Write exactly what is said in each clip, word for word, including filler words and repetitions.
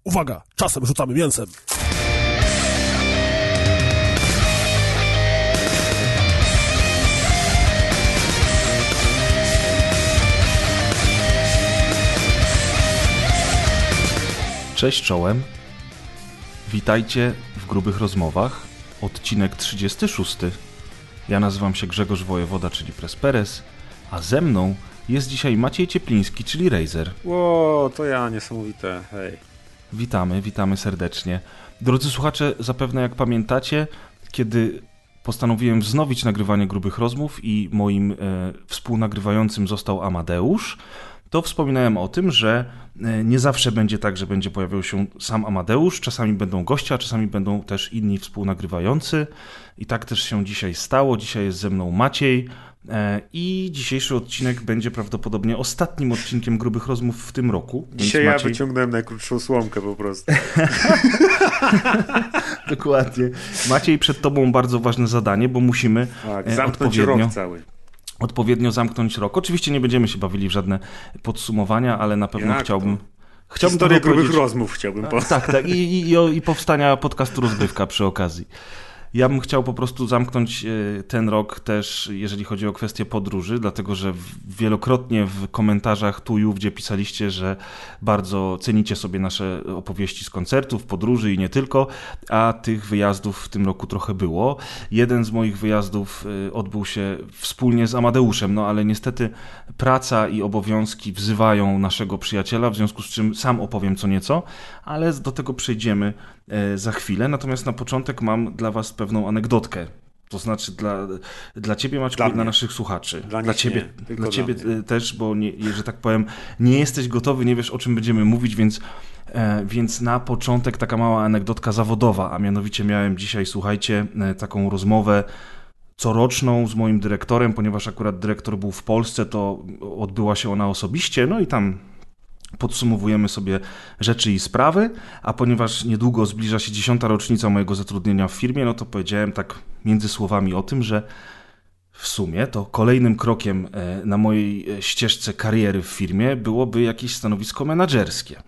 Uwaga, czasem rzucamy mięsem. Cześć czołem. Witajcie w Grubych Rozmowach, odcinek trzydziesty szósty. Ja nazywam się Grzegorz Wojewoda, czyli Presperes, a ze mną jest dzisiaj Maciej Ciepliński, czyli Razer. Ło, to ja, niesamowite, hej. Witamy, witamy serdecznie. Drodzy słuchacze, zapewne jak pamiętacie, kiedy postanowiłem wznowić nagrywanie Grubych Rozmów i moim e, współnagrywającym został Amadeusz, to wspominałem o tym, że nie zawsze będzie tak, że będzie pojawiał się sam Amadeusz, czasami będą goście, a czasami będą też inni współnagrywający i tak też się dzisiaj stało. Dzisiaj jest ze mną Maciej i dzisiejszy odcinek będzie prawdopodobnie ostatnim odcinkiem Grubych Rozmów w tym roku. Dzisiaj Maciej... ja wyciągnąłem najkrótszą słomkę po prostu. Dokładnie. Maciej, przed tobą bardzo ważne zadanie, bo musimy tak, zamknąć odpowiednio... rok cały. odpowiednio zamknąć rok. Oczywiście nie będziemy się bawili w żadne podsumowania, ale na pewno Jak chciałbym... to? chciałbym Historię Grubych Rozmów chciałbym tak, po... tak, tak. I, i, i powstania podcastu Rozgrywka przy okazji. Ja bym chciał po prostu zamknąć ten rok też, jeżeli chodzi o kwestię podróży, dlatego że wielokrotnie w komentarzach tu, gdzie pisaliście, że bardzo cenicie sobie nasze opowieści z koncertów, podróży i nie tylko, a tych wyjazdów w tym roku trochę było. Jeden z moich wyjazdów odbył się wspólnie z Amadeuszem, no ale niestety praca i obowiązki wzywają naszego przyjaciela, w związku z czym sam opowiem co nieco, ale do tego przejdziemy za chwilę. Natomiast na początek mam dla was pewną anegdotkę. To znaczy dla, dla ciebie, Maćku, i dla naszych słuchaczy. Dla, dla ciebie, nie, dla ciebie dla też, bo nie, że tak powiem, nie jesteś gotowy, nie wiesz, o czym będziemy mówić, więc, e, więc na początek taka mała anegdotka zawodowa, a mianowicie miałem dzisiaj, słuchajcie, taką rozmowę coroczną z moim dyrektorem, ponieważ akurat dyrektor był w Polsce, to odbyła się ona osobiście, no i tam podsumowujemy sobie rzeczy i sprawy, a ponieważ niedługo zbliża się dziesiąta rocznica mojego zatrudnienia w firmie, no to powiedziałem tak między słowami o tym, że w sumie to kolejnym krokiem na mojej ścieżce kariery w firmie byłoby jakieś stanowisko menadżerskie.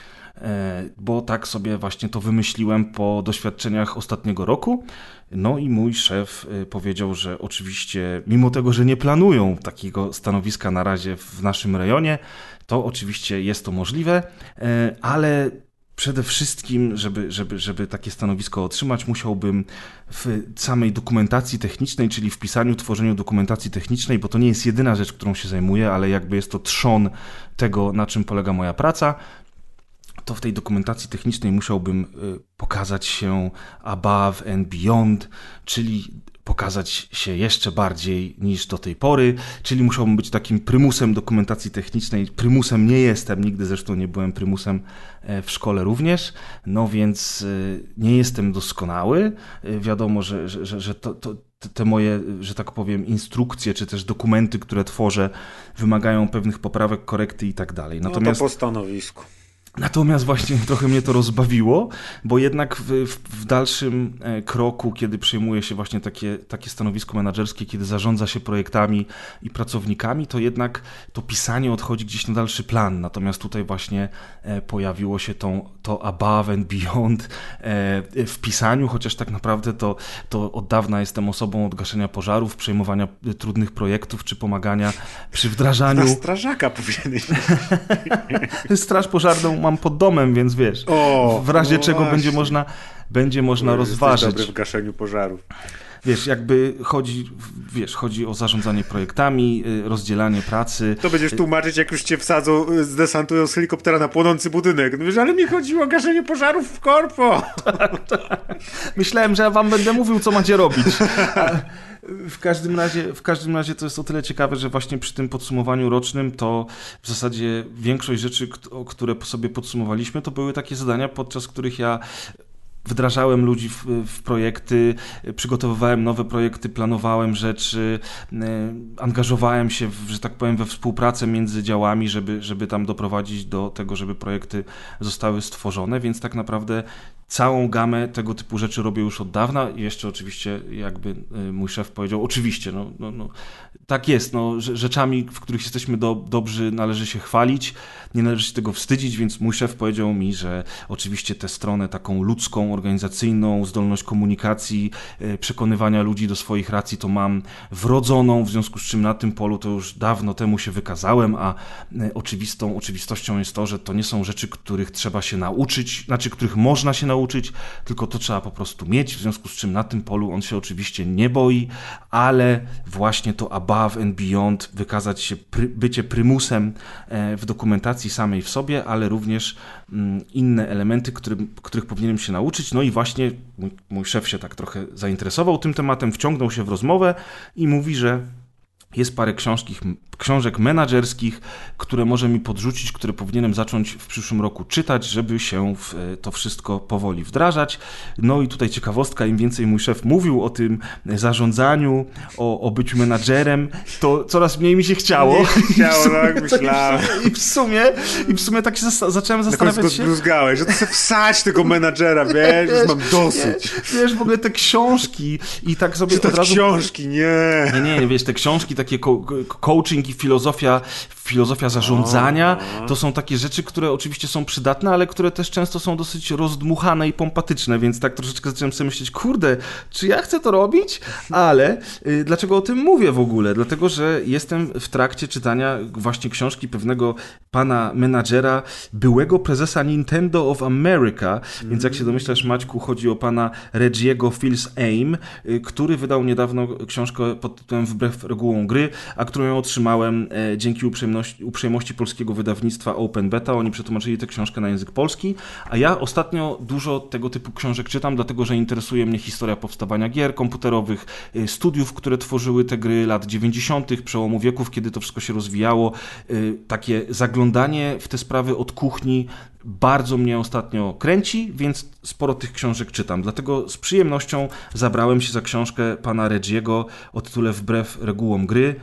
Bo tak sobie właśnie to wymyśliłem po doświadczeniach ostatniego roku. No i mój szef powiedział, że oczywiście, mimo tego, że nie planują takiego stanowiska na razie w naszym rejonie, to oczywiście jest to możliwe, ale przede wszystkim, żeby, żeby, żeby takie stanowisko otrzymać, musiałbym w samej dokumentacji technicznej, czyli w pisaniu, tworzeniu dokumentacji technicznej, bo to nie jest jedyna rzecz, którą się zajmuję, ale jakby jest to trzon tego, na czym polega moja praca, to w tej dokumentacji technicznej musiałbym pokazać się above and beyond, czyli pokazać się jeszcze bardziej niż do tej pory, czyli musiałbym być takim prymusem dokumentacji technicznej. Prymusem nie jestem, nigdy zresztą nie byłem prymusem w szkole również, no więc nie jestem doskonały. Wiadomo, że, że, że to, to te moje, że tak powiem, instrukcje, czy też dokumenty, które tworzę, wymagają pewnych poprawek, korekty i tak dalej. Natomiast... No to po stanowisku. Natomiast właśnie trochę mnie to rozbawiło, bo jednak w, w, w dalszym kroku, kiedy przejmuje się właśnie takie, takie stanowisko menadżerskie, kiedy zarządza się projektami i pracownikami, to jednak to pisanie odchodzi gdzieś na dalszy plan. Natomiast tutaj właśnie pojawiło się to, to above and beyond w pisaniu, chociaż tak naprawdę to, to od dawna jestem osobą od gaszenia pożarów, przejmowania trudnych projektów, czy pomagania przy wdrażaniu... Na strażaka powinieneś. Straż pożarną mam pod domem, więc wiesz, o, w razie o czego właśnie. będzie można, będzie można Bo rozważyć. Dobry w gaszeniu pożarów. Wiesz, jakby chodzi, wiesz, chodzi o zarządzanie projektami, rozdzielanie pracy. To będziesz tłumaczyć, jak już cię wsadzą, zdesantują z helikoptera na płonący budynek. No wiesz, ale mi chodziło o gaszenie pożarów w korpo. Tak, tak. Myślałem, że ja wam będę mówił, co macie robić. A w każdym razie, w każdym razie to jest o tyle ciekawe, że właśnie przy tym podsumowaniu rocznym to w zasadzie większość rzeczy, które sobie podsumowaliśmy, to były takie zadania, podczas których ja wdrażałem ludzi w, w projekty, przygotowywałem nowe projekty, planowałem rzeczy, angażowałem się, w, że tak powiem, we współpracę między działami, żeby, żeby tam doprowadzić do tego, żeby projekty zostały stworzone, więc tak naprawdę całą gamę tego typu rzeczy robię już od dawna i jeszcze oczywiście jakby mój szef powiedział, oczywiście, no, no, no tak jest, no, rzeczami, w których jesteśmy do, dobrzy, należy się chwalić, nie należy się tego wstydzić, więc mój szef powiedział mi, że oczywiście tę stronę taką ludzką, organizacyjną, zdolność komunikacji, przekonywania ludzi do swoich racji to mam wrodzoną, w związku z czym na tym polu to już dawno temu się wykazałem, a oczywistą oczywistością jest to, że to nie są rzeczy, których trzeba się nauczyć, znaczy których można się nauczyć, tylko to trzeba po prostu mieć, w związku z czym na tym polu on się oczywiście nie boi, ale właśnie to above and beyond, wykazać się pry, bycie prymusem w dokumentacji samej w sobie, ale również inne elementy, którym, których powinienem się nauczyć. No i właśnie mój, mój szef się tak trochę zainteresował tym tematem, wciągnął się w rozmowę i mówi, że jest parę książki, książek menadżerskich, które może mi podrzucić, które powinienem zacząć w przyszłym roku czytać, żeby się w to wszystko powoli wdrażać. No i tutaj ciekawostka, im więcej mój szef mówił o tym zarządzaniu, o, o byciu menadżerem, to coraz mniej mi się chciało. Nie chciało, tak myślałem. I w sumie, i w sumie tak się zasta- zacząłem zastanawiać się... Na końcu go że to chcę wsać tego menadżera, wiesz, wiesz mam dosyć. Nie, wiesz, w ogóle te książki i tak sobie Czytać od razu... książki, nie. Nie, nie, nie, wiesz, te książki, takie coaching i filozofia, filozofia zarządzania, to są takie rzeczy, które oczywiście są przydatne, ale które też często są dosyć rozdmuchane i pompatyczne, więc tak troszeczkę zacząłem sobie myśleć, kurde, czy ja chcę to robić? Ale y, dlaczego o tym mówię w ogóle? Dlatego, że jestem w trakcie czytania właśnie książki pewnego pana menadżera, byłego prezesa Nintendo of America, mm. więc jak się domyślasz, Maćku, chodzi o pana Reggie'ego Fils-Aime, y, który wydał niedawno książkę pod tytułem Wbrew regułom gry, a którą ja otrzymałem e, dzięki uprzejmości, uprzejmości polskiego wydawnictwa Open Beta. Oni przetłumaczyli tę książkę na język polski, a ja ostatnio dużo tego typu książek czytam, dlatego że interesuje mnie historia powstawania gier komputerowych, e, studiów, które tworzyły te gry, lat dziewięćdziesiątych, przełomu wieków, kiedy to wszystko się rozwijało. E, takie zaglądanie w te sprawy od kuchni bardzo mnie ostatnio kręci, więc sporo tych książek czytam. Dlatego z przyjemnością zabrałem się za książkę pana Reggie'ego o tytule Wbrew regułom gry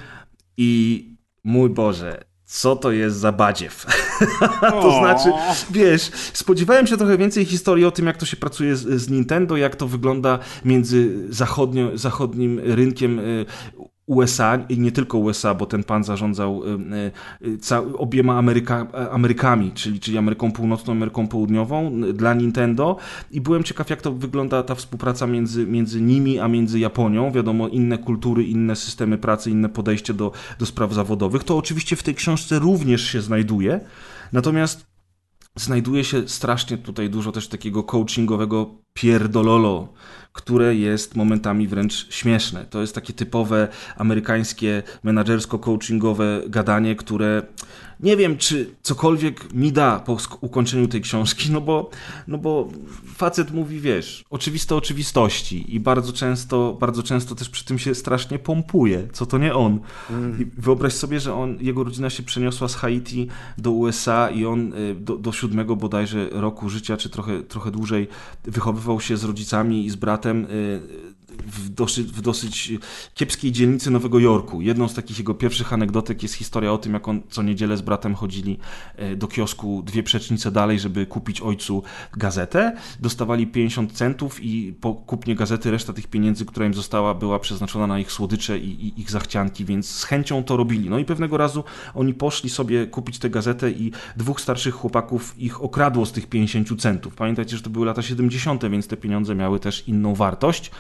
i mój Boże, co to jest za badziew? To znaczy, wiesz, spodziewałem się trochę więcej historii o tym, jak to się pracuje z, z Nintendo, jak to wygląda między zachodnio, zachodnim rynkiem U S A i nie tylko U S A, bo ten pan zarządzał y, y, ca- obiema Ameryka, Amerykami, czyli, czyli Ameryką Północną, Ameryką Południową dla Nintendo i byłem ciekaw, jak to wygląda ta współpraca między, między nimi a między Japonią. Wiadomo, inne kultury, inne systemy pracy, inne podejście do, do spraw zawodowych. To oczywiście w tej książce również się znajduje, natomiast znajduje się strasznie tutaj dużo też takiego coachingowego pierdololo, które jest momentami wręcz śmieszne. To jest takie typowe amerykańskie menadżersko-coachingowe gadanie, które nie wiem, czy cokolwiek mi da po ukończeniu tej książki, no bo, no bo facet mówi, wiesz, oczywiste oczywistości i bardzo często, bardzo często też przy tym się strasznie pompuje, co to nie on. Mm. I wyobraź sobie, że on, jego rodzina się przeniosła z Haiti do U S A i on do, do siódmego bodajże roku życia, czy trochę, trochę dłużej wychowywał się z rodzicami i z bratem w dosyć, w dosyć kiepskiej dzielnicy Nowego Jorku. Jedną z takich jego pierwszych anegdotek jest historia o tym, jak on co niedzielę z bratem chodzili do kiosku dwie przecznice dalej, żeby kupić ojcu gazetę. Dostawali pięćdziesiąt centów i po kupnie gazety reszta tych pieniędzy, która im została, była przeznaczona na ich słodycze i, i ich zachcianki, więc z chęcią to robili. No i pewnego razu oni poszli sobie kupić tę gazetę i dwóch starszych chłopaków ich okradło z tych pięćdziesięciu centów. Pamiętajcie, że to były lata siedemdziesiąte, więc te pieniądze miały też inną wartość.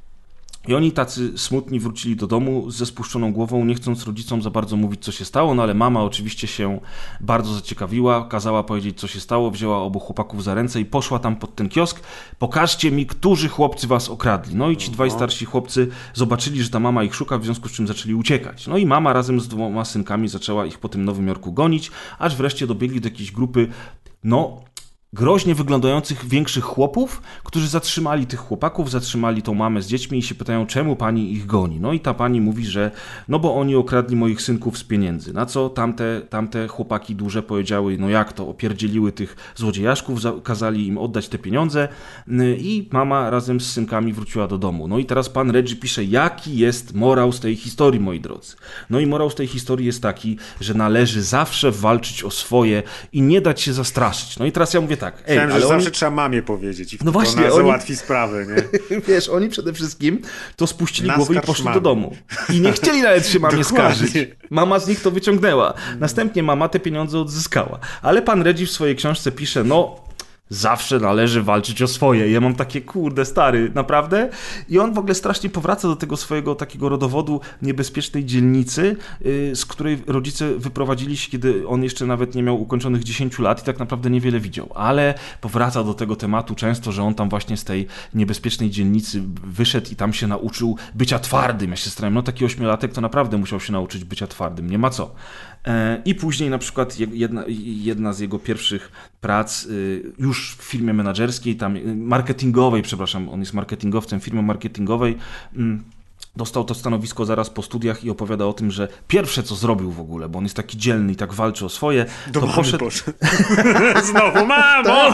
I oni tacy smutni wrócili do domu ze spuszczoną głową, nie chcąc rodzicom za bardzo mówić, co się stało, no ale mama oczywiście się bardzo zaciekawiła, kazała powiedzieć, co się stało, wzięła obu chłopaków za ręce i poszła tam pod ten kiosk. Pokażcie mi, którzy chłopcy was okradli. No i ci dwaj starsi chłopcy zobaczyli, że ta mama ich szuka, w związku z czym zaczęli uciekać. No i mama razem z dwoma synkami zaczęła ich po tym Nowym Jorku gonić, aż wreszcie dobiegli do jakiejś grupy, no... groźnie wyglądających większych chłopów, którzy zatrzymali tych chłopaków, zatrzymali tą mamę z dziećmi i się pytają, czemu pani ich goni. No i ta pani mówi, że no bo oni okradli moich synków z pieniędzy. Na co tamte, tamte chłopaki duże powiedziały, no jak to, opierdzieliły tych złodziejaszków, kazali im oddać te pieniądze i mama razem z synkami wróciła do domu. No i teraz pan Reggie pisze, jaki jest morał z tej historii, moi drodzy. No i morał z tej historii jest taki, że należy zawsze walczyć o swoje i nie dać się zastraszyć. No i teraz ja mówię tak, ej, Myślałem, ale że oni... zawsze trzeba mamie powiedzieć i no właśnie, ona oni... załatwi sprawę, nie? Wiesz, oni przede wszystkim to spuścili Naskarż głowę i poszli mamie. do domu. I nie chcieli nawet się mamie Dokładnie. skarżyć. Mama z nich to wyciągnęła. Następnie mama te pieniądze odzyskała. Ale pan Reggie w swojej książce pisze, no... zawsze należy walczyć o swoje. I ja mam takie, kurde, stary, naprawdę? I on w ogóle strasznie powraca do tego swojego takiego rodowodu niebezpiecznej dzielnicy, yy, z której rodzice wyprowadzili się, kiedy on jeszcze nawet nie miał ukończonych dziesięciu lat i tak naprawdę niewiele widział. Ale powraca do tego tematu często, że on tam właśnie z tej niebezpiecznej dzielnicy wyszedł i tam się nauczył bycia twardym. Ja się starałem, no taki ośmiolatek to naprawdę musiał się nauczyć bycia twardym. Nie ma co. I później na przykład jedna, jedna z jego pierwszych prac już w firmie menadżerskiej, tam marketingowej, przepraszam, on jest marketingowcem firmy marketingowej, dostał to stanowisko zaraz po studiach i opowiada o tym, że pierwsze co zrobił w ogóle, bo on jest taki dzielny i tak walczy o swoje, Do to mamy poszedł... poszedł. Znowu mamo!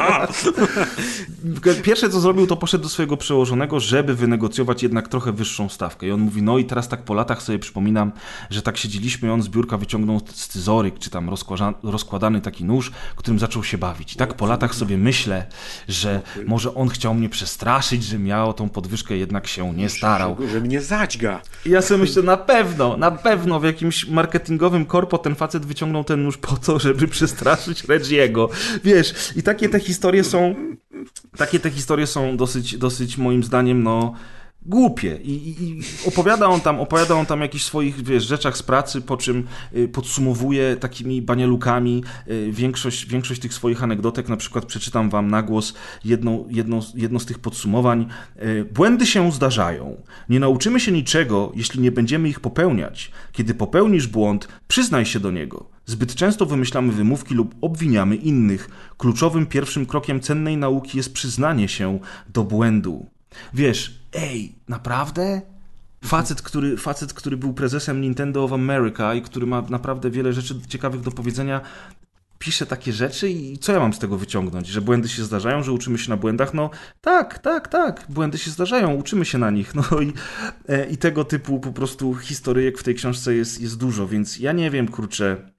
Pierwsze co zrobił, to poszedł do swojego przełożonego, żeby wynegocjować jednak trochę wyższą stawkę. I on mówi, no i teraz tak po latach sobie przypominam, że tak siedzieliśmy i on z biurka wyciągnął scyzoryk, czy tam rozkłada- rozkładany taki nóż, którym zaczął się bawić. I tak po latach sobie myślę, że może on chciał mnie przestraszyć, że miał tą podwyżkę, jednak się nie starał. Że mnie zadźga. I ja sobie myślę, na pewno, na pewno w jakimś marketingowym korpo ten facet wyciągnął ten nóż po to, żeby przestraszyć Reggie'ego. Wiesz, i takie te historie są, takie te historie są dosyć, dosyć moim zdaniem, no, głupie. I, i, i opowiada on tam, opowiada on tam o jakichś swoich, wiesz, rzeczach z pracy, po czym y, podsumowuje takimi banialukami y, większość, większość tych swoich anegdotek. Na przykład przeczytam wam na głos jedną, jedną, jedno z tych podsumowań. Y, Błędy się zdarzają. Nie nauczymy się niczego, jeśli nie będziemy ich popełniać. Kiedy popełnisz błąd, przyznaj się do niego. Zbyt często wymyślamy wymówki lub obwiniamy innych. Kluczowym pierwszym krokiem cennej nauki jest przyznanie się do błędu. Wiesz, ej, naprawdę? Facet który, facet, który był prezesem Nintendo of America i który ma naprawdę wiele rzeczy ciekawych do powiedzenia, pisze takie rzeczy i co ja mam z tego wyciągnąć? Że błędy się zdarzają, że uczymy się na błędach? No tak, tak, tak, błędy się zdarzają, uczymy się na nich. No i, e, i tego typu po prostu historyjek w tej książce jest, jest dużo, więc ja nie wiem, kurczę,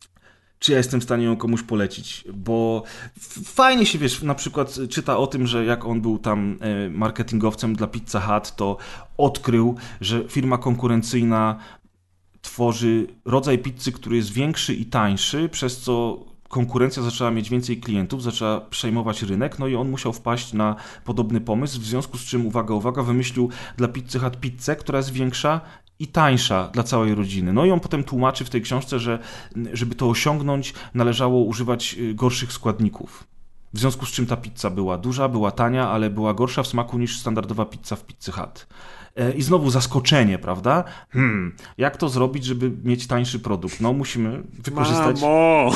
czy ja jestem w stanie ją komuś polecić, bo fajnie się, wiesz, na przykład czyta o tym, że jak on był tam marketingowcem dla Pizza Hut, to odkrył, że firma konkurencyjna tworzy rodzaj pizzy, który jest większy i tańszy, przez co konkurencja zaczęła mieć więcej klientów, zaczęła przejmować rynek, no i on musiał wpaść na podobny pomysł, w związku z czym, uwaga, uwaga, wymyślił dla Pizzy Hut pizzę, która jest większa i tańsza dla całej rodziny. No i on potem tłumaczy w tej książce, że żeby to osiągnąć, należało używać gorszych składników. W związku z czym ta pizza była duża, była tania, ale była gorsza w smaku niż standardowa pizza w Pizzy Hut. I znowu zaskoczenie, prawda? Hmm, jak to zrobić, żeby mieć tańszy produkt? No musimy wykorzystać... Mamo!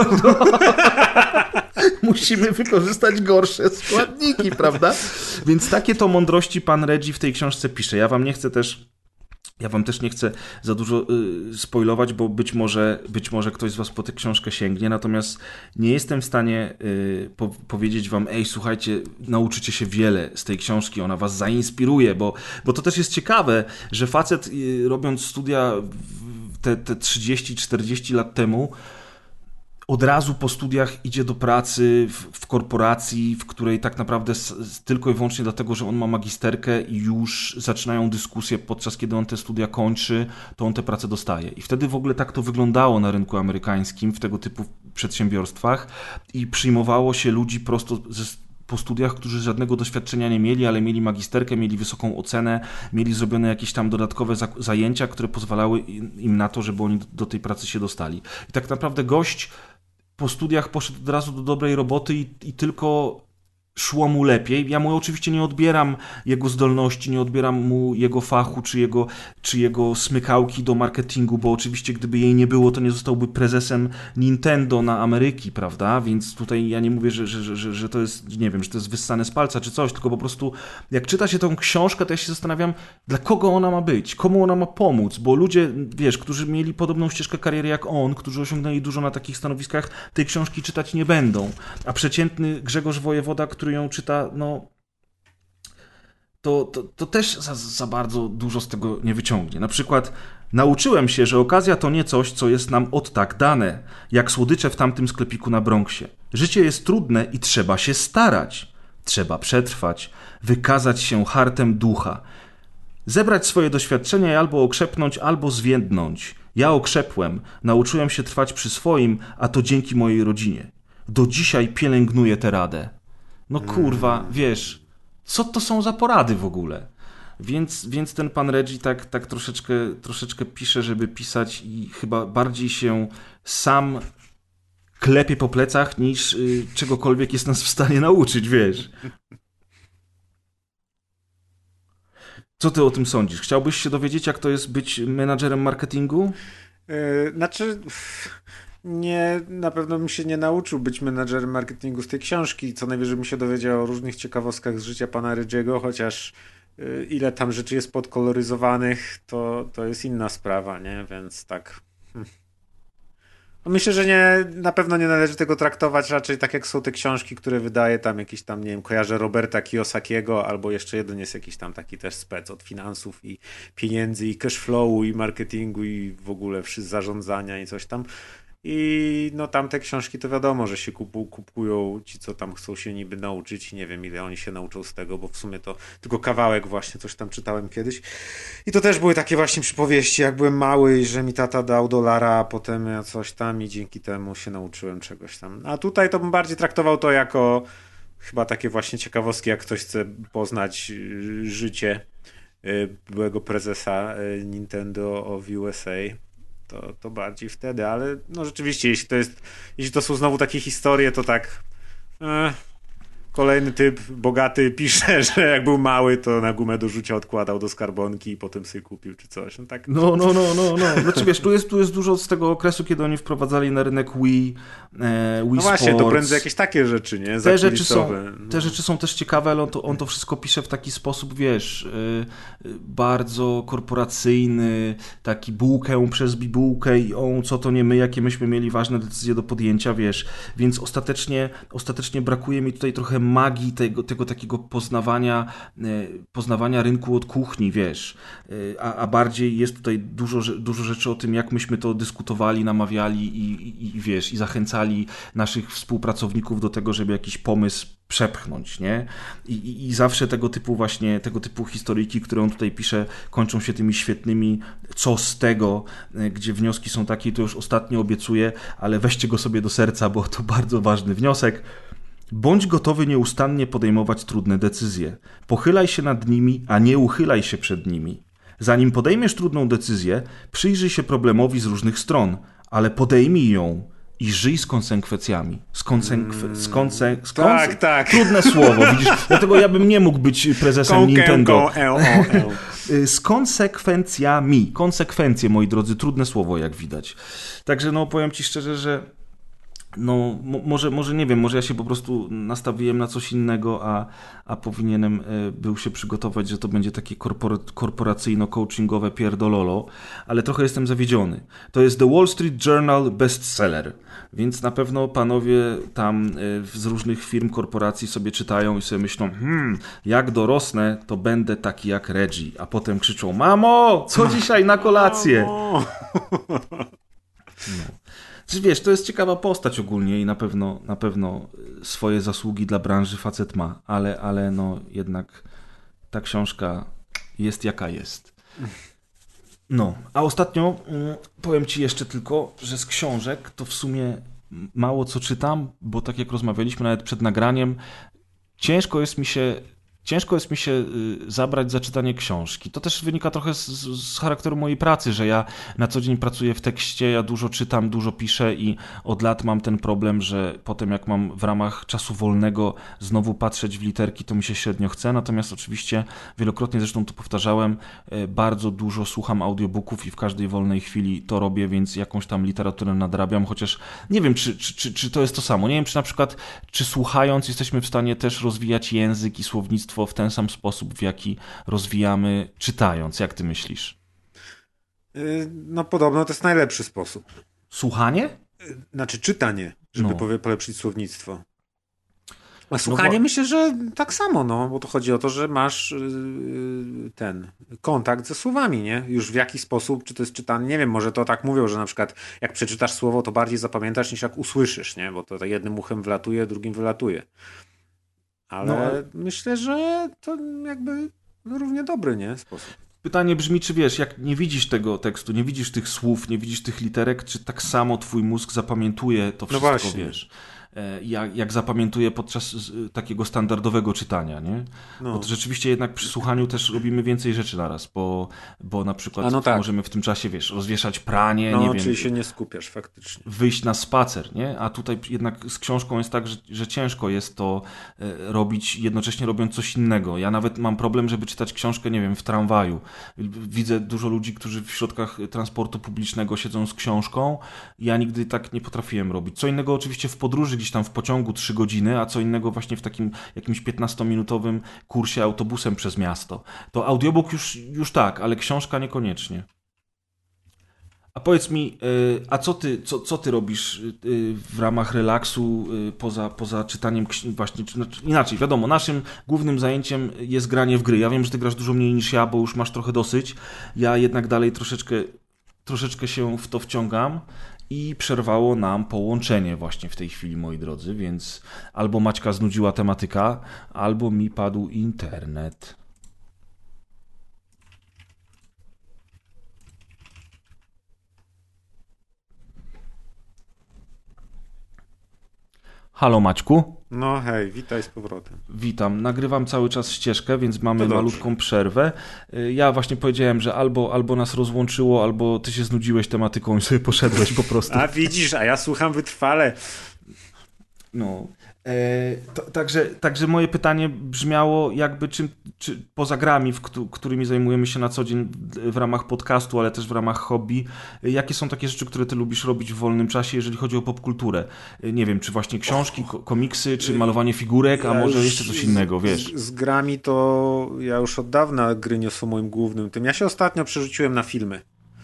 Musimy wykorzystać gorsze składniki, prawda? Więc takie to mądrości pan Reggie w tej książce pisze. Ja wam nie chcę też Ja wam też nie chcę za dużo y, spoilować, bo być może, być może ktoś z was po tę książkę sięgnie, natomiast nie jestem w stanie y, po, powiedzieć wam, ej, słuchajcie, nauczycie się wiele z tej książki, ona was zainspiruje, bo, bo to też jest ciekawe, że facet y, robiąc studia te, te trzydzieści czterdzieści lat temu, od razu po studiach idzie do pracy w, w korporacji, w której tak naprawdę s, tylko i wyłącznie dlatego, że on ma magisterkę i już zaczynają dyskusje, podczas kiedy on te studia kończy, to on tę pracę dostaje. I wtedy w ogóle tak to wyglądało na rynku amerykańskim, w tego typu przedsiębiorstwach i przyjmowało się ludzi prosto ze po studiach, którzy żadnego doświadczenia nie mieli, ale mieli magisterkę, mieli wysoką ocenę, mieli zrobione jakieś tam dodatkowe zajęcia, które pozwalały im na to, żeby oni do tej pracy się dostali. I tak naprawdę gość po studiach poszedł od razu do dobrej roboty i, i tylko szło mu lepiej. Ja mu oczywiście nie odbieram jego zdolności, nie odbieram mu jego fachu, czy jego, czy jego smykałki do marketingu, bo oczywiście gdyby jej nie było, to nie zostałby prezesem Nintendo na Ameryki, prawda? Więc tutaj ja nie mówię, że, że, że, że to jest, nie wiem, że to jest wyssane z palca, czy coś, tylko po prostu jak czyta się tą książkę, to ja się zastanawiam, dla kogo ona ma być, komu ona ma pomóc, bo ludzie, wiesz, którzy mieli podobną ścieżkę kariery jak on, którzy osiągnęli dużo na takich stanowiskach, tej książki czytać nie będą. A przeciętny Grzegorz Wojewoda, który ją czyta, no to, to, to też za, za bardzo dużo z tego nie wyciągnie. Na przykład nauczyłem się, że okazja to nie coś, co jest nam od tak dane, jak słodycze w tamtym sklepiku na Bronxie. Życie jest trudne i trzeba się starać. Trzeba przetrwać, wykazać się hartem ducha. Zebrać swoje doświadczenia i albo okrzepnąć, albo zwiędnąć. Ja okrzepłem, nauczyłem się trwać przy swoim, a to dzięki mojej rodzinie. Do dzisiaj pielęgnuję tę radę. No kurwa, wiesz, co to są za porady w ogóle? Więc, więc ten pan Reggie tak, tak troszeczkę, troszeczkę pisze, żeby pisać i chyba bardziej się sam klepie po plecach, niż y, czegokolwiek jest nas w stanie nauczyć, wiesz. Co ty o tym sądzisz? Chciałbyś się dowiedzieć, jak to jest być menadżerem marketingu? Yy, znaczy... Nie, na pewno bym się nie nauczył być menadżerem marketingu z tej książki. Co najwyżej bym się dowiedział o różnych ciekawostkach z życia pana Reggie'ego, chociaż y, ile tam rzeczy jest podkoloryzowanych, to, to jest inna sprawa, nie? Więc tak. Hm. No myślę, że nie, na pewno nie należy tego traktować raczej tak jak są te książki, które wydaje tam jakiś tam, nie wiem, kojarzę Roberta Kiyosakiego, albo jeszcze jeden jest jakiś tam taki też spec od finansów i pieniędzy i cashflowu i marketingu i w ogóle wszyscy zarządzania i coś tam. I no tamte książki to wiadomo, że się kupu, kupują ci, co tam chcą się niby nauczyć i nie wiem, ile oni się nauczą z tego, bo w sumie to tylko kawałek właśnie, coś tam czytałem kiedyś. I to też były takie właśnie przypowieści, jak byłem mały i że mi tata dał dolara, a potem ja coś tam i dzięki temu się nauczyłem czegoś tam. A tutaj to bym bardziej traktował to jako chyba takie właśnie ciekawostki, jak ktoś chce poznać życie byłego prezesa Nintendo of U S A. To, to bardziej wtedy, ale no rzeczywiście, jeśli to jest, jeśli to są znowu takie historie, to tak eh, kolejny typ bogaty pisze, że jak był mały, to na gumę do rzucia odkładał do skarbonki i potem sobie kupił czy coś. No tak. No, no, no, no, no. Znaczy wiesz, tu jest, tu jest dużo z tego okresu, kiedy oni wprowadzali na rynek Wii, e, Wii No właśnie, Sports. To prędzej jakieś takie rzeczy, nie? Te rzeczy, są, no. te rzeczy są też ciekawe, ale on to, on to wszystko pisze w taki sposób, wiesz, yy, bardzo korporacyjny, taki bułkę przez bibułkę i on, co to nie my, jakie myśmy mieli ważne decyzje do podjęcia, wiesz. Więc ostatecznie, ostatecznie brakuje mi tutaj trochę magii tego, tego takiego poznawania, yy, poznawania rynku od kuchni, wiesz. Yy, a, a bardziej jest tutaj dużo, dużo rzeczy o tym, jak myśmy to dyskutowali, namawiali i, i, i wiesz, i zachęcali naszych współpracowników do tego, żeby jakiś pomysł przepchnąć, nie? I, i, i zawsze tego typu właśnie, tego typu historyjki, które on tutaj pisze, kończą się tymi świetnymi co z tego, gdzie wnioski są takie, to już ostatnio obiecuję, ale weźcie go sobie do serca, bo to bardzo ważny wniosek. Bądź gotowy nieustannie podejmować trudne decyzje. Pochylaj się nad nimi, a nie uchylaj się przed nimi. Zanim podejmiesz trudną decyzję, przyjrzyj się problemowi z różnych stron, ale podejmij ją i żyj z konsekwencjami. Z konsekwe... Z konse... z konse... Tak, tak. Trudne słowo, widzisz? Dlatego ja bym nie mógł być prezesem Kąkę, Nintendo. kąkę, e, e, e. Z konsekwencjami. Konsekwencje, moi drodzy, trudne słowo, jak widać. Także no, powiem ci szczerze, że no, może, może nie wiem, może ja się po prostu nastawiłem na coś innego, a, a powinienem był się przygotować, że to będzie takie korpor- korporacyjno-coachingowe pierdololo, ale trochę jestem zawiedziony. To jest The Wall Street Journal bestseller, więc na pewno panowie tam z różnych firm, korporacji sobie czytają i sobie myślą, hmm, jak dorosnę, to będę taki jak Reggie, a potem krzyczą, mamo, co dzisiaj na kolację? Mamo. No. Wiesz, to jest ciekawa postać ogólnie i na pewno, na pewno swoje zasługi dla branży facet ma, ale, ale no jednak ta książka jest jaka jest. No, a ostatnio powiem ci jeszcze tylko, że z książek to w sumie mało co czytam, bo tak jak rozmawialiśmy nawet przed nagraniem, ciężko jest mi się ciężko jest mi się zabrać za czytanie książki. To też wynika trochę z, z charakteru mojej pracy, że ja na co dzień pracuję w tekście, ja dużo czytam, dużo piszę i od lat mam ten problem, że potem jak mam w ramach czasu wolnego znowu patrzeć w literki, to mi się średnio chce. Natomiast oczywiście wielokrotnie zresztą to powtarzałem, bardzo dużo słucham audiobooków i w każdej wolnej chwili to robię, więc jakąś tam literaturę nadrabiam, chociaż nie wiem, czy, czy, czy, czy to jest to samo. Nie wiem, czy na przykład, czy słuchając jesteśmy w stanie też rozwijać język i słownictwo w ten sam sposób, w jaki rozwijamy czytając. Jak ty myślisz? No podobno to jest najlepszy sposób. Słuchanie? Znaczy czytanie, żeby no. polepszyć słownictwo. A słuchanie no bo... myślę, że tak samo, no, bo to chodzi o to, że masz yy, ten kontakt ze słowami, nie? Już w jaki sposób, czy to jest czytane, nie wiem, może to tak mówią, że na przykład jak przeczytasz słowo, to bardziej zapamiętasz niż jak usłyszysz, nie? Bo to tak jednym uchem wlatuje, drugim wylatuje. Ale no, ale... myślę, że to jakby równie dobry, nie? Sposób. Pytanie brzmi, czy wiesz, jak nie widzisz tego tekstu, nie widzisz tych słów, nie widzisz tych literek, czy tak samo twój mózg zapamiętuje to wszystko, no właśnie. Wiesz? Jak, jak zapamiętuję podczas takiego standardowego czytania, nie? No. Bo to rzeczywiście jednak przy słuchaniu też robimy więcej rzeczy naraz, bo, bo na przykład no tak. możemy w tym czasie, wiesz, rozwieszać pranie, no, nie wiem. czyli się nie skupiasz faktycznie. Wyjść na spacer, nie? A tutaj jednak z książką jest tak, że, że ciężko jest to e, robić, jednocześnie robiąc coś innego. Ja nawet mam problem, żeby czytać książkę, nie wiem, w tramwaju. Widzę dużo ludzi, którzy w środkach transportu publicznego siedzą z książką. Ja nigdy tak nie potrafiłem robić. Co innego oczywiście w podróży, gdzieś tam w pociągu trzy godziny, a co innego właśnie w takim jakimś piętnastominutowym kursie autobusem przez miasto. To audiobook już, już tak, ale książka niekoniecznie. A powiedz mi, a co ty, co, co ty robisz w ramach relaksu poza, poza czytaniem właśnie, inaczej, wiadomo, naszym głównym zajęciem jest granie w gry. Ja wiem, że ty grasz dużo mniej niż ja, bo już masz trochę dosyć. Ja jednak dalej troszeczkę, troszeczkę się w to wciągam. I przerwało nam połączenie właśnie w tej chwili, moi drodzy, więc albo Maćka znudziła tematyka, albo mi padł internet. Halo Maćku. No hej, witaj z powrotem. Witam. Nagrywam cały czas ścieżkę, więc mamy malutką przerwę. Ja właśnie powiedziałem, że albo, albo nas rozłączyło, albo ty się znudziłeś tematyką i sobie poszedłeś po prostu. A widzisz, a ja słucham wytrwale. No. E, to, także, także moje pytanie brzmiało jakby czym, czy, poza grami, w, którymi zajmujemy się na co dzień w ramach podcastu, ale też w ramach hobby, jakie są takie rzeczy, które ty lubisz robić w wolnym czasie, jeżeli chodzi o popkulturę? Nie wiem, czy właśnie książki, komiksy, czy malowanie figurek, a ja może jeszcze coś innego, wiesz? Z, z grami to ja już od dawna gry nie są moim głównym tym. Ja się ostatnio przerzuciłem na filmy.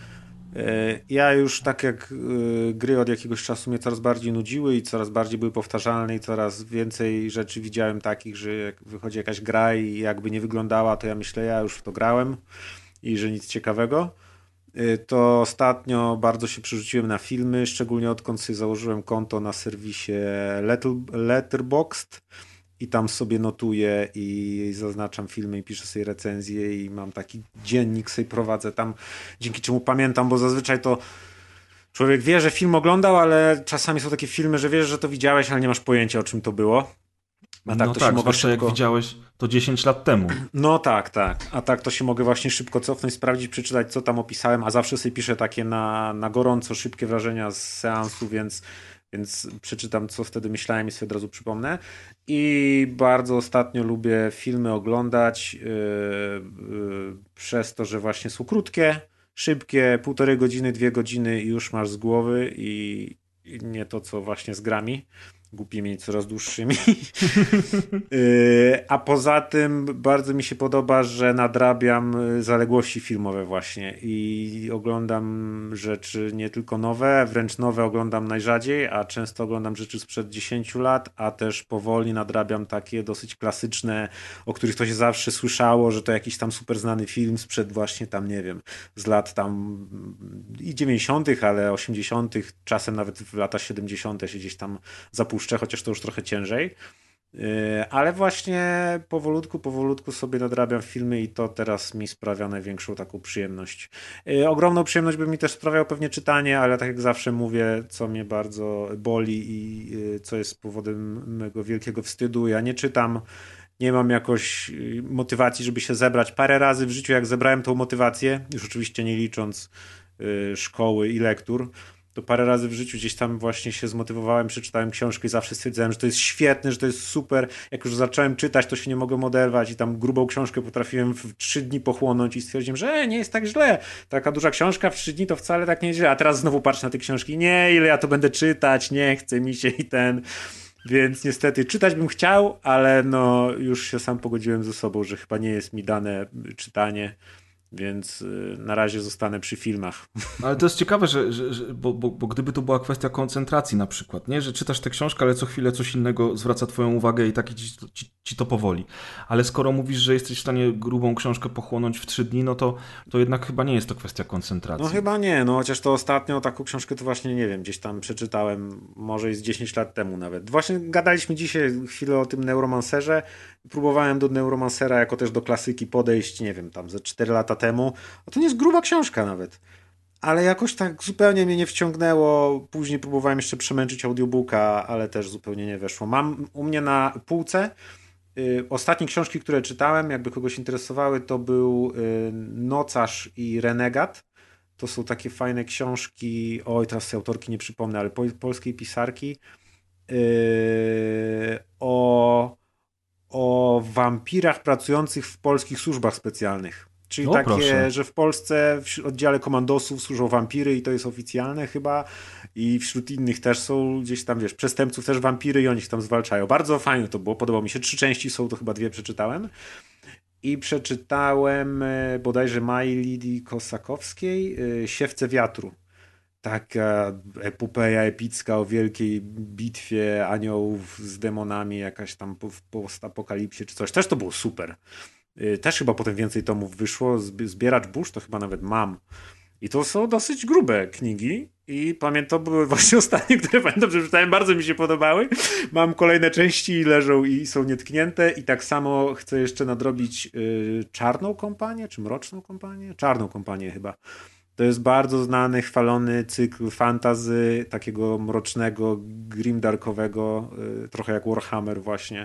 Ja już tak jak gry od jakiegoś czasu mnie coraz bardziej nudziły i coraz bardziej były powtarzalne i coraz więcej rzeczy widziałem takich, że jak wychodzi jakaś gra i jakby nie wyglądała, to ja myślę, ja już w to grałem i że nic ciekawego. To ostatnio bardzo się przerzuciłem na filmy, szczególnie odkąd sobie założyłem konto na serwisie Letterboxd. I tam sobie notuję i zaznaczam filmy i piszę sobie recenzje i mam taki dziennik, sobie prowadzę tam, dzięki czemu pamiętam, bo zazwyczaj to człowiek wie, że film oglądał, ale czasami są takie filmy, że wiesz, że to widziałeś, ale nie masz pojęcia, o czym to było. A tak, no to tak, się mogę szybko... jak widziałeś to dziesięć lat temu. No tak, tak. A tak to się mogę właśnie szybko cofnąć, sprawdzić, przeczytać, co tam opisałem, a zawsze sobie piszę takie na, na gorąco, szybkie wrażenia z seansu, więc Więc przeczytam, co wtedy myślałem i sobie od razu przypomnę. I bardzo ostatnio lubię filmy oglądać yy, yy, przez to, że właśnie są krótkie, szybkie, półtorej godziny, dwie godziny i już masz z głowy i, i nie to, co właśnie z grami. Głupie mieć coraz dłuższymi. yy, a poza tym bardzo mi się podoba, że nadrabiam zaległości filmowe właśnie i oglądam rzeczy nie tylko nowe, wręcz nowe oglądam najrzadziej, a często oglądam rzeczy sprzed dziesięciu lat, a też powoli nadrabiam takie dosyć klasyczne, o których to się zawsze słyszało, że to jakiś tam super znany film sprzed właśnie tam, nie wiem, z lat tam i dziewięćdziesiątych, ale osiemdziesiątych, czasem nawet w lata siedemdziesiąte się gdzieś tam zapuszczę, chociaż to już trochę ciężej. Ale właśnie powolutku, powolutku sobie nadrabiam filmy i to teraz mi sprawia największą taką przyjemność. Ogromną przyjemność by mi też sprawiało pewnie czytanie, ale tak jak zawsze mówię, co mnie bardzo boli i co jest powodem mego wielkiego wstydu. Ja nie czytam, nie mam jakoś y, motywacji, żeby się zebrać. Parę razy w życiu, jak zebrałem tą motywację, już oczywiście nie licząc y, szkoły i lektur, to parę razy w życiu gdzieś tam właśnie się zmotywowałem, przeczytałem książkę i zawsze stwierdzałem, że to jest świetne, że to jest super. Jak już zacząłem czytać, to się nie mogłem oderwać i tam grubą książkę potrafiłem w trzy dni pochłonąć i stwierdziłem, że e, nie jest tak źle. Taka duża książka w trzy dni to wcale tak nie jest źle. A teraz znowu patrzę na te książki, nie, ile ja to będę czytać, nie chce mi się i ten... Więc niestety czytać bym chciał, ale no już się sam pogodziłem ze sobą, że chyba nie jest mi dane czytanie. Więc na razie zostanę przy filmach. Ale to jest ciekawe, że, że, że bo, bo, bo gdyby to była kwestia koncentracji na przykład, nie? Że czytasz tę książkę, ale co chwilę coś innego zwraca twoją uwagę i tak ci, ci, ci to powoli. Ale skoro mówisz, że jesteś w stanie grubą książkę pochłonąć w trzy dni, no to, to jednak chyba nie jest to kwestia koncentracji. No chyba nie, no chociaż to ostatnio taką książkę to właśnie nie wiem, gdzieś tam przeczytałem, może i z dziesięć lat temu nawet. Właśnie gadaliśmy dzisiaj chwilę o tym Neuromancerze. Próbowałem do Neuromancera jako też do klasyki podejść, nie wiem, tam ze cztery lata temu. A to nie jest gruba książka nawet. Ale jakoś tak zupełnie mnie nie wciągnęło. Później próbowałem jeszcze przemęczyć audiobooka, ale też zupełnie nie weszło. Mam u mnie na półce y, ostatnie książki, które czytałem, jakby kogoś interesowały, to był y, Nocarz i Renegat. To są takie fajne książki, oj, teraz tej autorki nie przypomnę, ale po, polskiej pisarki yy, o, o wampirach pracujących w polskich służbach specjalnych. Czyli O, takie, proszę. że w Polsce w oddziale komandosów służą wampiry i to jest oficjalne chyba i wśród innych też są gdzieś tam, wiesz, przestępców też wampiry i oni się tam zwalczają. Bardzo fajnie to było, podobało mi się. Trzy części są, to chyba dwie przeczytałem. I przeczytałem bodajże Mai Lidii Kosakowskiej Siewce wiatru. Taka epopeja epicka o wielkiej bitwie aniołów z demonami, jakaś tam w postapokalipsie czy coś. Też to było super. Też chyba potem więcej tomów wyszło. Zbieracz burz to chyba nawet mam. I to są dosyć grube knigi i pamiętam, były właśnie ostatnie, które pamiętam, że czytałem, bardzo mi się podobały. Mam kolejne części, leżą i są nietknięte i tak samo chcę jeszcze nadrobić y, Czarną Kompanię, czy Mroczną Kompanię? Czarną Kompanię chyba. To jest bardzo znany, chwalony cykl fantasy, takiego mrocznego, grimdarkowego, y, trochę jak Warhammer właśnie.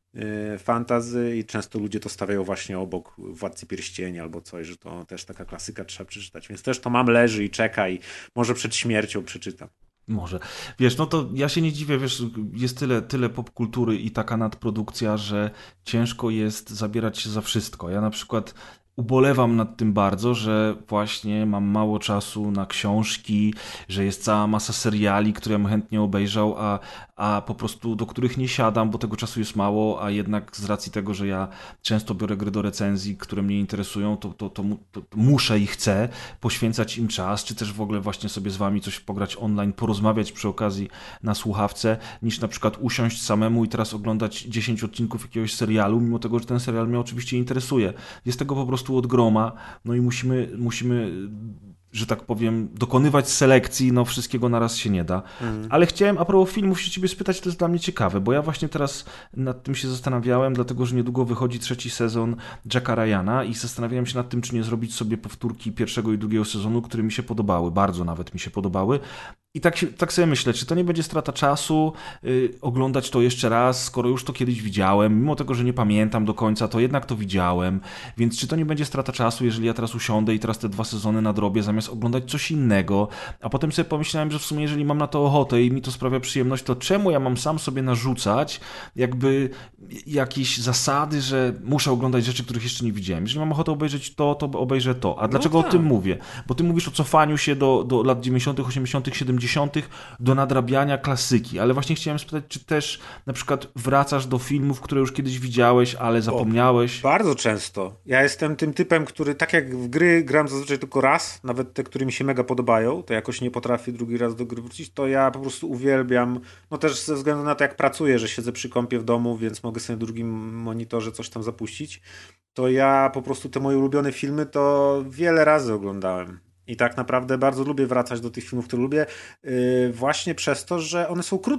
Fantasy i często ludzie to stawiają właśnie obok Władcy Pierścieni albo coś, że to też taka klasyka trzeba przeczytać, więc też to mam leży i czeka i może przed śmiercią przeczytam. Może. Wiesz, no to ja się nie dziwię, wiesz, jest tyle, tyle popkultury i taka nadprodukcja, że ciężko jest zabierać się za wszystko. Ja na przykład ubolewam nad tym bardzo, że właśnie mam mało czasu na książki, że jest cała masa seriali, które ja bym chętnie obejrzał, a, a po prostu do których nie siadam, bo tego czasu jest mało, a jednak z racji tego, że ja często biorę gry do recenzji, które mnie interesują, to, to, to, to, to muszę i chcę poświęcać im czas, czy też w ogóle właśnie sobie z wami coś pograć online, porozmawiać przy okazji na słuchawce, niż na przykład usiąść samemu i teraz oglądać dziesięć odcinków jakiegoś serialu, mimo tego, że ten serial mnie oczywiście interesuje. Jest tego po prostu od groma, no i musimy, musimy, że tak powiem, dokonywać selekcji, no wszystkiego naraz się nie da. Mm. Ale chciałem, a propos filmów, się ciebie spytać, to jest dla mnie ciekawe, bo ja właśnie teraz nad tym się zastanawiałem, dlatego, że niedługo wychodzi trzeci sezon Jacka Ryana i zastanawiałem się nad tym, czy nie zrobić sobie powtórki pierwszego i drugiego sezonu, które mi się podobały, bardzo nawet mi się podobały. I tak, tak sobie myślę, czy to nie będzie strata czasu yy, oglądać to jeszcze raz, skoro już to kiedyś widziałem, mimo tego, że nie pamiętam do końca, to jednak to widziałem, więc czy to nie będzie strata czasu, jeżeli ja teraz usiądę i teraz te dwa sezony nadrobię, zamiast oglądać coś innego, a potem sobie pomyślałem, że w sumie jeżeli mam na to ochotę i mi to sprawia przyjemność, to czemu ja mam sam sobie narzucać jakby jakieś zasady, że muszę oglądać rzeczy, których jeszcze nie widziałem. Jeżeli mam ochotę obejrzeć to, to obejrzę to. A dlaczego no tak. o tym mówię? Bo ty mówisz o cofaniu się do, do lat dziewięćdziesiątych, osiemdziesiątych, siedemdziesiątych do nadrabiania klasyki, ale właśnie chciałem spytać, czy też na przykład wracasz do filmów, które już kiedyś widziałeś, ale zapomniałeś? O, bardzo często. Ja jestem tym typem, który tak jak w gry gram zazwyczaj tylko raz, nawet te, które mi się mega podobają, to jakoś nie potrafię drugi raz do gry wrócić, to ja po prostu uwielbiam, no też ze względu na to, jak pracuję, że siedzę przy kąpie w domu, więc mogę sobie na drugim monitorze coś tam zapuścić, to ja po prostu te moje ulubione filmy to wiele razy oglądałem. I tak naprawdę bardzo lubię wracać do tych filmów, które lubię, yy, właśnie przez to, że one są krótkie.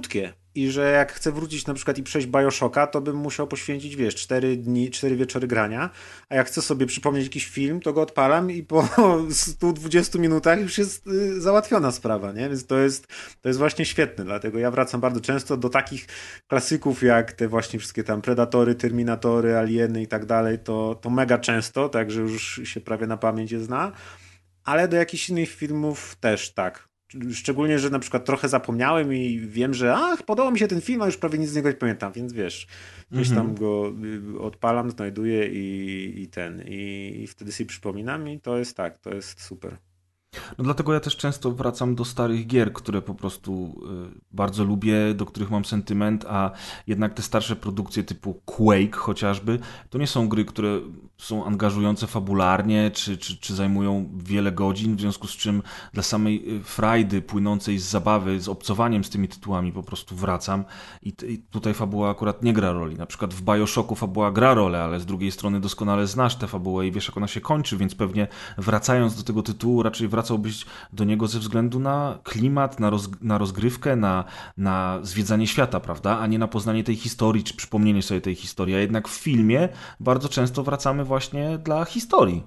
i że jak chcę wrócić na przykład i przejść BioShocka, to bym musiał poświęcić, wiesz, cztery dni, cztery wieczory grania, a jak chcę sobie przypomnieć jakiś film, to go odpalam i po stu dwudziestu minutach już jest y, załatwiona sprawa, nie? Więc to jest, to jest właśnie świetne, dlatego ja wracam bardzo często do takich klasyków jak te właśnie wszystkie tam Predatory, Terminatory, Alieny i tak dalej, to, to mega często, także już się prawie na pamięć je zna, ale do jakichś innych filmów też tak. Szczególnie, że na przykład trochę zapomniałem i wiem, że ach, podobał mi się ten film, a już prawie nic z niego nie pamiętam, więc wiesz, gdzieś tam Mhm. go odpalam, znajduję i, i ten, i, i wtedy sobie przypominam i to jest tak, to jest super. No dlatego ja też często wracam do starych gier, które po prostu y, bardzo lubię, do których mam sentyment, a jednak te starsze produkcje typu Quake chociażby, to nie są gry, które są angażujące fabularnie, czy, czy, czy zajmują wiele godzin, w związku z czym dla samej y, frajdy płynącej z zabawy, z obcowaniem z tymi tytułami po prostu wracam i, t- i tutaj fabuła akurat nie gra roli. Na przykład w BioShocku fabuła gra rolę, ale z drugiej strony doskonale znasz tę fabułę i wiesz, jak ona się kończy, więc pewnie wracając do tego tytułu raczej wracałbyś do niego ze względu na klimat, na, roz, na rozgrywkę, na, na zwiedzanie świata, prawda, a nie na poznanie tej historii, czy przypomnienie sobie tej historii. A jednak w filmie bardzo często wracamy właśnie dla historii.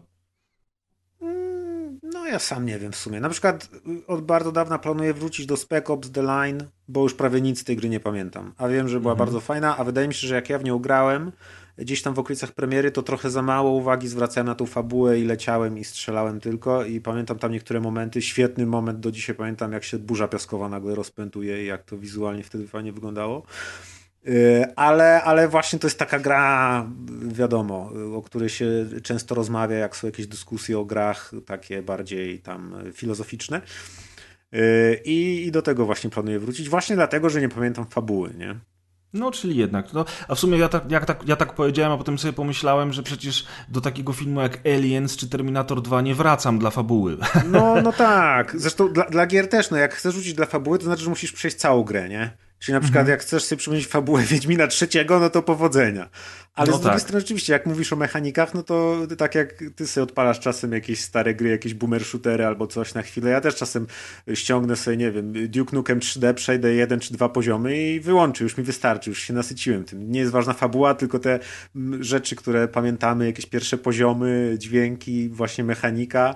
Mm, No ja sam nie wiem w sumie. Na przykład y, od bardzo dawna planuję wrócić do Spec Ops The Line, bo już prawie nic z tej gry nie pamiętam. A wiem, że była Mhm. bardzo fajna, a wydaje mi się, że jak ja w nią grałem, gdzieś tam w okolicach premiery, to trochę za mało uwagi zwracałem na tą fabułę i leciałem i strzelałem tylko i pamiętam tam niektóre momenty. Świetny moment, do dzisiaj pamiętam, jak się burza piaskowa nagle rozpętuje i jak to wizualnie wtedy fajnie wyglądało. Y, Ale, ale właśnie to jest taka gra, wiadomo, o której się często rozmawia, jak są jakieś dyskusje o grach, takie bardziej tam filozoficzne. Y, I, i do tego właśnie planuję wrócić, właśnie dlatego, że nie pamiętam fabuły, nie? No, czyli jednak. No, a w sumie ja tak, jak tak, ja tak powiedziałem, a potem sobie pomyślałem, że przecież do takiego filmu jak Aliens czy Terminator dwa nie wracam dla fabuły. No, no tak. Zresztą dla, dla gier też, no jak chcesz rzucić dla fabuły, to znaczy, że musisz przejść całą grę, nie? Czyli na przykład Mhm. jak chcesz sobie przypomnieć fabułę Wiedźmina trzeciego, no to powodzenia. Ale No z drugiej tak. strony rzeczywiście, jak mówisz o mechanikach, no to tak jak ty sobie odpalasz czasem jakieś stare gry, jakieś boomer shootery albo coś na chwilę, ja też czasem ściągnę sobie, nie wiem, Duke Nukem trzy D, przejdę jeden czy dwa poziomy i wyłączę, już mi wystarczy, już się nasyciłem tym. Nie jest ważna fabuła, tylko te mm, rzeczy, które pamiętamy, jakieś pierwsze poziomy, dźwięki, właśnie mechanika,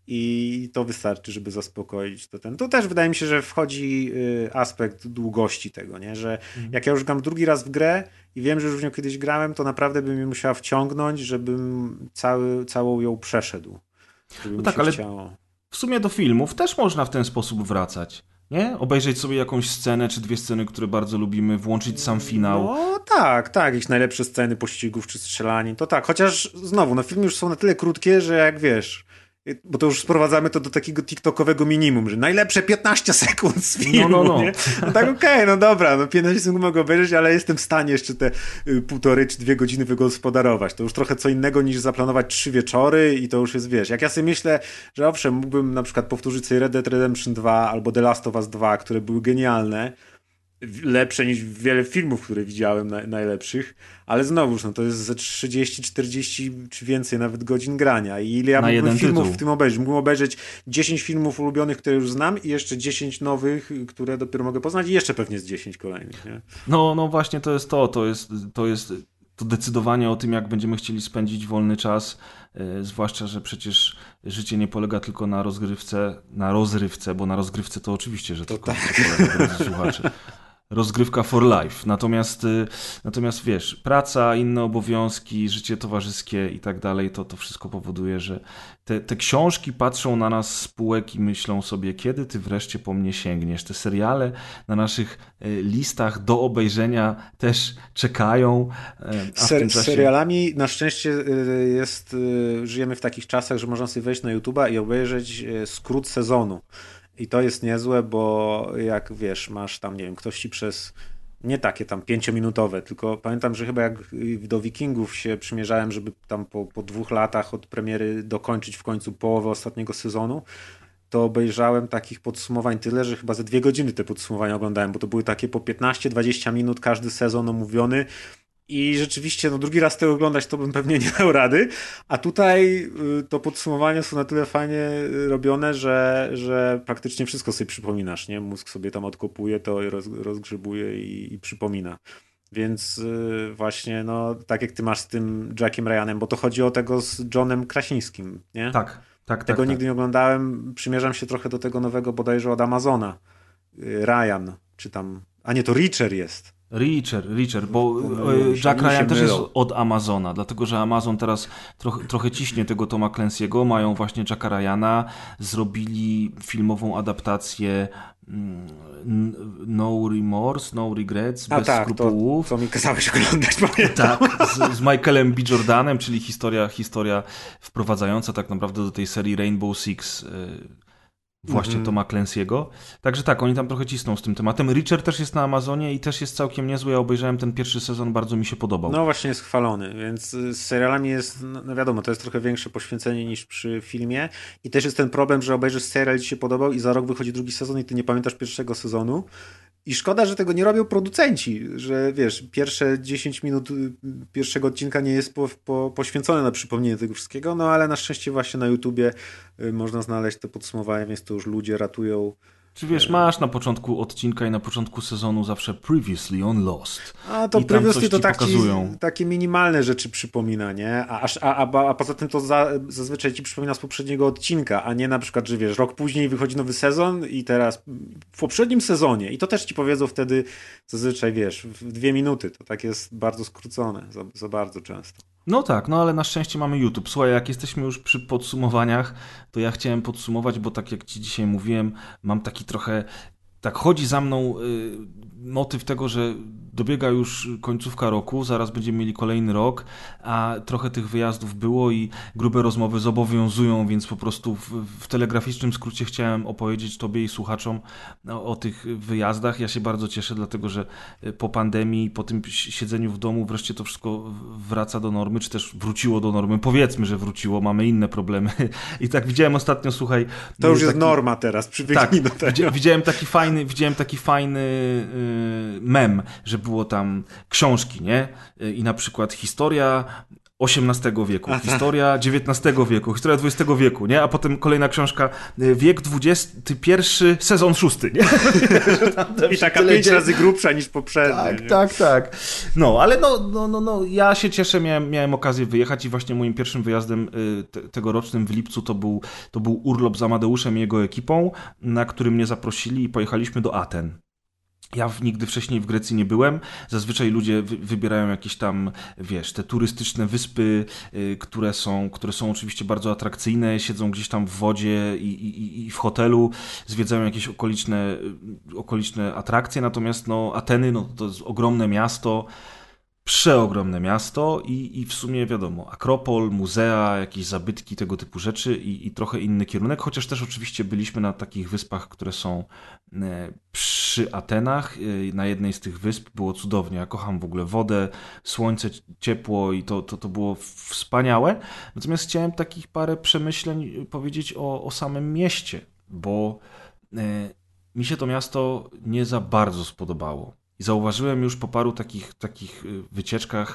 i to wystarczy, żeby zaspokoić to ten. To też wydaje mi się, że wchodzi y, aspekt długości tego, nie? Że Mhm. jak ja już gram drugi raz w grę i wiem, że już w nią kiedyś grałem, to naprawdę bym mnie musiała wciągnąć, żebym cały, całą ją przeszedł. Żeby No mi tak, się ale chciało. w sumie do filmów też można w ten sposób wracać. Nie? Obejrzeć sobie jakąś scenę czy dwie sceny, które bardzo lubimy, włączyć sam finał. No tak, tak, jakieś najlepsze sceny pościgów czy strzelanin, to tak, chociaż znowu, no filmy już są na tyle krótkie, że jak wiesz, bo to już sprowadzamy to do takiego tiktokowego minimum, że najlepsze piętnaście sekund z filmu, No, no, no. nie? No tak okej, okay, no dobra, no piętnaście sekund mogę obejrzeć, ale jestem w stanie jeszcze te y, półtorej czy dwie godziny wygospodarować. To już trochę co innego niż zaplanować trzy wieczory i to już jest, wiesz, jak ja sobie myślę, że owszem, mógłbym na przykład powtórzyć sobie Red Dead Redemption dwa albo The Last of Us dwa, które były genialne, lepsze niż wiele filmów, które widziałem na, najlepszych, ale znowuż, no to jest ze trzydzieści, czterdzieści czy więcej nawet godzin grania i ile ja Na mógłbym jeden filmów tytuł. w tym obejrzeć. Mógłbym obejrzeć dziesięć filmów ulubionych, które już znam i jeszcze dziesięć nowych, które dopiero mogę poznać i jeszcze pewnie z dziesięć kolejnych, nie? No, no właśnie to jest to. To jest, to jest to decydowanie o tym, jak będziemy chcieli spędzić wolny czas. Yy, zwłaszcza, że przecież życie nie polega tylko na rozgrywce, na rozrywce, bo na rozgrywce to oczywiście, że To tylko tak. życie polega, drodzy słuchacze. Rozgrywka for life. Natomiast, y, natomiast wiesz, praca, inne obowiązki, życie towarzyskie i tak dalej, to, to wszystko powoduje, że te, te książki patrzą na nas z półek i myślą sobie, kiedy ty wreszcie po mnie sięgniesz. Te seriale na naszych y, listach do obejrzenia też czekają, y, a w Ser, tym z czasie... serialami na szczęście y, jest, y, żyjemy w takich czasach, że można sobie wejść na YouTube'a i obejrzeć y, skrót sezonu. I to jest niezłe, bo jak wiesz, masz tam, nie wiem, ktoś ci przez nie takie tam pięciominutowe, tylko pamiętam, że chyba jak do Wikingów się przymierzałem, żeby tam po, po dwóch latach od premiery dokończyć w końcu połowę ostatniego sezonu, to obejrzałem takich podsumowań tyle, że chyba ze dwie godziny te podsumowania oglądałem, bo to były takie po piętnaście dwadzieścia minut każdy sezon omówiony I rzeczywiście, no drugi raz tego oglądać to bym pewnie nie dał rady, a tutaj y, to podsumowania są na tyle fajnie robione, że, że praktycznie wszystko sobie przypominasz, nie? Mózg sobie tam odkopuje to i roz, rozgrzebuje i, i przypomina. Więc y, właśnie, no tak jak ty masz z tym Jackiem Ryanem, bo to chodzi o tego z Johnem Krasińskim, nie? Tak, tak, Tego tak. nigdy tak. nie oglądałem, przymierzam się trochę do tego nowego bodajże od Amazona. Y, Ryan, czy tam, a nie, to Reacher jest. Reacher, Reacher, bo Mylą się, Jack oni się Ryan też jest mylą. od Amazona, dlatego że Amazon teraz trochę, trochę ciśnie tego Toma Clancy'ego, mają właśnie Jacka Ryana, zrobili filmową adaptację mm, No Remorse, No Regrets, A bez tak, skrupułów. to, co mi kazałeś oglądać, pamiętam. Tak, z, z Michaelem B. Jordanem, czyli historia, historia wprowadzająca tak naprawdę do tej serii Rainbow Six y, właśnie Mhm. Toma Clancy'ego. Także tak, oni tam trochę cisną z tym tematem. Reacher też jest na Amazonie i też jest całkiem niezły. Ja obejrzałem ten pierwszy sezon, bardzo mi się podobał. No właśnie jest chwalony, więc z serialami jest, no no wiadomo, to jest trochę większe poświęcenie niż przy filmie i też jest ten problem, że obejrzysz serial, ci się podobał i za rok wychodzi drugi sezon i ty nie pamiętasz pierwszego sezonu i szkoda, że tego nie robią producenci, że wiesz, pierwsze dziesięć minut y, pierwszego odcinka nie jest po, po, poświęcone na przypomnienie tego wszystkiego, no ale na szczęście właśnie na YouTubie y, można znaleźć te podsumowania, więc to już ludzie ratują. Czy wiesz, masz na początku odcinka i na początku sezonu zawsze Previously on Lost. A to I tam Previously coś to ci taki, pokazują. takie minimalne rzeczy przypomina, nie? A, a, a, a poza tym to za, zazwyczaj ci przypomina z poprzedniego odcinka, a nie na przykład, że wiesz, rok później wychodzi nowy sezon i teraz w poprzednim sezonie. I to też ci powiedzą wtedy zazwyczaj, wiesz, w dwie minuty. To tak jest bardzo skrócone, za, za bardzo często. No tak, no ale na szczęście mamy YouTube. Słuchaj, jak jesteśmy już przy podsumowaniach, to ja chciałem podsumować, bo tak jak ci dzisiaj mówiłem, mam taki trochę, tak chodzi za mną y, motyw tego, że dobiega już końcówka roku, zaraz będziemy mieli kolejny rok, a trochę tych wyjazdów było i grube rozmowy zobowiązują, więc po prostu w, w telegraficznym skrócie chciałem opowiedzieć tobie i słuchaczom o, o tych wyjazdach. Ja się bardzo cieszę, dlatego że po pandemii, po tym siedzeniu w domu wreszcie to wszystko wraca do normy, czy też wróciło do normy. Powiedzmy, że wróciło, mamy inne problemy. I tak widziałem ostatnio, słuchaj... To już jest taki... norma teraz, przywyknij tak, do tego. Widzi- widziałem taki fajny, widziałem taki fajny yy, mem, że było tam książki, nie? I na przykład historia osiemnastego wieku, Aha. historia dziewiętnastego wieku, historia dwudziestego wieku, nie? A potem kolejna książka, wiek dwudziesty pierwszy, sezon szósty, nie? I taka pięć razy grubsza niż poprzednia. Tak, nie? tak, tak. No, ale no, no, no, no, ja się cieszę, miałem, miałem okazję wyjechać i właśnie moim pierwszym wyjazdem y, te, tegorocznym w lipcu to był, to był urlop z Amadeuszem i jego ekipą, na który mnie zaprosili i pojechaliśmy do Aten. Ja w, nigdy wcześniej w Grecji nie byłem. Zazwyczaj ludzie wy, wybierają jakieś tam, wiesz, te turystyczne wyspy, y, które są, które są oczywiście bardzo atrakcyjne, siedzą gdzieś tam w wodzie i, i, i w hotelu, zwiedzają jakieś okoliczne, y, okoliczne atrakcje, natomiast no, Ateny no, to jest ogromne miasto, przeogromne miasto i, i w sumie wiadomo, Akropol, muzea, jakieś zabytki, tego typu rzeczy i, i trochę inny kierunek, chociaż też oczywiście byliśmy na takich wyspach, które są e, przy Atenach. E, na jednej z tych wysp było cudownie. Ja kocham w ogóle wodę, słońce, ciepło i to, to, to było wspaniałe. Natomiast chciałem takich parę przemyśleń powiedzieć o, o samym mieście, bo e, mi się to miasto nie za bardzo spodobało. I zauważyłem już po paru takich, takich wycieczkach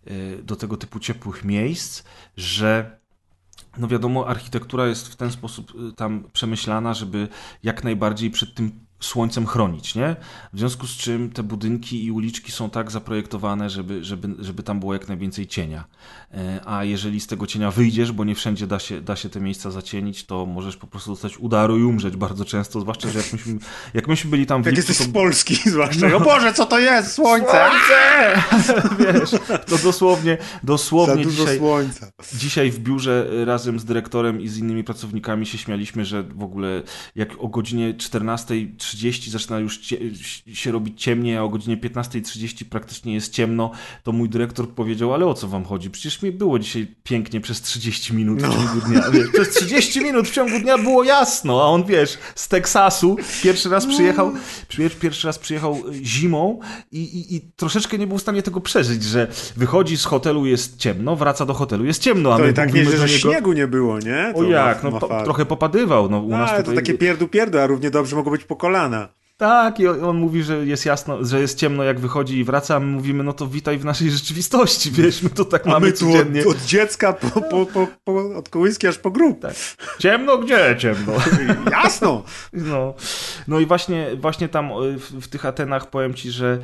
do tego typu ciepłych miejsc, że no wiadomo, architektura jest w ten sposób tam przemyślana, żeby jak najbardziej przed tym słońcem chronić, nie? W związku z czym te budynki i uliczki są tak zaprojektowane, żeby, żeby, żeby tam było jak najwięcej cienia. A jeżeli z tego cienia wyjdziesz, bo nie wszędzie da się, da się te miejsca zacienić, to możesz po prostu dostać udaru i umrzeć bardzo często, zwłaszcza, że jak myśmy, jak myśmy byli tam w Jak lipcu, jesteś to... z Polski, zwłaszcza. O Boże, co to jest? Słońce! Słońce! Wiesz, to dosłownie, dosłownie Za dużo dzisiaj, słońca. dzisiaj w biurze razem z dyrektorem i z innymi pracownikami się śmialiśmy, że w ogóle jak o godzinie czternasta trzydzieści zaczyna już cie, się robić ciemniej, a o godzinie piętnasta trzydzieści praktycznie jest ciemno, to mój dyrektor powiedział, ale o co wam chodzi? Przecież mi było dzisiaj pięknie przez trzydzieści minut w No. ciągu dnia. Wiesz, przez trzydzieści minut w ciągu dnia było jasno, a on, wiesz, z Teksasu pierwszy raz przyjechał, pierwszy raz przyjechał zimą i, i, i troszeczkę nie był w stanie tego przeżyć, że wychodzi z hotelu, jest ciemno, wraca do hotelu, jest ciemno, a To my i tak mówimy nie, do że niego... śniegu nie było, nie? To O jak, ma, no ma po, fakt. trochę popadywał. No, u No, nas ale tutaj... to takie pierdu pierdu, a równie dobrze mogło być po kolana. Tak, i on mówi, że jest jasno, że jest ciemno jak wychodzi i wraca, a my mówimy, no to witaj w naszej rzeczywistości, wiesz, my to tak a mamy my tu codziennie. Od, od dziecka, po, po, po, po, od kołyski aż po grób. Tak. Ciemno? Gdzie ciemno? Jasno! No, no i właśnie, właśnie tam w, w tych Atenach powiem ci, że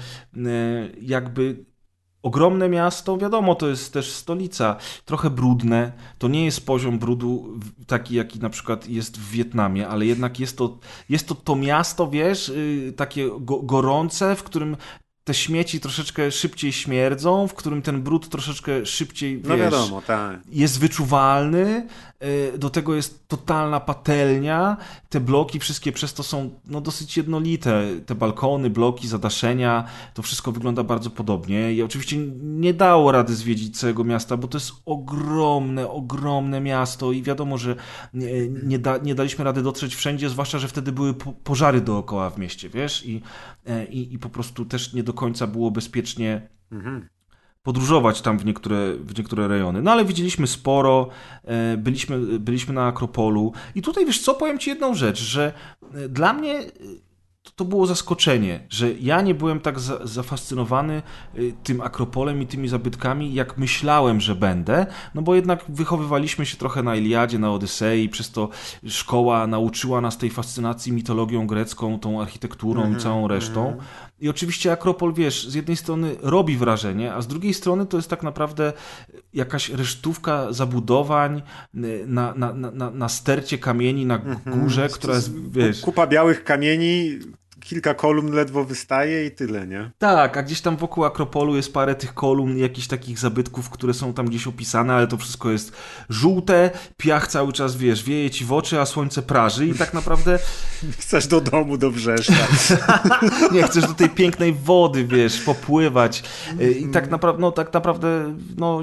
jakby ogromne miasto, wiadomo, to jest też stolica, trochę brudne, to nie jest poziom brudu taki, jaki na przykład jest w Wietnamie, ale jednak jest to jest to, to miasto, wiesz, takie go, gorące, w którym te śmieci troszeczkę szybciej śmierdzą, w którym ten brud troszeczkę szybciej, wiesz, no wiadomo, tak. jest wyczuwalny, do tego jest totalna patelnia, te bloki wszystkie przez to są no, dosyć jednolite, te balkony, bloki, zadaszenia, to wszystko wygląda bardzo podobnie i oczywiście nie dało rady zwiedzić całego miasta, bo to jest ogromne, ogromne miasto i wiadomo, że nie, nie, da, nie daliśmy rady dotrzeć wszędzie, zwłaszcza, że wtedy były po, pożary dookoła w mieście, wiesz, i, i, i po prostu też nie do końca było bezpiecznie mhm. podróżować tam w niektóre, w niektóre rejony. No ale widzieliśmy sporo, byliśmy, byliśmy na Akropolu i tutaj, wiesz co, powiem ci jedną rzecz, że dla mnie to było zaskoczenie, że ja nie byłem tak za, zafascynowany tym Akropolem i tymi zabytkami, jak myślałem, że będę, no bo jednak wychowywaliśmy się trochę na Iliadzie, na Odysei, przez to szkoła nauczyła nas tej fascynacji mitologią grecką, tą architekturą mm-hmm, i całą resztą. Mm-hmm. I oczywiście Akropol, wiesz, z jednej strony robi wrażenie, a z drugiej strony to jest tak naprawdę jakaś resztówka zabudowań na, na, na, na stercie kamieni na górze, mm-hmm. która jest, wiesz... Kupa białych kamieni... Kilka kolumn ledwo wystaje i tyle, nie? Tak, a gdzieś tam wokół Akropolu jest parę tych kolumn, jakichś takich zabytków, które są tam gdzieś opisane, ale to wszystko jest żółte, piach cały czas, wiesz, wieje ci w oczy, a słońce praży i tak naprawdę... Chcesz do domu, do Brzeszcza. Nie, chcesz do tej pięknej wody, wiesz, popływać i tak naprawdę, no tak naprawdę, no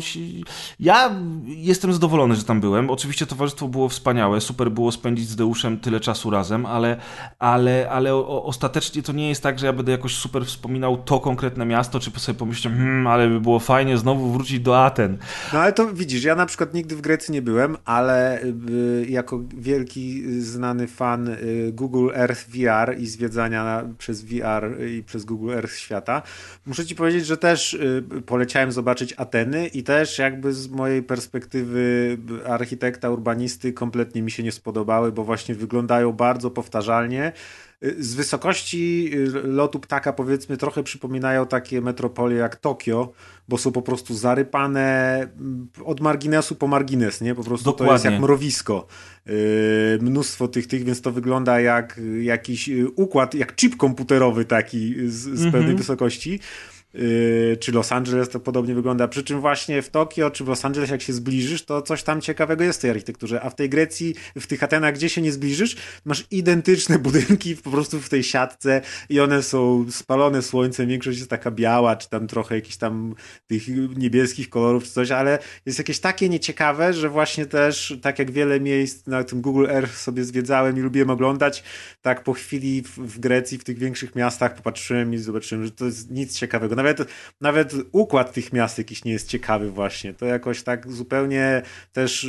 ja jestem zadowolony, że tam byłem. Oczywiście towarzystwo było wspaniałe, super było spędzić z Deuszem tyle czasu razem, ale, ale, ale ostatnio ostatecznie to nie jest tak, że ja będę jakoś super wspominał to konkretne miasto, czy sobie pomyślałem, hmm, ale by było fajnie znowu wrócić do Aten. No ale to widzisz, ja na przykład nigdy w Grecji nie byłem, ale y, jako wielki, znany fan y, Google Earth V R i zwiedzania na, przez V R i przez Google Earth świata, muszę ci powiedzieć, że też y, poleciałem zobaczyć Ateny i też jakby z mojej perspektywy architekta, urbanisty kompletnie mi się nie spodobały, bo właśnie wyglądają bardzo powtarzalnie. Z wysokości lotu ptaka, powiedzmy, trochę przypominają takie metropolie jak Tokio, bo są po prostu zarypane od marginesu po margines, nie? Po prostu Dokładnie. To jest jak mrowisko. Yy, mnóstwo tych, tych, więc to wygląda jak jakiś układ, jak chip komputerowy taki z, z mm-hmm. pewnej wysokości. Yy, czy Los Angeles to podobnie wygląda, przy czym właśnie w Tokio czy w Los Angeles jak się zbliżysz, to coś tam ciekawego jest w tej architekturze, a w tej Grecji, w tych Atenach, gdzie się nie zbliżysz, masz identyczne budynki po prostu w tej siatce i one są spalone słońcem, większość jest taka biała, czy tam trochę jakichś tam tych niebieskich kolorów czy coś, ale jest jakieś takie nieciekawe, że właśnie też, tak jak wiele miejsc na tym Google Earth sobie zwiedzałem i lubiłem oglądać, tak po chwili w, w Grecji, w tych większych miastach popatrzyłem i zobaczyłem, że to jest nic ciekawego. Nawet, nawet układ tych miast jakiś nie jest ciekawy właśnie. To jakoś tak zupełnie też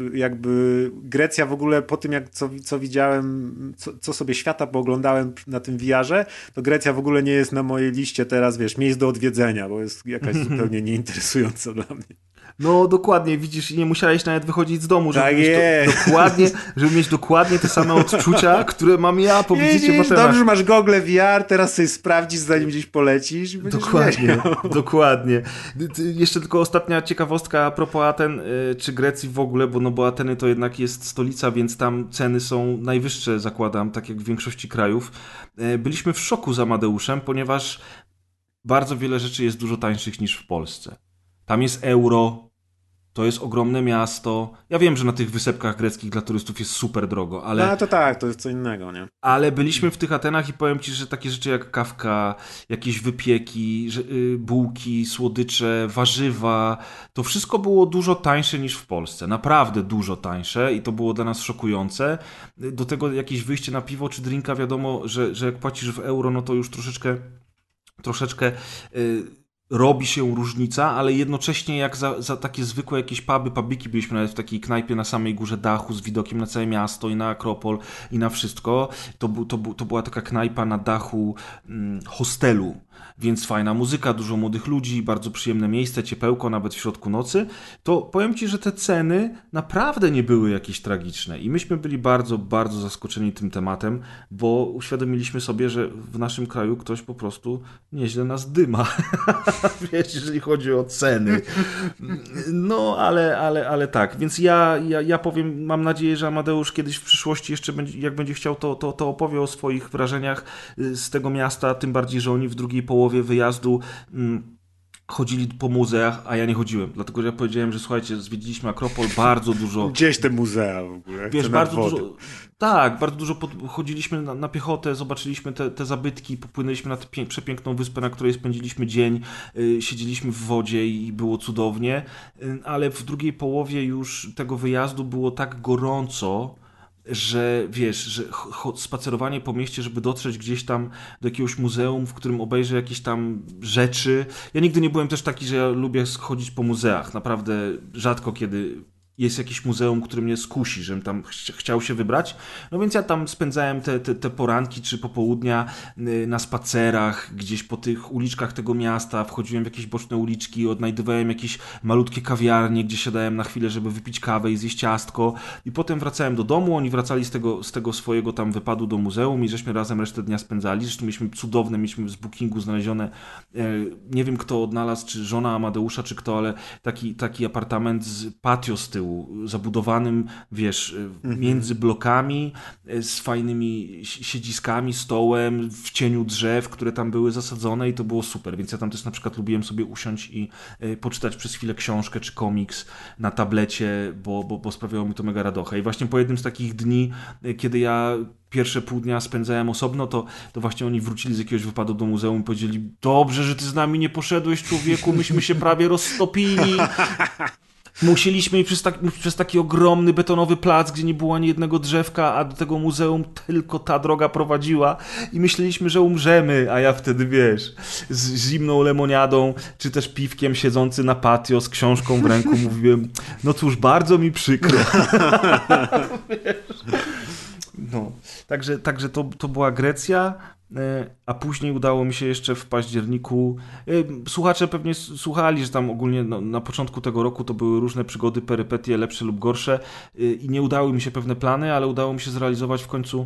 jakby Grecja w ogóle po tym, jak co, co widziałem, co, co sobie świata pooglądałem na tym V R-ze, to Grecja w ogóle nie jest na mojej liście teraz, wiesz, miejsc do odwiedzenia, bo jest jakaś zupełnie nieinteresująca dla mnie. No dokładnie, widzisz, i nie musiałeś nawet wychodzić z domu, żeby, tak mieć, do, dokładnie, żeby mieć dokładnie te same odczucia, które mam ja po wizycie w Atenach. Dobrze, że masz gogle V R, teraz sobie sprawdzisz, zanim gdzieś polecisz. Dokładnie, dokładnie. Jeszcze tylko ostatnia ciekawostka a propos Aten, czy Grecji w ogóle, bo, no bo Ateny to jednak jest stolica, więc tam ceny są najwyższe, zakładam, tak jak w większości krajów. Byliśmy w szoku z Amadeuszem, ponieważ bardzo wiele rzeczy jest dużo tańszych niż w Polsce. Tam jest euro, to jest ogromne miasto. Ja wiem, że na tych wysepkach greckich dla turystów jest super drogo, ale... No to tak, to jest co innego, nie? Ale byliśmy w tych Atenach i powiem ci, że takie rzeczy jak kawka, jakieś wypieki, bułki, słodycze, warzywa, to wszystko było dużo tańsze niż w Polsce. Naprawdę dużo tańsze i to było dla nas szokujące. Do tego jakieś wyjście na piwo czy drinka, wiadomo, że, że jak płacisz w euro, no to już troszeczkę troszeczkę... Yy, robi się różnica, ale jednocześnie jak za, za takie zwykłe jakieś puby, pubiki, byliśmy nawet w takiej knajpie na samej górze dachu z widokiem na całe miasto i na Akropol i na wszystko, to, bu, to, bu, to była taka knajpa na dachu mm, hostelu, więc fajna muzyka, dużo młodych ludzi, bardzo przyjemne miejsce, ciepełko nawet w środku nocy, to powiem Ci, że te ceny naprawdę nie były jakieś tragiczne i myśmy byli bardzo, bardzo zaskoczeni tym tematem, bo uświadomiliśmy sobie, że w naszym kraju ktoś po prostu nieźle nas dyma. Wiesz, jeżeli chodzi o ceny. No, ale, ale, ale tak. Więc ja, ja, ja powiem, mam nadzieję, że Amadeusz kiedyś w przyszłości jeszcze, będzie, jak będzie chciał, to, to, to opowie o swoich wrażeniach z tego miasta, tym bardziej, że oni w drugiej połowie wyjazdu mm, chodzili po muzeach, a ja nie chodziłem. Dlatego, że ja powiedziałem, że słuchajcie, zwiedziliśmy Akropol, bardzo dużo... Gdzieś te muzea w ogóle. Wiesz, bardzo dużo... Tak, bardzo dużo pod... chodziliśmy na, na piechotę, zobaczyliśmy te, te zabytki, popłynęliśmy na tę pie... przepiękną wyspę, na której spędziliśmy dzień, yy, siedzieliśmy w wodzie i było cudownie, yy, ale w drugiej połowie już tego wyjazdu było tak gorąco, że wiesz, że spacerowanie po mieście, żeby dotrzeć gdzieś tam do jakiegoś muzeum, w którym obejrzę jakieś tam rzeczy. Ja nigdy nie byłem też taki, że ja lubię chodzić po muzeach. Naprawdę rzadko kiedy jest jakieś muzeum, które mnie skusi, żebym tam ch chciał się wybrać. No więc ja tam spędzałem te, te, te poranki czy popołudnia na spacerach, gdzieś po tych uliczkach tego miasta, wchodziłem w jakieś boczne uliczki, odnajdywałem jakieś malutkie kawiarnie, gdzie siadałem na chwilę, żeby wypić kawę i zjeść ciastko i potem wracałem do domu, oni wracali z tego, z tego swojego tam wypadu do muzeum i żeśmy razem resztę dnia spędzali. Zresztą mieliśmy cudowne, mieliśmy z bookingu znalezione, nie wiem kto odnalazł, czy żona Amadeusza, czy kto, ale taki, taki apartament z patio z tyłu, zabudowanym, wiesz, mhm. między blokami, z fajnymi siedziskami, stołem, w cieniu drzew, które tam były zasadzone i to było super, więc ja tam też na przykład lubiłem sobie usiąść i poczytać przez chwilę książkę czy komiks na tablecie, bo, bo, bo sprawiało mi to mega radochę. I właśnie po jednym z takich dni, kiedy ja pierwsze pół dnia spędzałem osobno, to, to właśnie oni wrócili z jakiegoś wypadu do muzeum i powiedzieli: dobrze, że ty z nami nie poszedłeś, człowieku, myśmy się prawie roztopili. Musieliśmy przez, tak, przez taki ogromny betonowy plac, gdzie nie było ani jednego drzewka, a do tego muzeum tylko ta droga prowadziła i myśleliśmy, że umrzemy, a ja wtedy, wiesz, z zimną lemoniadą, czy też piwkiem siedzący na patio z książką w ręku mówiłem: no cóż, bardzo mi przykro. No, także, także to, to była Grecja. A później udało mi się jeszcze w październiku, słuchacze pewnie słuchali, że tam ogólnie no, na początku tego roku to były różne przygody, perypetie, lepsze lub gorsze i nie udały mi się pewne plany, ale udało mi się zrealizować w końcu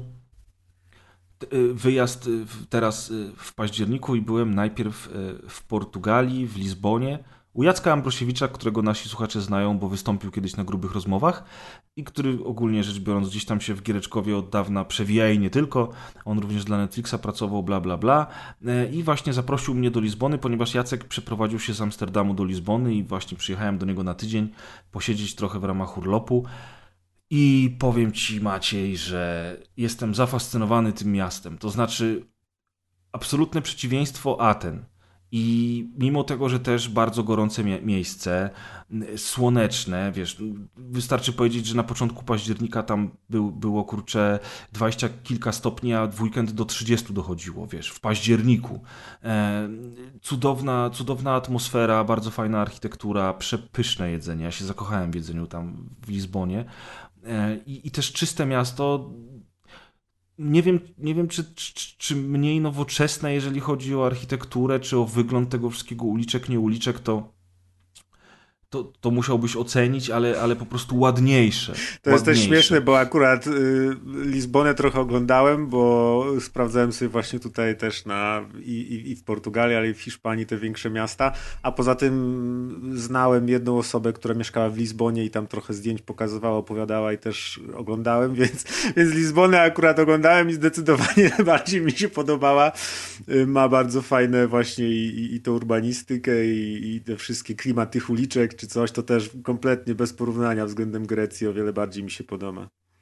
wyjazd teraz w październiku i byłem najpierw w Portugalii, w Lizbonie, u Jacka Ambrosiewicza, którego nasi słuchacze znają, bo wystąpił kiedyś na Grubych Rozmowach i który ogólnie rzecz biorąc gdzieś tam się w Giereczkowie od dawna przewija i nie tylko. On również dla Netflixa pracował, bla, bla, bla. I właśnie zaprosił mnie do Lizbony, ponieważ Jacek przeprowadził się z Amsterdamu do Lizbony i właśnie przyjechałem do niego na tydzień posiedzieć trochę w ramach urlopu. I powiem Ci, Maciej, że jestem zafascynowany tym miastem. To znaczy absolutne przeciwieństwo Aten. I mimo tego, że też bardzo gorące mie- miejsce, słoneczne, wiesz, wystarczy powiedzieć, że na początku października tam był, było, kurczę, dwadzieścia kilka stopni, a w weekend do trzydziestu dochodziło, wiesz, w październiku. E, cudowna, cudowna atmosfera, bardzo fajna architektura, przepyszne jedzenie. Ja się zakochałem w jedzeniu tam w Lizbonie. E, i, I też czyste miasto. Nie wiem, nie wiem czy, czy, czy mniej nowoczesne, jeżeli chodzi o architekturę, czy o wygląd tego wszystkiego, uliczek, nie uliczek, to, to, to musiałbyś ocenić, ale, ale po prostu ładniejsze. To jest też śmieszne, bo akurat y, Lizbonę trochę oglądałem, bo sprawdzałem sobie właśnie tutaj też na, i, i, i w Portugalii, ale i w Hiszpanii te większe miasta, a poza tym znałem jedną osobę, która mieszkała w Lizbonie i tam trochę zdjęć pokazywała, opowiadała i też oglądałem, więc, więc Lizbonę akurat oglądałem i zdecydowanie bardziej mi się podobała. Y, ma bardzo fajne właśnie i, i, i tą urbanistykę i, i te wszystkie klimat tych uliczek czy coś, to też kompletnie bez porównania względem Grecji o wiele bardziej mi się podoba.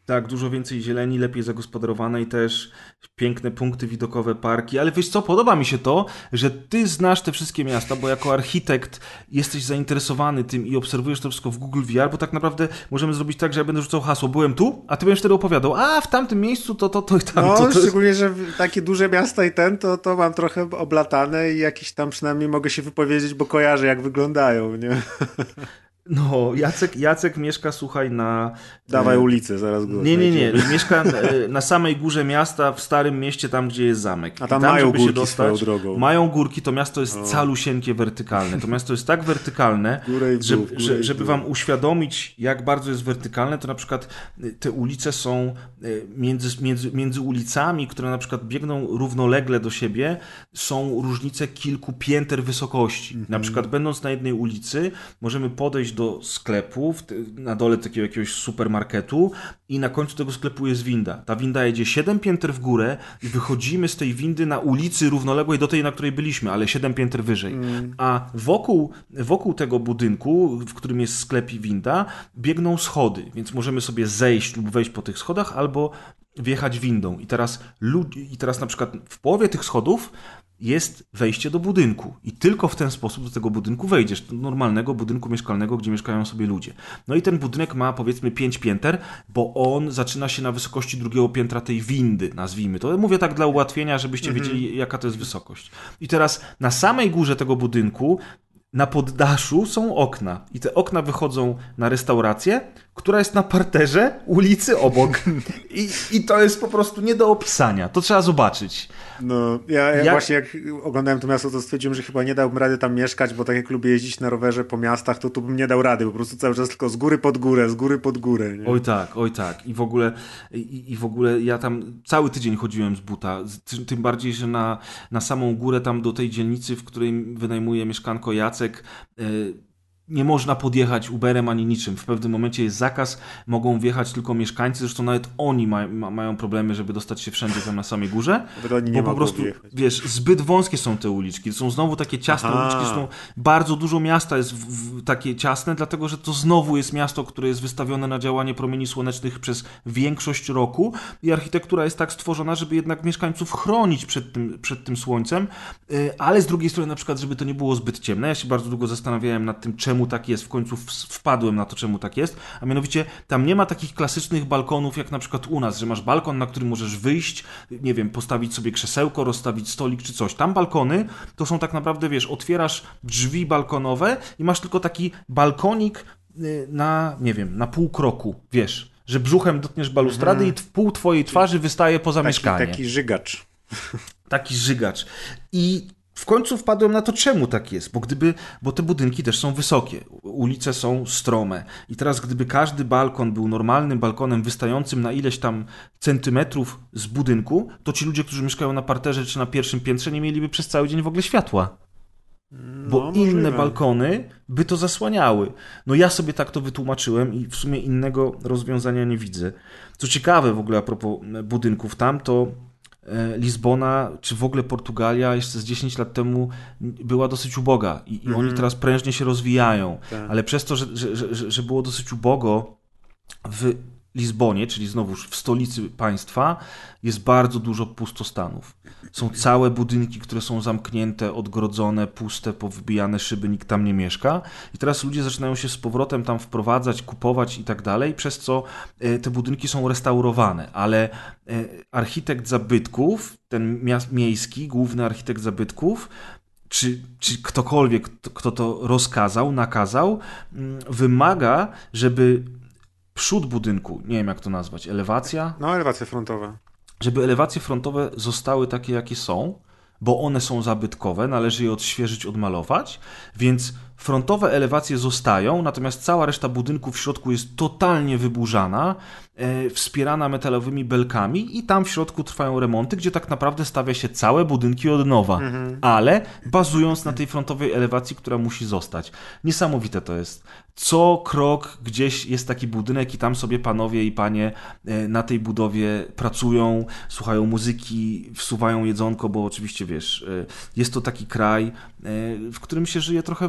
Tak, dużo więcej zieleni, lepiej zagospodarowanej też, piękne punkty widokowe, parki, ale wiesz co, podoba mi się to, że ty znasz te wszystkie miasta, bo jako architekt jesteś zainteresowany tym i obserwujesz to wszystko w Google V R, bo tak naprawdę możemy zrobić tak, że ja będę rzucał hasło, byłem tu, a ty będziesz wtedy opowiadał, a w tamtym miejscu to, to, to i tam. No, to, to szczególnie, jest... że takie duże miasta i ten, to, to mam trochę oblatane i jakieś tam przynajmniej mogę się wypowiedzieć, bo kojarzę jak wyglądają, nie? No, Jacek, Jacek mieszka, słuchaj, na... Dawaj ulicę, zaraz go Nie, nie, nie. znajdziemy. Mieszka na samej górze miasta, w starym mieście, tam gdzie jest zamek. A tam I tam, mają żeby górki się dostać, swoją drogą. Mają górki, to miasto jest O. calusieńkie wertykalne. To miasto jest tak wertykalne, Górę i w dół, że, górę że, i w żeby dół. wam uświadomić, jak bardzo jest wertykalne, to na przykład te ulice są między, między, między ulicami, które na przykład biegną równolegle do siebie, są różnice kilku pięter wysokości. Mhm. Na przykład będąc na jednej ulicy, możemy podejść do sklepu, na dole takiego jakiegoś supermarketu i na końcu tego sklepu jest winda. Ta winda jedzie siedem pięter w górę i wychodzimy z tej windy na ulicy równoległej do tej, na której byliśmy, ale siedem pięter wyżej. Mm. A wokół, wokół tego budynku, w którym jest sklep i winda, biegną schody, więc możemy sobie zejść lub wejść po tych schodach albo wjechać windą. I teraz, lud- i teraz na przykład w połowie tych schodów jest wejście do budynku i tylko w ten sposób do tego budynku wejdziesz, do normalnego budynku mieszkalnego, gdzie mieszkają sobie ludzie. No i ten budynek ma powiedzmy pięć pięter, bo on zaczyna się na wysokości drugiego piętra tej windy, nazwijmy to. Mówię tak dla ułatwienia, żebyście mhm. wiedzieli, jaka to jest wysokość. I teraz na samej górze tego budynku na poddaszu są okna i te okna wychodzą na restaurację, która jest na parterze ulicy obok. I, i to jest po prostu nie do opisania. To trzeba zobaczyć. No, ja, ja jak... właśnie jak oglądałem to miasto, to stwierdziłem, że chyba nie dałbym rady tam mieszkać, bo tak jak lubię jeździć na rowerze po miastach, to tu bym nie dał rady. Po prostu cały czas tylko z góry pod górę, z góry pod górę. Nie? Oj tak, oj tak. I w ogóle i, i w ogóle ja tam cały tydzień chodziłem z buta. Tym, tym bardziej, że na, na samą górę tam do tej dzielnicy, w której wynajmuje mieszkanko Jacek, yy, nie można podjechać Uberem ani niczym. W pewnym momencie jest zakaz, mogą wjechać tylko mieszkańcy, zresztą nawet oni ma, ma, mają problemy, żeby dostać się wszędzie tam na samej górze, oni nie bo po prostu, wjechać. wiesz, zbyt wąskie są te uliczki. Są znowu takie ciasne Aha. uliczki, zresztą bardzo dużo miasta jest w, w, takie ciasne, dlatego, że to znowu jest miasto, które jest wystawione na działanie promieni słonecznych przez większość roku i architektura jest tak stworzona, żeby jednak mieszkańców chronić przed tym, przed tym słońcem, ale z drugiej strony na przykład, żeby to nie było zbyt ciemne. Ja się bardzo długo zastanawiałem nad tym, czemu tak jest. W końcu wpadłem na to, czemu tak jest. A mianowicie tam nie ma takich klasycznych balkonów, jak na przykład u nas, że masz balkon, na który możesz wyjść, nie wiem, postawić sobie krzesełko, rozstawić stolik czy coś. Tam balkony to są tak naprawdę, wiesz, otwierasz drzwi balkonowe i masz tylko taki balkonik na, nie wiem, na pół kroku, wiesz, że brzuchem dotkniesz balustrady mhm. i pół twojej twarzy wystaje poza taki, mieszkanie. Taki żygacz. Taki żygacz. I w końcu wpadłem na to, czemu tak jest, bo gdyby, bo te budynki też są wysokie, ulice są strome i teraz gdyby każdy balkon był normalnym balkonem wystającym na ileś tam centymetrów z budynku, to ci ludzie, którzy mieszkają na parterze czy na pierwszym piętrze, nie mieliby przez cały dzień w ogóle światła. Bo no, inne możliwe. balkony by to zasłaniały. No ja sobie tak to wytłumaczyłem i w sumie innego rozwiązania nie widzę. Co ciekawe w ogóle a propos budynków, tam to Lizbona, czy w ogóle Portugalia jeszcze z dziesięć lat temu była dosyć uboga i, i mm. oni teraz prężnie się rozwijają, tak. ale przez to, że, że, że, że było dosyć ubogo w Lizbonie, czyli znowuż w stolicy państwa, jest bardzo dużo pustostanów. Są całe budynki, które są zamknięte, odgrodzone, puste, powybijane szyby, nikt tam nie mieszka. I teraz ludzie zaczynają się z powrotem tam wprowadzać, kupować i tak dalej, przez co te budynki są restaurowane. Ale architekt zabytków, ten miejski, główny architekt zabytków, czy, czy ktokolwiek, kto to rozkazał, nakazał, wymaga, żeby przód budynku, nie wiem jak to nazwać, elewacja? No, elewacje frontowe. Żeby elewacje frontowe zostały takie, jakie są, bo one są zabytkowe, należy je odświeżyć, odmalować, więc frontowe elewacje zostają, natomiast cała reszta budynku w środku jest totalnie wyburzana, e, wspierana metalowymi belkami i tam w środku trwają remonty, gdzie tak naprawdę stawia się całe budynki od nowa, mhm. ale bazując na tej frontowej elewacji, która musi zostać. Niesamowite to jest. Co krok gdzieś jest taki budynek i tam sobie panowie i panie e, na tej budowie pracują, słuchają muzyki, wsuwają jedzonko, bo oczywiście wiesz, e, jest to taki kraj, e, w którym się żyje trochę wolniej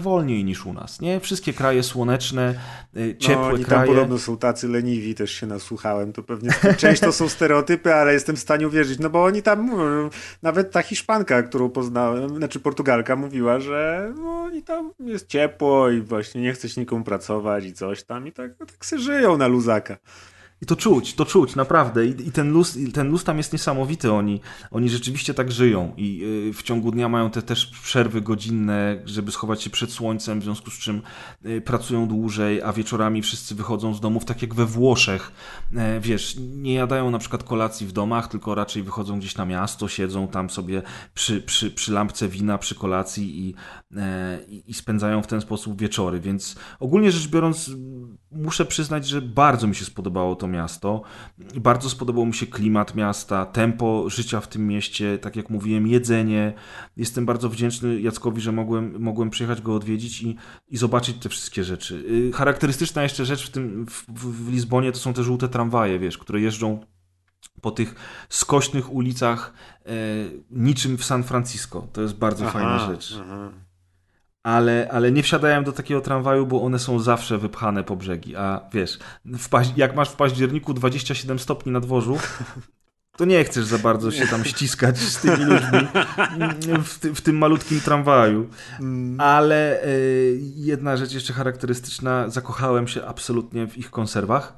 zimniej niż u nas, nie? Wszystkie kraje słoneczne, ciepłe no, oni kraje. Tam podobno są tacy leniwi, też się nasłuchałem, to pewnie część to są stereotypy, ale jestem w stanie uwierzyć, no bo oni tam mówią, nawet ta Hiszpanka, którą poznałem, znaczy Portugalka mówiła, że no, oni tam jest ciepło i właśnie nie chce się nikomu pracować i coś tam i tak, no, tak se żyją na luzaka. I to czuć, to czuć, naprawdę. I, i ten, luz, ten luz tam jest niesamowity. Oni, oni rzeczywiście tak żyją i y, w ciągu dnia mają te też przerwy godzinne, żeby schować się przed słońcem, w związku z czym y, pracują dłużej, a wieczorami wszyscy wychodzą z domów, tak jak we Włoszech. E, wiesz, nie jadają na przykład kolacji w domach, tylko raczej wychodzą gdzieś na miasto, siedzą tam sobie przy, przy, przy lampce wina, przy kolacji i, e, i spędzają w ten sposób wieczory. Więc ogólnie rzecz biorąc, muszę przyznać, że bardzo mi się spodobało to miasto. Bardzo spodobał mi się klimat miasta, tempo życia w tym mieście, tak jak mówiłem, jedzenie. Jestem bardzo wdzięczny Jackowi, że mogłem, mogłem przyjechać go odwiedzić i, i zobaczyć te wszystkie rzeczy. Charakterystyczna jeszcze rzecz w, tym, w, w Lizbonie to są te żółte tramwaje, wiesz, które jeżdżą po tych skośnych ulicach e, niczym w San Francisco. To jest bardzo aha, fajna rzecz. Aha. Ale, ale nie wsiadałem do takiego tramwaju, bo one są zawsze wypchane po brzegi. A wiesz, w paź- jak masz w październiku dwadzieścia siedem stopni na dworzu, to nie chcesz za bardzo się tam ściskać z tymi ludźmi w, ty- w tym malutkim tramwaju. Ale y, jedna rzecz jeszcze charakterystyczna, zakochałem się absolutnie w ich konserwach.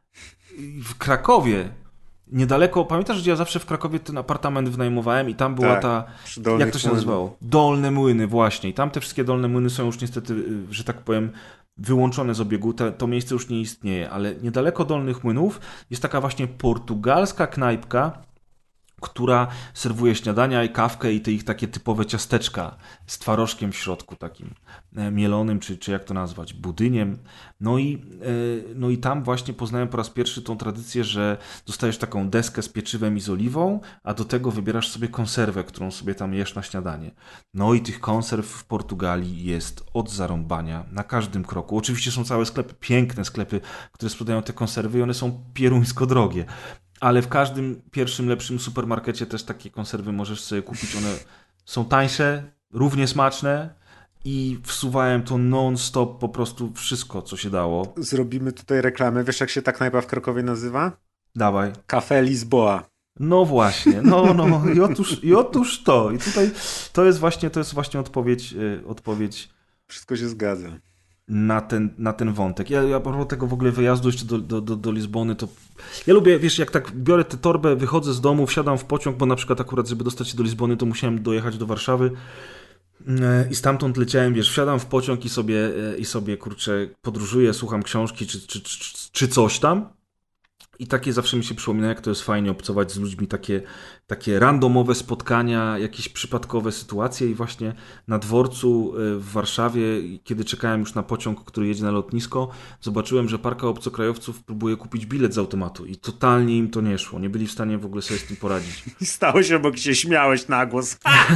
W Krakowie niedaleko, pamiętasz, że ja zawsze w Krakowie ten apartament wynajmowałem i tam była tak, ta, jak to się młyn. nazywało? Dolne Młyny, właśnie. I tam te wszystkie Dolne Młyny są już niestety, że tak powiem, wyłączone z obiegu. Te, to miejsce już nie istnieje, ale niedaleko Dolnych Młynów jest taka właśnie portugalska knajpka, która serwuje śniadania i kawkę i te ich takie typowe ciasteczka z twarożkiem w środku takim mielonym, czy, czy jak to nazwać, budyniem. No i, no i tam właśnie poznałem po raz pierwszy tą tradycję, że dostajesz taką deskę z pieczywem i z oliwą, a do tego wybierasz sobie konserwę, którą sobie tam jesz na śniadanie. No i tych konserw w Portugalii jest od zarąbania na każdym kroku. Oczywiście są całe sklepy, piękne sklepy, które sprzedają te konserwy i one są pieruńsko drogie. Ale w każdym pierwszym, lepszym supermarkecie też takie konserwy możesz sobie kupić. One są tańsze, równie smaczne i wsuwałem to non-stop po prostu wszystko, co się dało. Zrobimy tutaj reklamę. Wiesz, jak się ta knajpa w Krakowie nazywa? Dawaj. Café Lisboa. No właśnie, no, no. I otóż, i otóż to. I tutaj to jest właśnie, to jest właśnie odpowiedź, yy, odpowiedź. Wszystko się zgadza. Na ten, na ten wątek. Ja, ja a propos tego w ogóle wyjazdu jeszcze do, do, do, do Lizbony, to ja lubię, wiesz, jak tak biorę tę torbę, wychodzę z domu, wsiadam w pociąg, bo na przykład akurat, żeby dostać się do Lizbony, to musiałem dojechać do Warszawy i stamtąd leciałem, wiesz, wsiadam w pociąg i sobie, i sobie kurczę, podróżuję, słucham książki czy, czy, czy, czy coś tam. I takie zawsze mi się przypomina, jak to jest fajnie obcować z ludźmi, takie, takie randomowe spotkania, jakieś przypadkowe sytuacje i właśnie na dworcu w Warszawie, kiedy czekałem już na pociąg, który jedzie na lotnisko, zobaczyłem, że parka obcokrajowców próbuje kupić bilet z automatu i totalnie im to nie szło. Nie byli w stanie w ogóle sobie z tym poradzić. I stało się, bo się śmiałeś na głos.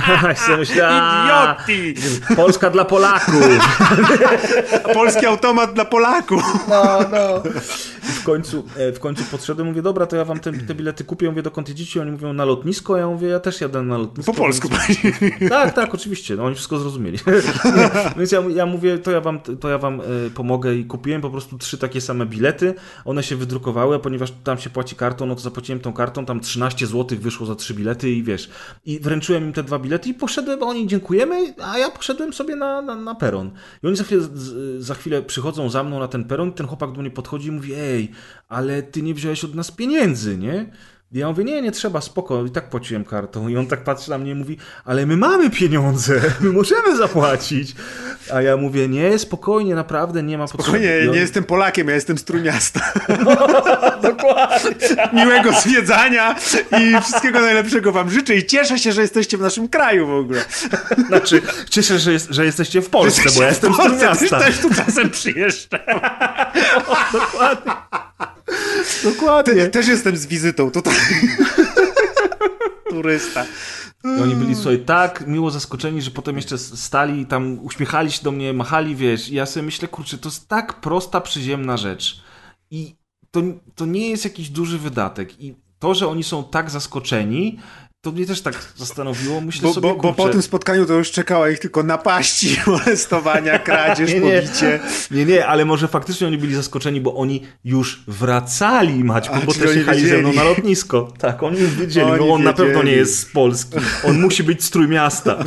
Idioty! Polska dla Polaków! Polski automat dla Polaków! No, no. I w końcu, w końcu podszedłem, mówię, dobra, to ja wam te, te bilety kupię, mówię, dokąd jedziecie? Oni mówią, na lotnisko, ja mówię, ja też jadę na lotnisko. Po polsku. Więc... Tak, tak, oczywiście, no, oni wszystko zrozumieli. Więc ja, ja mówię, to ja wam, to ja wam y, pomogę i kupiłem po prostu trzy takie same bilety, one się wydrukowały, a ponieważ tam się płaci kartą, no to zapłaciłem tą kartą, tam trzynaście złotych wyszło za trzy bilety i wiesz, i wręczyłem im te dwa bilety i poszedłem, oni dziękujemy, a ja poszedłem sobie na, na, na peron. I oni za chwilę, za chwilę przychodzą za mną na ten peron i ten chłopak do mnie podchodzi i mówi, ej, ale ty nie wziąłeś od nas pieniędzy, nie? I ja mówię, nie, nie trzeba, spoko, i tak płaciłem kartą. I on tak patrzy na mnie i mówi, ale my mamy pieniądze, my możemy zapłacić. A ja mówię, nie, spokojnie, naprawdę nie ma potrzeby. Spokojnie, on... nie jestem Polakiem, ja jestem z Trójmiasta. No, dokładnie. Miłego zwiedzania i wszystkiego najlepszego wam życzę i cieszę się, że jesteście w naszym kraju w ogóle. Znaczy, cieszę się, że, jest, że jesteście w Polsce, jesteście bo ja jestem z Trójmiasta. Też tu czasem przyjeżdżam. Dokładnie. Dokładnie. Te, też jestem z wizytą tutaj. Turysta. I oni byli sobie tak miło zaskoczeni, że potem jeszcze stali i tam uśmiechali się do mnie, machali, wiesz. I ja sobie myślę, kurczę, to jest tak prosta, przyziemna rzecz. I to, to nie jest jakiś duży wydatek. I to, że oni są tak zaskoczeni, To mnie też tak zastanowiło. Myślę bo, sobie, bo, bo po tym spotkaniu to już czekała ich tylko napaści, molestowania, kradzież, nie, nie, pobicie. Nie, nie, ale może faktycznie oni byli zaskoczeni, bo oni już wracali, Maćku, bo też jechali ze mną na lotnisko. Tak, oni już wiedzieli, oni no on wiedzieli. Na pewno nie jest z Polski. On musi być z Trójmiasta.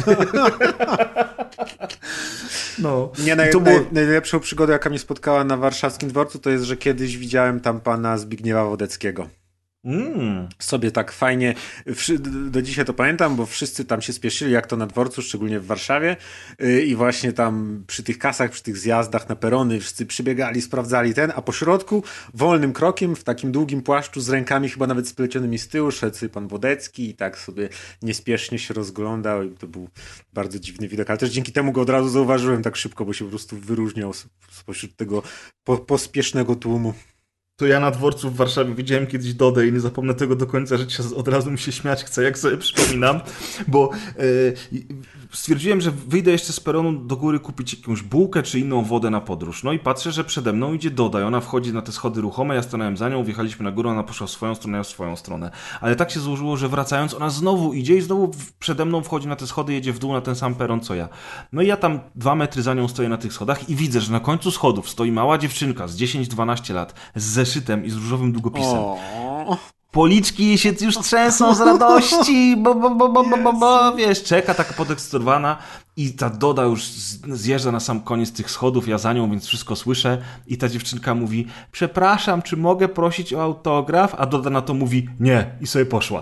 No. Nie, naj, to było... naj, najlepszą przygodę, jaka mnie spotkała na warszawskim dworcu, to jest, że kiedyś widziałem tam pana Zbigniewa Wodeckiego. Mm. Sobie tak fajnie, do dzisiaj to pamiętam, bo wszyscy tam się spieszyli, jak to na dworcu, szczególnie w Warszawie, i właśnie tam przy tych kasach, przy tych zjazdach na perony wszyscy przybiegali, sprawdzali ten, a po środku wolnym krokiem w takim długim płaszczu z rękami chyba nawet splecionymi z tyłu szedł sobie pan Wodecki i tak sobie niespiesznie się rozglądał i to był bardzo dziwny widok, ale też dzięki temu go od razu zauważyłem tak szybko, bo się po prostu wyróżniał spośród tego po, pospiesznego tłumu. To ja na dworcu w Warszawie widziałem kiedyś Dodę i nie zapomnę tego do końca życia, od razu mi się śmiać chce, jak sobie przypominam, bo yy, stwierdziłem, że wyjdę jeszcze z peronu do góry kupić jakąś bułkę czy inną wodę na podróż. No i patrzę, że przede mną idzie Doda i ona wchodzi na te schody ruchome, ja stanąłem za nią, wjechaliśmy na górę, ona poszła w swoją stronę, ja w swoją stronę. Ale tak się złożyło, że wracając ona znowu idzie i znowu przede mną wchodzi na te schody, jedzie w dół na ten sam peron co ja. No i ja tam dwa metry za nią stoję na tych schodach i widzę, że na końcu schodów stoi mała dziewczynka z dziesięć dwanaście lat z zeszytem i z różowym długopisem. O. Policzki jej się już trzęsą z radości, bo, bo, bo, bo, bo, bo, bo, wiesz, czeka taka podekscytowana i ta Doda już zjeżdża na sam koniec tych schodów, ja za nią, więc wszystko słyszę i ta dziewczynka mówi, przepraszam, czy mogę prosić o autograf? A Doda na to mówi, nie, i sobie poszła.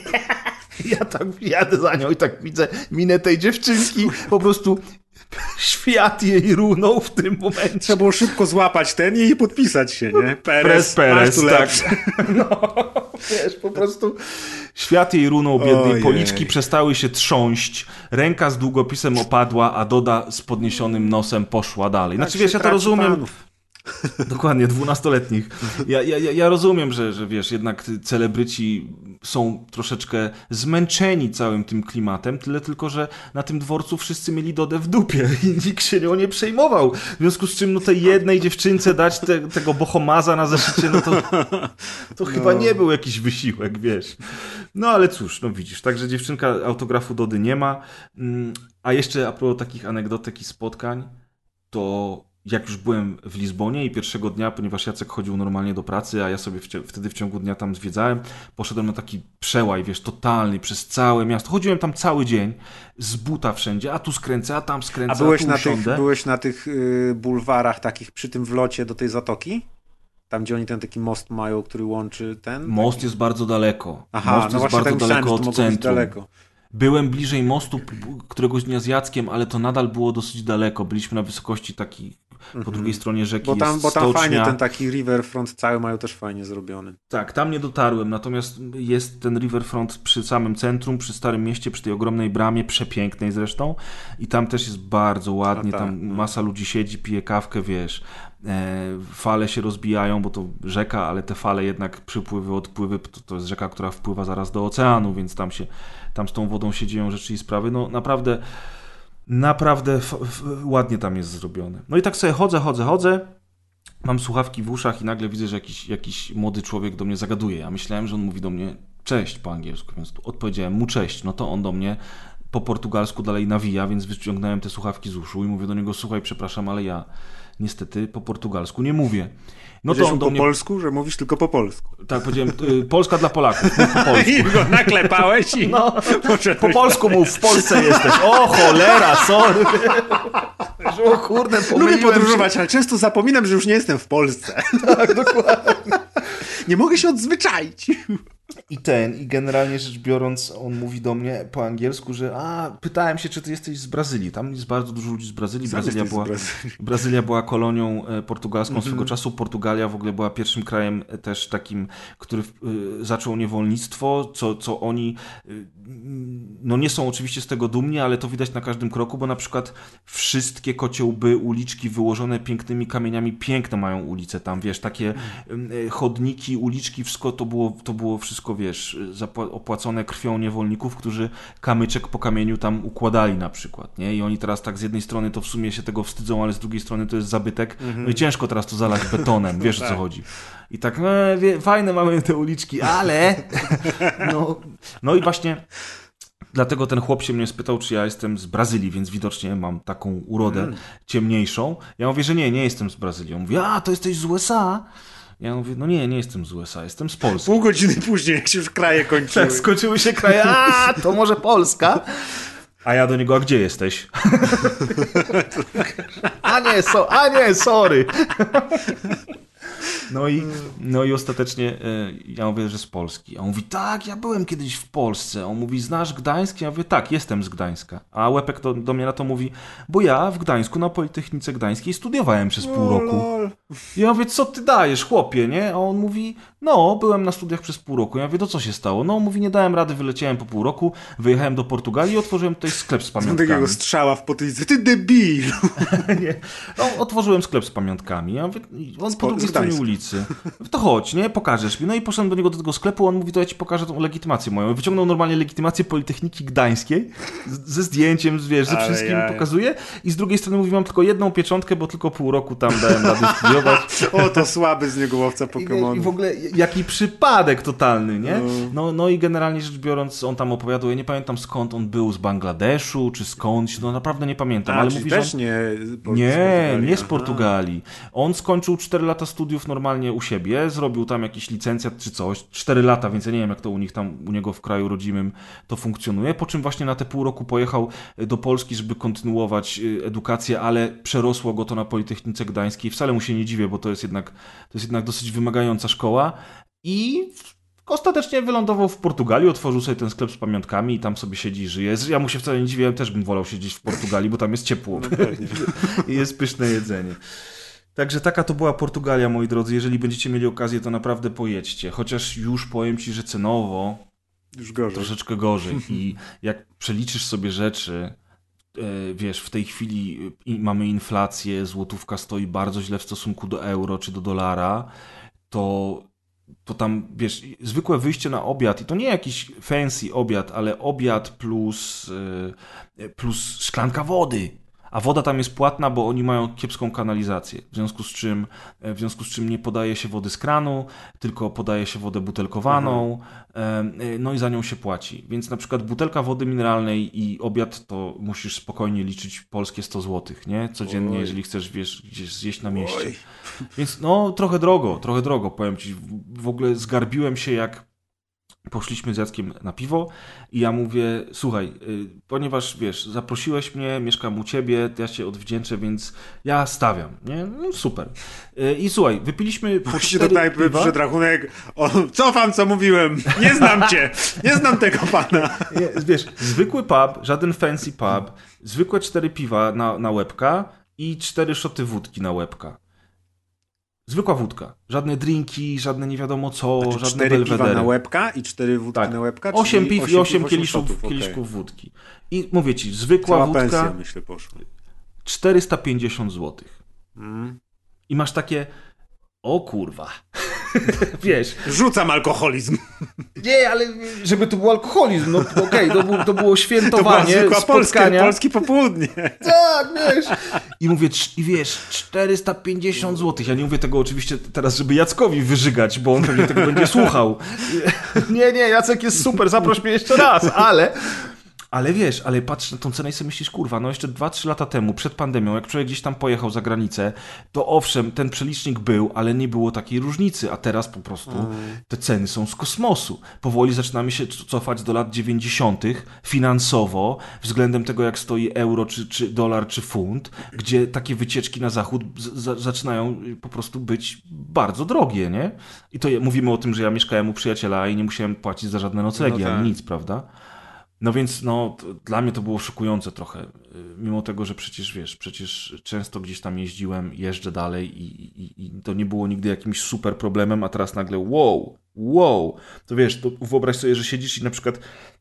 Ja tak jadę za nią i tak widzę minę tej dziewczynki, po prostu świat jej runął w tym momencie. Trzeba było szybko złapać ten i podpisać się, nie? Perez, Perez, tak. No, wiesz, po prostu świat jej runął, biednej. Ojej. Policzki przestały się trząść, ręka z długopisem opadła, a Doda z podniesionym nosem poszła dalej. Znaczy, tak wiesz, ja to rozumiem... Panów. Dokładnie, dwunastoletnich. Ja, ja, ja rozumiem, że, że wiesz, jednak celebryci są troszeczkę zmęczeni całym tym klimatem, tyle tylko, że na tym dworcu wszyscy mieli Dodę w dupie i nikt się nią nie przejmował. W związku z czym no tej jednej dziewczynce dać te, tego bohomaza na zeszycie, no to, to no. chyba nie był jakiś wysiłek, wiesz. No ale cóż, no widzisz, także dziewczynka autografu Dody nie ma. A jeszcze a propos takich anegdotek i spotkań, to jak już byłem w Lizbonie i pierwszego dnia, ponieważ Jacek chodził normalnie do pracy, a ja sobie wci- wtedy w ciągu dnia tam zwiedzałem, poszedłem na taki przełaj, wiesz, totalny, przez całe miasto. Chodziłem tam cały dzień, z buta wszędzie, a tu skręcę, a tam skręcę, a, byłeś a tu na usiądę. Tych, byłeś na tych y, bulwarach takich przy tym wlocie do tej zatoki? Tam, gdzie oni ten taki most mają, który łączy ten? Most taki... jest bardzo daleko. Aha, most no jest bardzo tak daleko myślałem, od centrum. Daleko. Byłem bliżej mostu któregoś dnia z Jackiem, ale to nadal było dosyć daleko. Byliśmy na wysokości takiej, po mm-hmm. drugiej stronie rzeki bo tam, jest bo tam stocznia. fajnie ten taki riverfront cały mają też fajnie zrobiony. Tak, tam nie dotarłem, natomiast jest ten riverfront przy samym centrum, przy Starym Mieście, przy tej ogromnej bramie, przepięknej zresztą i tam też jest bardzo ładnie, tak, tam masa ludzi siedzi, pije kawkę, wiesz, e, fale się rozbijają, bo to rzeka, ale te fale jednak przypływy, odpływy, to, to jest rzeka, która wpływa zaraz do oceanu, więc tam się, tam z tą wodą się dzieją rzeczy i sprawy, no naprawdę Naprawdę f- f- ładnie tam jest zrobione. No i tak sobie chodzę, chodzę, chodzę. Mam słuchawki w uszach i nagle widzę, że jakiś, jakiś młody człowiek do mnie zagaduje. Ja myślałem, że on mówi do mnie cześć po angielsku, więc odpowiedziałem mu cześć. No to on do mnie po portugalsku dalej nawija, więc wyciągnąłem te słuchawki z uszu i mówię do niego, słuchaj, przepraszam, ale ja niestety po portugalsku nie mówię. No to on do po mnie... polsku, że mówisz tylko po polsku. Tak, powiedziałem, y, Polska dla Polaków, mów po polsku. I go naklepałeś i... No, po polsku mów, w Polsce jesteś. O cholera, sorry. O kurde, lubię podróżować, ale często zapominam, że już nie jestem w Polsce. Tak, dokładnie. Nie mogę się odzwyczaić. I ten, i generalnie rzecz biorąc, on mówi do mnie po angielsku, że a, pytałem się, czy ty jesteś z Brazylii. Tam jest bardzo dużo ludzi z Brazylii. Brazylia była, Brazylii. Brazylia była kolonią portugalską mm-hmm. swego czasu. Portugalia w ogóle była pierwszym krajem też takim, który y, zaczął niewolnictwo, co, co oni y, no nie są oczywiście z tego dumni, ale to widać na każdym kroku, bo na przykład wszystkie kociołby, uliczki wyłożone pięknymi kamieniami, piękne mają ulice tam, wiesz, takie y, chodniki, uliczki, wszystko to było, to było wszystko wszystko, wiesz, zapła- opłacone krwią niewolników, którzy kamyczek po kamieniu tam układali na przykład, nie? I oni teraz tak z jednej strony to w sumie się tego wstydzą, ale z drugiej strony to jest zabytek, mm-hmm. no i ciężko teraz to zalać betonem, wiesz o co chodzi. I tak, no, wie, fajne mamy te uliczki, ale... no, no i właśnie... Dlatego ten chłop się mnie spytał, czy ja jestem z Brazylii, więc widocznie mam taką urodę mm. ciemniejszą. Ja mówię, że nie, nie jestem z Brazylii. On mówi, a, to jesteś z U S A? Ja mówię, no nie, nie jestem z U S A, jestem z Polski. Pół godziny później, jak się już kraje kończyły. Tak, skończyły się kraje, a, to może Polska? A ja do niego, a gdzie jesteś? a nie, so, a nie, sorry. No i, no i ostatecznie y, ja mówię, że z Polski. A on mówi, tak, ja byłem kiedyś w Polsce. On mówi, znasz Gdańsk? Ja mówię, tak, jestem z Gdańska. A Łepek to, do mnie na to mówi, bo ja w Gdańsku na Politechnice Gdańskiej studiowałem przez pół roku. I ja mówię, co ty dajesz, chłopie, nie? A on mówi, no, byłem na studiach przez pół roku. Ja mówię, to co się stało? No, mówi, nie dałem rady, wyleciałem po pół roku, wyjechałem do Portugalii i otworzyłem tutaj sklep z pamiątkami. Takiego strzała w potylicę, ty debil! nie. No, otworzyłem sklep z pamiątkami. Ja mówię, on po drugiej stronie ulicy. To chodź, nie? Pokażesz mi. No i poszedłem do niego do tego sklepu, on mówi, to ja ci pokażę tą legitymację moją. Wyciągnął normalnie legitymację Politechniki Gdańskiej z, ze zdjęciem, wiesz, ze wszystkim ja, ja. pokazuje i z drugiej strony mówi, mam tylko jedną pieczątkę, bo tylko pół roku tam dałem radę studiować. O, to słaby z niego łowca Pokemonów. I, I w ogóle jaki przypadek totalny, nie? No, no i generalnie rzecz biorąc, on tam opowiadał, ja nie pamiętam skąd on był, z Bangladeszu, czy skądś, no naprawdę nie pamiętam. A, ale czyli mówi, też że on... nie, nie, nie z Portugalii. On skończył cztery lata studiów normalnie u siebie, zrobił tam jakiś licencjat czy coś, cztery lata, więc ja nie wiem, jak to u nich tam, u niego w kraju rodzimym to funkcjonuje, po czym właśnie na te pół roku pojechał do Polski, żeby kontynuować edukację, ale przerosło go to na Politechnice Gdańskiej. Wcale mu się nie dziwię, bo to jest jednak, to jest jednak dosyć wymagająca szkoła i ostatecznie wylądował w Portugalii, otworzył sobie ten sklep z pamiątkami i tam sobie siedzi i żyje. Ja mu się wcale nie dziwię, ja też bym wolał siedzieć w Portugalii, bo tam jest ciepło i jest pyszne jedzenie. Także taka to była Portugalia, moi drodzy. Jeżeli będziecie mieli okazję, to naprawdę pojedźcie. Chociaż już powiem ci, że cenowo już gorzej. Troszeczkę gorzej. I jak przeliczysz sobie rzeczy, wiesz, w tej chwili mamy inflację, złotówka stoi bardzo źle w stosunku do euro czy do dolara, to, to tam, wiesz, zwykłe wyjście na obiad, i to nie jakiś fancy obiad, ale obiad plus, plus szklanka wody. A woda tam jest płatna, bo oni mają kiepską kanalizację, w związku z czym, w związku z czym nie podaje się wody z kranu, tylko podaje się wodę butelkowaną, mhm. no i za nią się płaci. Więc na przykład butelka wody mineralnej i obiad to musisz spokojnie liczyć polskie sto złotych, nie? Codziennie, Oj. jeżeli chcesz, wiesz, gdzieś zjeść na mieście. Oj. Więc no trochę drogo, trochę drogo, powiem ci. W ogóle zgarbiłem się, jak poszliśmy z Jackiem na piwo i ja mówię, słuchaj, y, ponieważ wiesz, zaprosiłeś mnie, mieszkam u ciebie, ja cię odwdzięczę, więc ja stawiam, nie? No super. Y, I słuchaj, wypiliśmy po cztery tutaj piwa. Przed rachunek, o, cofam co mówiłem, nie znam cię, nie znam tego pana. Nie, wiesz, zwykły pub, żaden fancy pub, zwykłe cztery piwa na, na łebka i cztery szoty wódki na łebka. Zwykła wódka. Żadne drinki, żadne nie wiadomo co, znaczy żadne cztery belwedery. Piwa na łebka i cztery wódki tak. na łebka? Osiem piw osiem i osiem kieliszków, szotów, kieliszków okay. wódki. I mówię ci, zwykła Cała wódka... pensja, myślę, poszła. czterysta pięćdziesiąt złotych. Mm. I masz takie... O kurwa. Wiesz. Rzucam alkoholizm. Nie, ale żeby to był alkoholizm, no okej, okay, to, było, to było świętowanie, to była spotkania. Polskie popołudnie. Tak, wiesz. I mówię, i wiesz, czterysta pięćdziesiąt złotych. Ja nie mówię tego oczywiście teraz, żeby Jackowi wyżygać, bo on pewnie tego będzie słuchał. Nie, nie, Jacek jest super, zaproś mnie jeszcze raz, ale... Ale wiesz, ale patrz na tą cenę i sobie myślisz, kurwa, no jeszcze dwa trzy lata temu, przed pandemią, jak człowiek gdzieś tam pojechał za granicę, to owszem, ten przelicznik był, ale nie było takiej różnicy, a teraz po prostu te ceny są z kosmosu. Powoli zaczynamy się cofać do lat dziewięćdziesiątych finansowo, względem tego, jak stoi euro, czy, czy dolar, czy funt, gdzie takie wycieczki na zachód z- zaczynają po prostu być bardzo drogie, nie? I to mówimy o tym, że ja mieszkałem u przyjaciela i nie musiałem płacić za żadne noclegi, no tak. ani nic, prawda? No więc no, to, dla mnie to było szokujące trochę, mimo tego, że przecież wiesz, przecież często gdzieś tam jeździłem, jeżdżę dalej i, i, i to nie było nigdy jakimś super problemem, a teraz nagle wow, wow, to wiesz, to wyobraź sobie, że siedzisz i na przykład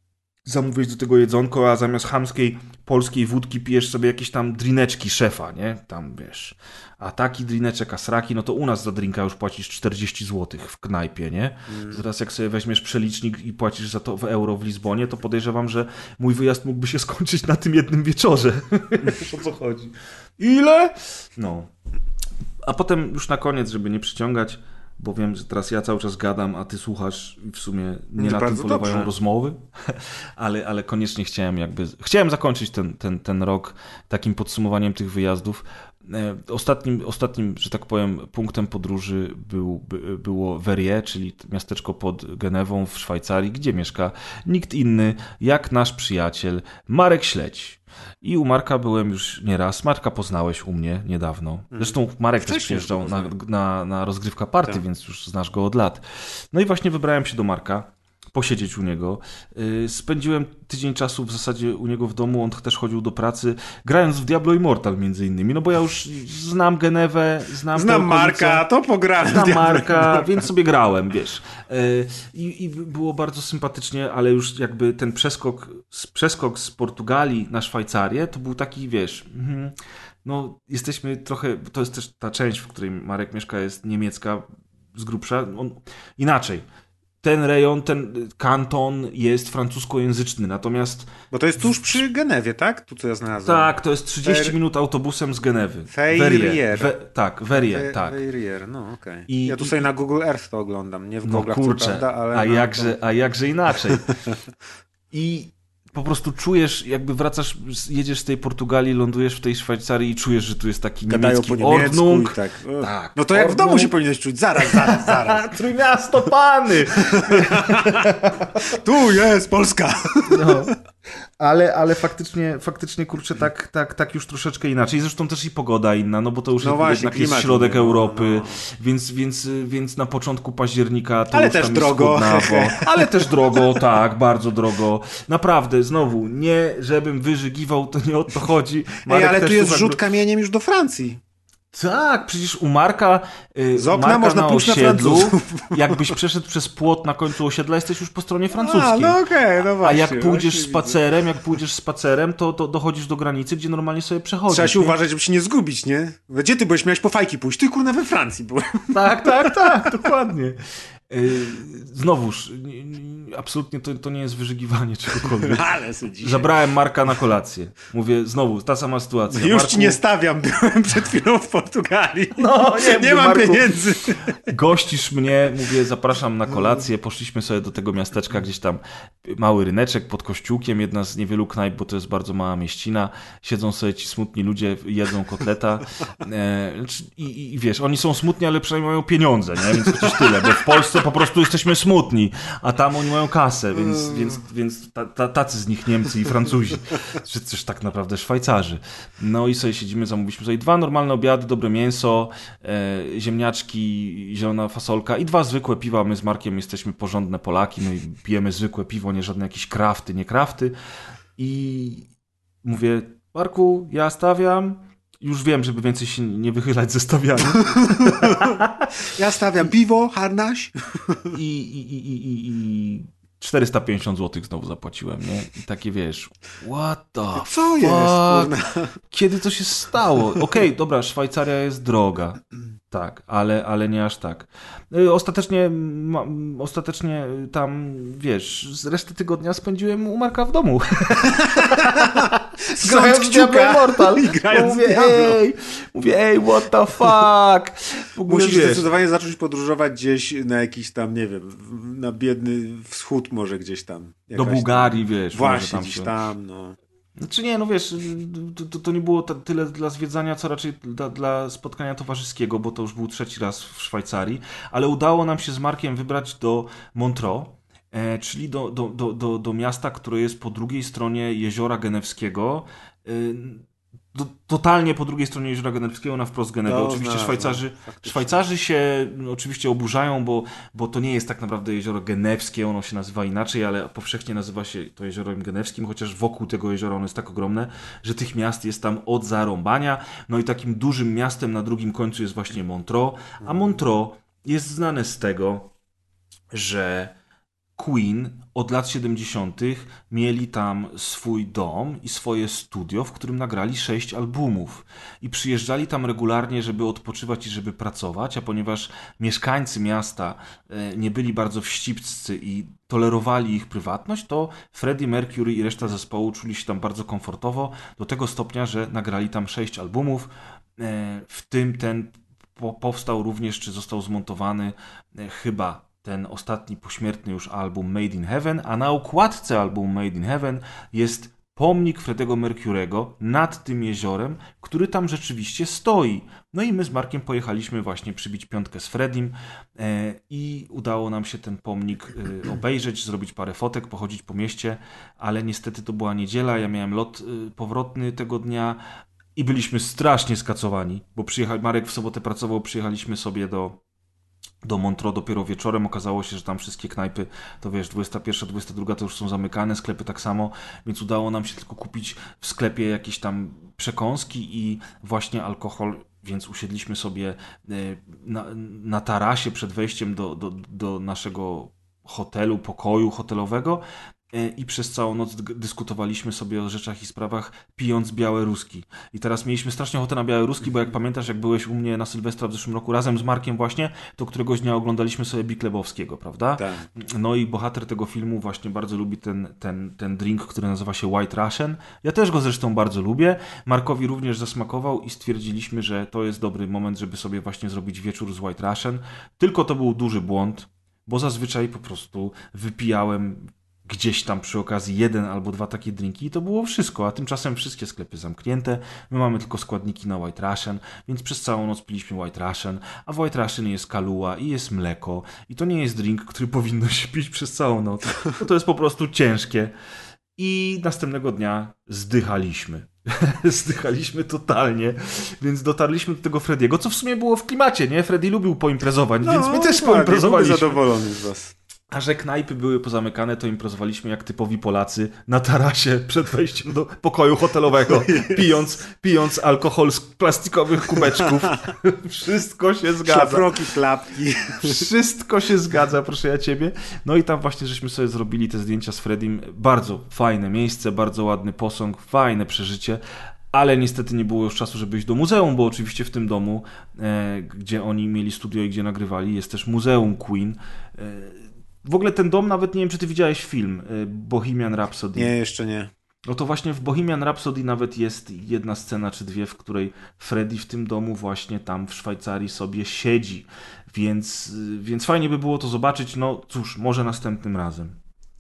zamówić do tego jedzonko, a zamiast chamskiej polskiej wódki pijesz sobie jakieś tam drineczki szefa, nie? Tam, wiesz, a taki drineczek, a sraki, no to u nas za drinka już płacisz czterdzieści złotych w knajpie, nie? Mm. Teraz jak sobie weźmiesz przelicznik i płacisz za to w euro w Lizbonie, to podejrzewam, że mój wyjazd mógłby się skończyć na tym jednym wieczorze. Wiesz, o co chodzi? Ile? No. A potem już na koniec, żeby nie przyciągać, bo wiem, że teraz ja cały czas gadam, a ty słuchasz i w sumie nie to na tym polegają dobrze. rozmowy, ale, ale koniecznie chciałem jakby, chciałem zakończyć ten, ten, ten rok takim podsumowaniem tych wyjazdów. Ostatnim, ostatnim, że tak powiem, punktem podróży był, by, było Verrières, czyli miasteczko pod Genewą w Szwajcarii, gdzie mieszka nikt inny jak nasz przyjaciel Marek Śledź. I u Marka byłem już nieraz. Marka poznałeś u mnie niedawno. Zresztą Marek też przyjeżdżał na, na, na rozgrywka party, tak. Więc już znasz go od lat. No i właśnie wybrałem się do Marka, posiedzieć u niego. Spędziłem tydzień czasu w zasadzie u niego w domu, on też chodził do pracy, grając w Diablo Immortal między innymi, no bo ja już znam Genewę, znam Znam Marka, to pograłem. Znam Marka, więc sobie grałem, wiesz. I, I było bardzo sympatycznie, ale już jakby ten przeskok, przeskok z Portugalii na Szwajcarię, to był taki, wiesz... No, jesteśmy trochę, to jest też ta część, w której Marek mieszka, jest niemiecka z grubsza. On, inaczej. Ten rejon, ten kanton jest francuskojęzyczny, natomiast... Bo to jest tuż przy Genewie, tak? Tu co ja znalazłem. Tak, to jest trzydzieści Ver... minut autobusem z Genewy. Verrières. We... Tak, Verrières, tak. Verrières, no okej. Okay. I... Ja tu sobie na Google Earth to oglądam, nie w no, Google'ach, kurczę, co prawda, ale... A, no, jakże, to... a jakże inaczej. I po prostu czujesz, jakby wracasz, jedziesz z tej Portugalii, lądujesz w tej Szwajcarii i czujesz, że tu jest taki Gadają niemiecki po niemiecku ordnung. I tak. tak. No to jak ordnung. W domu się powinieneś czuć. Zaraz, zaraz, zaraz. Trójmiasto Pany! Tu jest Polska! No. Ale, ale faktycznie, faktycznie kurczę, tak, tak, tak już troszeczkę inaczej. Zresztą też i pogoda inna, no bo to już no jest, właśnie, jednak jest środek no, Europy, no. Więc, więc, więc na początku października to ale już też tam drogo. jest chłodnawo. Ale też drogo, tak, bardzo drogo. Naprawdę, znowu, nie żebym wyżygiwał, to nie o to chodzi. Ej, ale tu jest rzut kamieniem już do Francji. Tak, przecież u Marka, z okna Marka można na pójść osiedlu, na jakbyś przeszedł przez płot na końcu osiedla, jesteś już po stronie francuskiej. A, no okej, okay, no właśnie. A jak pójdziesz właśnie spacerem, widzę. jak pójdziesz spacerem, to, to dochodzisz do granicy, gdzie normalnie sobie przechodzisz. Trzeba się nie? uważać, żeby się nie zgubić, nie? Gdzie ty byłeś? Miałeś po fajki pójść. Ty kurna we Francji byłem. Tak, tak, tak, dokładnie. Znowuż, absolutnie to, to nie jest wyżygiwanie czegokolwiek. Ale Zabrałem Marka na kolację. Mówię, znowu, ta sama sytuacja. Już Marku... ci nie stawiam, byłem przed chwilą w Portugalii. No, nie, nie mówię, mam Marku, pieniędzy. Gościsz mnie, mówię, zapraszam na kolację. Poszliśmy sobie do tego miasteczka, gdzieś tam mały ryneczek pod kościółkiem, jedna z niewielu knajp, bo to jest bardzo mała mieścina. Siedzą sobie ci smutni ludzie, jedzą kotleta. E, i, I wiesz, oni są smutni, ale przynajmniej mają pieniądze, nie? Więc chociaż tyle, bo w Polsce po prostu jesteśmy smutni, a tam oni mają kasę, więc, więc, więc ta, ta, tacy z nich Niemcy i Francuzi, czy też tak naprawdę Szwajcarzy. No i sobie siedzimy, zamówiliśmy sobie dwa normalne obiady, dobre mięso, e, ziemniaczki, zielona fasolka i dwa zwykłe piwa. My z Markiem jesteśmy porządne Polaki, no i pijemy zwykłe piwo, nie żadne jakieś krafty, nie krafty. I mówię, Marku, ja stawiam. Już wiem, żeby więcej się nie wychylać ze stawiania. Ja stawiam piwo, harnaś. I, i, i, i, i czterysta pięćdziesiąt złotych znowu zapłaciłem, nie? I takie wiesz, what the Co fuck? jest? Kiedy to się stało? Okej, okay, dobra, Szwajcaria jest droga. Tak, ale, ale nie aż tak. Ostatecznie, ma, ostatecznie tam, wiesz, z reszty tygodnia spędziłem u Marka w domu. Grając w Diablo Immortal. I grając mówię, ej, mówię, ej, what the fuck? W ogóle, musisz wiesz, zdecydowanie zacząć podróżować gdzieś na jakiś tam, nie wiem, na biedny wschód może gdzieś tam. Do Bułgarii, tam, wiesz. Właśnie, tam gdzieś się... tam, no. Znaczy nie, no wiesz, to, to nie było t- tyle dla zwiedzania, co raczej dla, dla spotkania towarzyskiego, bo to już był trzeci raz w Szwajcarii, ale udało nam się z Markiem wybrać do Montreux, e, czyli do, do, do, do, do miasta, które jest po drugiej stronie Jeziora Genewskiego, e, do, totalnie po drugiej stronie Jeziora Genewskiego, na wprost Genewę. No, oczywiście no, Szwajcarzy, no, Szwajcarzy się no, oczywiście oburzają, bo, bo to nie jest tak naprawdę Jezioro Genewskie, ono się nazywa inaczej, ale powszechnie nazywa się to Jeziorem Genewskim, chociaż wokół tego jeziora ono jest tak ogromne, że tych miast jest tam od zarąbania. No i takim dużym miastem na drugim końcu jest właśnie Montreux, a Montreux jest znane z tego, że Queen od lat siedemdziesiątych mieli tam swój dom i swoje studio, w którym nagrali sześć albumów. I przyjeżdżali tam regularnie, żeby odpoczywać i żeby pracować, a ponieważ mieszkańcy miasta nie byli bardzo wścibscy i tolerowali ich prywatność, to Freddie Mercury i reszta zespołu czuli się tam bardzo komfortowo, do tego stopnia, że nagrali tam sześć albumów, w tym ten powstał również, czy został zmontowany chyba ten ostatni pośmiertny już album Made in Heaven, a na okładce albumu Made in Heaven jest pomnik Freddie'ego Mercury'ego nad tym jeziorem, który tam rzeczywiście stoi. No i my z Markiem pojechaliśmy właśnie przybić piątkę z Freddiem e, i udało nam się ten pomnik e, obejrzeć, zrobić parę fotek, pochodzić po mieście, ale niestety to była niedziela, ja miałem lot e, powrotny tego dnia i byliśmy strasznie skacowani, bo przyjechał, Marek w sobotę pracował, przyjechaliśmy sobie do do Montreux dopiero wieczorem. Okazało się, że tam wszystkie knajpy, to wiesz, dwudziesta pierwsza, dwudziesta druga to już są zamykane, sklepy tak samo, więc udało nam się tylko kupić w sklepie jakieś tam przekąski i właśnie alkohol, więc usiedliśmy sobie na, na tarasie przed wejściem do, do, do naszego hotelu, pokoju hotelowego i przez całą noc dyskutowaliśmy sobie o rzeczach i sprawach, pijąc białe ruski. I teraz mieliśmy strasznie ochotę na białe ruski, bo jak pamiętasz, jak byłeś u mnie na Sylwestra w zeszłym roku razem z Markiem właśnie, to któregoś dnia oglądaliśmy sobie Big Lebowskiego, prawda? Tak. No i bohater tego filmu właśnie bardzo lubi ten, ten, ten drink, który nazywa się White Russian. Ja też go zresztą bardzo lubię. Markowi również zasmakował i stwierdziliśmy, że to jest dobry moment, żeby sobie właśnie zrobić wieczór z White Russian. Tylko to był duży błąd, bo zazwyczaj po prostu wypijałem gdzieś tam przy okazji jeden albo dwa takie drinki i to było wszystko, a tymczasem wszystkie sklepy zamknięte, my mamy tylko składniki na White Russian, więc przez całą noc piliśmy White Russian, a w White Russian jest Kahlua i jest mleko i to nie jest drink, który powinno się pić przez całą noc, bo to jest po prostu ciężkie. I następnego dnia zdychaliśmy. Zdychaliśmy totalnie, więc dotarliśmy do tego Frediego, co w sumie było w klimacie, nie? Freddy lubił poimprezować, no, więc my też poimprezowaliśmy. Zadowolony z was. A że knajpy były pozamykane, to imprezowaliśmy jak typowi Polacy na tarasie przed wejściem do pokoju hotelowego, pijąc, pijąc alkohol z plastikowych kubeczków. Wszystko się zgadza. Szlafroki, klapki. Wszystko się zgadza, proszę ja ciebie. No i tam właśnie żeśmy sobie zrobili te zdjęcia z Freddym. Bardzo fajne miejsce, bardzo ładny posąg, fajne przeżycie. Ale niestety nie było już czasu, żeby iść do muzeum, bo oczywiście w tym domu, e, gdzie oni mieli studio i gdzie nagrywali, jest też Muzeum Queen. E, W ogóle ten dom, nawet nie wiem, czy ty widziałeś film Bohemian Rhapsody. Nie, jeszcze nie. No to właśnie w Bohemian Rhapsody nawet jest jedna scena czy dwie, w której Freddie w tym domu właśnie tam w Szwajcarii sobie siedzi. Więc, więc fajnie by było to zobaczyć. No cóż, może następnym razem.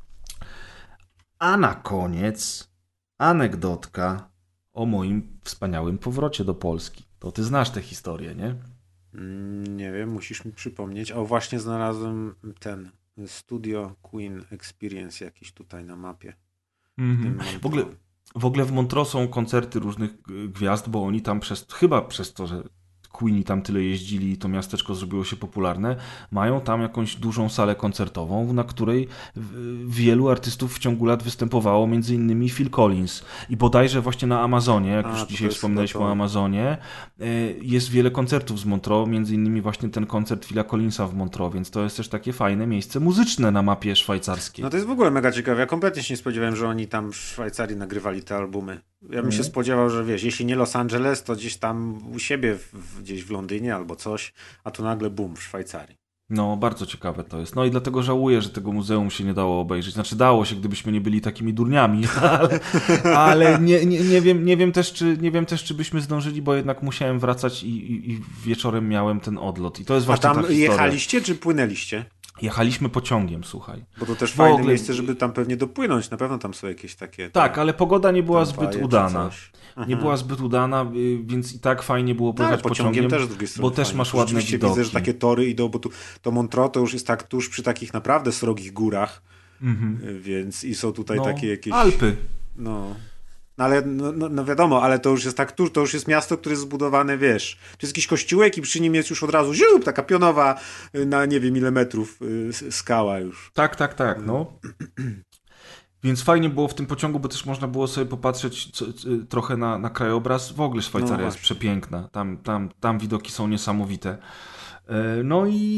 A na koniec anegdotka o moim wspaniałym powrocie do Polski. To ty znasz tę historię, nie? Nie wiem, musisz mi przypomnieć. O, właśnie znalazłem ten... Studio Queen Experience jakiś tutaj na mapie. Mm-hmm. W ogóle, w ogóle w Montreux są koncerty różnych gwiazd, bo oni tam przez, chyba przez to, że Queeni tam tyle jeździli i to miasteczko zrobiło się popularne, mają tam jakąś dużą salę koncertową, na której wielu artystów w ciągu lat występowało, między innymi Phil Collins. I bodajże właśnie na Amazonie, jak A, już dzisiaj wspomnieliśmy o Amazonie, jest wiele koncertów z Montreux, między innymi właśnie ten koncert Phila Collinsa w Montreux, więc to jest też takie fajne miejsce muzyczne na mapie szwajcarskiej. No to jest w ogóle mega ciekawe. Ja kompletnie się nie spodziewałem, że oni tam w Szwajcarii nagrywali te albumy. Ja bym mm. się spodziewał, że wiesz, jeśli nie Los Angeles, to gdzieś tam u siebie, w, gdzieś w Londynie albo coś, a tu nagle bum, w Szwajcarii. No, bardzo ciekawe to jest. No i dlatego żałuję, że tego muzeum się nie dało obejrzeć. Znaczy dało się, gdybyśmy nie byli takimi durniami, ale, ale nie, nie, nie, wiem, nie, wiem też, czy, nie wiem też, czy byśmy zdążyli, bo jednak musiałem wracać i, i, i wieczorem miałem ten odlot. I to jest właśnie a tam ta historia. Jechaliście czy płynęliście? Jechaliśmy pociągiem, słuchaj. Bo to też w fajne ogóle... miejsce, żeby tam pewnie dopłynąć. Na pewno tam są jakieś takie... Tak, tam, ale pogoda nie była zbyt udana. Nie była zbyt udana, więc i tak fajnie było pływać tak, pociągiem. pociągiem, też z drugiej strony bo też fajnie. masz ładne widoki. Widzę, że takie tory idą, bo tu, to Montreux to już jest tak tuż przy takich naprawdę srogich górach, mhm. więc i są tutaj no, takie jakieś... Alpy. No... No ale no, no, no wiadomo, ale to już jest tak, to już jest miasto, które jest zbudowane, wiesz, to jest jakiś kościółek i przy nim jest już od razu ziup, taka pionowa na nie wiem ile metrów y, skała już. Tak, tak, tak, no. Więc fajnie było w tym pociągu, bo też można było sobie popatrzeć co, co, trochę na, na krajobraz. W ogóle Szwajcaria no jest przepiękna, tam, tam, tam widoki są niesamowite. No i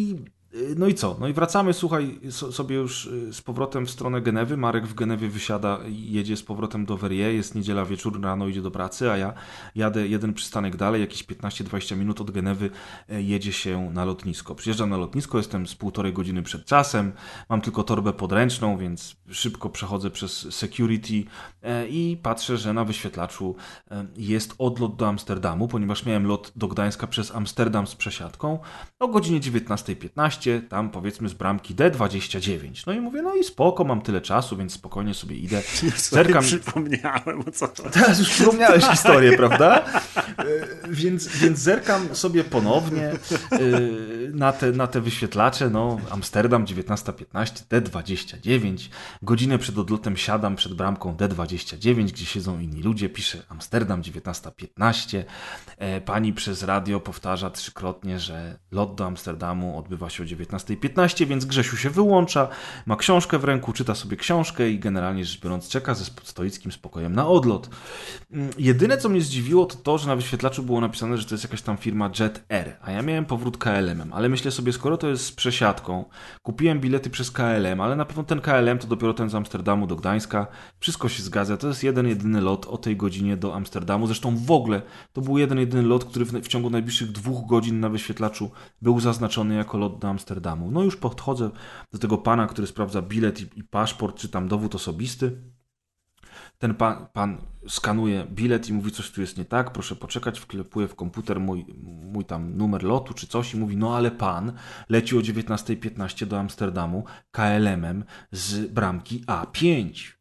No i co? No i wracamy, słuchaj, so, sobie już z powrotem w stronę Genewy. Marek w Genewie wysiada i jedzie z powrotem do Verrières. Jest niedziela wieczór, rano idzie do pracy, a ja jadę jeden przystanek dalej, jakieś piętnaście dwadzieścia minut od Genewy jedzie się na lotnisko. Przyjeżdżam na lotnisko, jestem z półtorej godziny przed czasem, mam tylko torbę podręczną, więc szybko przechodzę przez security i patrzę, że na wyświetlaczu jest odlot do Amsterdamu, ponieważ miałem lot do Gdańska przez Amsterdam z przesiadką o godzinie dziewiętnasta piętnaście, tam powiedzmy z bramki D dwadzieścia dziewięć. No i mówię, no i spoko, mam tyle czasu, więc spokojnie sobie idę. Zerkam... Przypomniałem, o co to. Teraz już przypomniałeś historię, prawda? Więc, więc zerkam sobie ponownie na te, na te wyświetlacze, no Amsterdam dziewiętnasta piętnaście, D dwadzieścia dziewięć. Godzinę przed odlotem siadam przed bramką D dwadzieścia dziewięć, gdzie siedzą inni ludzie, pisze Amsterdam dziewiętnasta piętnaście. Pani przez radio powtarza trzykrotnie, że lot do Amsterdamu odbywa się o dziewiętnasta piętnaście, więc Grzesiu się wyłącza, ma książkę w ręku, czyta sobie książkę i generalnie rzecz biorąc czeka ze stoickim spokojem na odlot. Jedyne, co mnie zdziwiło, to to, że na wyświetlaczu było napisane, że to jest jakaś tam firma Jet Air, a ja miałem powrót K L M-em, ale myślę sobie, skoro to jest z przesiadką, kupiłem bilety przez K L M, ale na pewno ten K L M to dopiero ten z Amsterdamu do Gdańska, wszystko się zgadza, to jest jeden, jedyny lot o tej godzinie do Amsterdamu, zresztą w ogóle to był jeden, jedyny lot, który w, w ciągu najbliższych dwóch godzin na wyświetlaczu był zaznaczony jako lot do Amsterdamu. No już podchodzę do tego pana, który sprawdza bilet i, i paszport, czy tam dowód osobisty. Ten pan, pan skanuje bilet i mówi, coś tu jest nie tak, proszę poczekać, wklepuje w komputer mój, mój tam numer lotu czy coś i mówi, no ale pan leci o dziewiętnasta piętnaście do Amsterdamu K L M-em z bramki A pięć.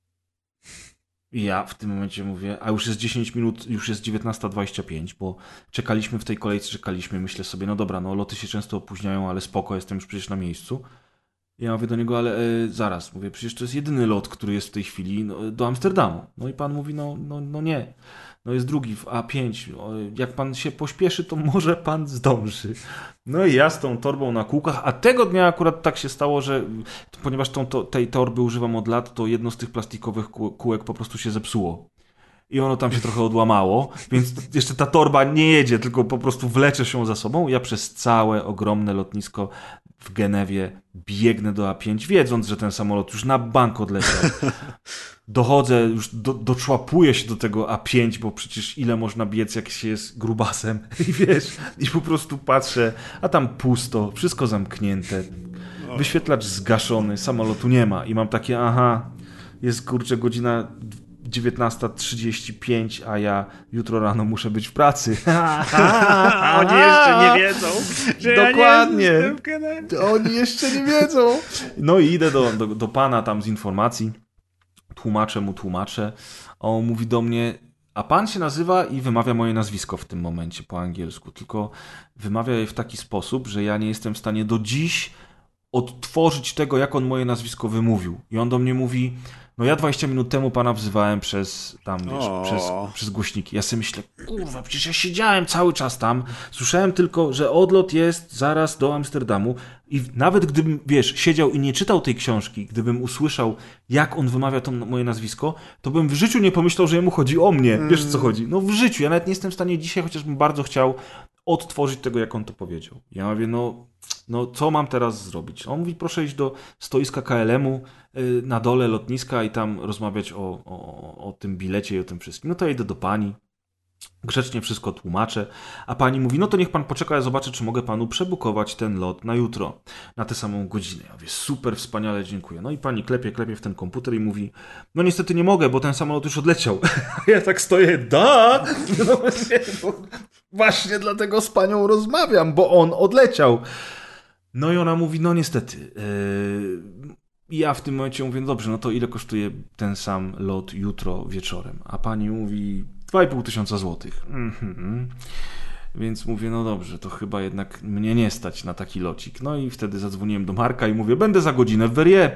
I ja w tym momencie mówię, a już jest dziesięć minut, już jest dziewiętnasta dwadzieścia pięć, bo czekaliśmy w tej kolejce, czekaliśmy, myślę sobie, no dobra, no loty się często opóźniają, ale spoko, jestem już przecież na miejscu. Ja mówię do niego, ale e, zaraz, mówię, przecież to jest jedyny lot, który jest w tej chwili no, do Amsterdamu. No i pan mówi, no, no, no nie, no jest drugi w A pięć, jak pan się pośpieszy, to może pan zdąży. No i ja z tą torbą na kółkach, a tego dnia akurat tak się stało, że ponieważ tą, to, tej torby używam od lat, to jedno z tych plastikowych kółek po prostu się zepsuło. I ono tam się trochę odłamało, więc jeszcze ta torba nie jedzie, tylko po prostu wlecze się za sobą. Ja przez całe ogromne lotnisko w Genewie biegnę do A pięć, wiedząc, że ten samolot już na bank odleciał. Dochodzę, już do, doczłapuję się do tego A pięć, bo przecież ile można biec, jak się jest grubasem. I wiesz, i po prostu patrzę, a tam pusto, wszystko zamknięte, wyświetlacz zgaszony, samolotu nie ma. I mam takie, aha, jest kurczę godzina dziewiętnasta trzydzieści pięć, a ja jutro rano muszę być w pracy. Oni jeszcze nie wiedzą, że dokładnie. Ja nie jestem. Oni jeszcze nie wiedzą. No i idę do, do, do pana tam z informacji, tłumaczę mu, tłumaczę, a on mówi do mnie, a pan się nazywa i wymawia moje nazwisko w tym momencie po angielsku, tylko wymawia je w taki sposób, że ja nie jestem w stanie do dziś odtworzyć tego, jak on moje nazwisko wymówił. I on do mnie mówi, no ja dwadzieścia minut temu pana wzywałem przez tam, wiesz, przez, przez głośniki. Ja sobie myślę, kurwa, przecież ja siedziałem cały czas tam, słyszałem tylko, że odlot jest zaraz do Amsterdamu i nawet gdybym, wiesz, siedział i nie czytał tej książki, gdybym usłyszał, jak on wymawia to moje nazwisko, to bym w życiu nie pomyślał, że jemu chodzi o mnie. Wiesz, o co chodzi? No w życiu. Ja nawet nie jestem w stanie dzisiaj, chociażbym bardzo chciał odtworzyć tego, jak on to powiedział. Ja mówię, no, no co mam teraz zrobić? On mówi, proszę iść do stoiska K L M-u yy, na dole lotniska i tam rozmawiać o, o, o tym bilecie i o tym wszystkim. No to ja idę do pani, grzecznie wszystko tłumaczę, a pani mówi, no to niech pan poczeka, ja zobaczę, czy mogę panu przebukować ten lot na jutro, na tę samą godzinę. Ja mówię, super, wspaniale, dziękuję. No i pani klepie, klepie w ten komputer i mówi, no niestety nie mogę, bo ten samolot już odleciał. A ja tak stoję, da! No właśnie, bo właśnie dlatego z panią rozmawiam, bo on odleciał. No i ona mówi, no niestety. Yy... I ja w tym momencie mówię, dobrze, no to ile kosztuje ten sam lot jutro wieczorem? A pani mówi, dwa i pół tysiąca złotych. Mm-hmm. Więc mówię, no dobrze, to chyba jednak mnie nie stać na taki locik. No i wtedy zadzwoniłem do Marka i mówię, będę za godzinę w Verrières.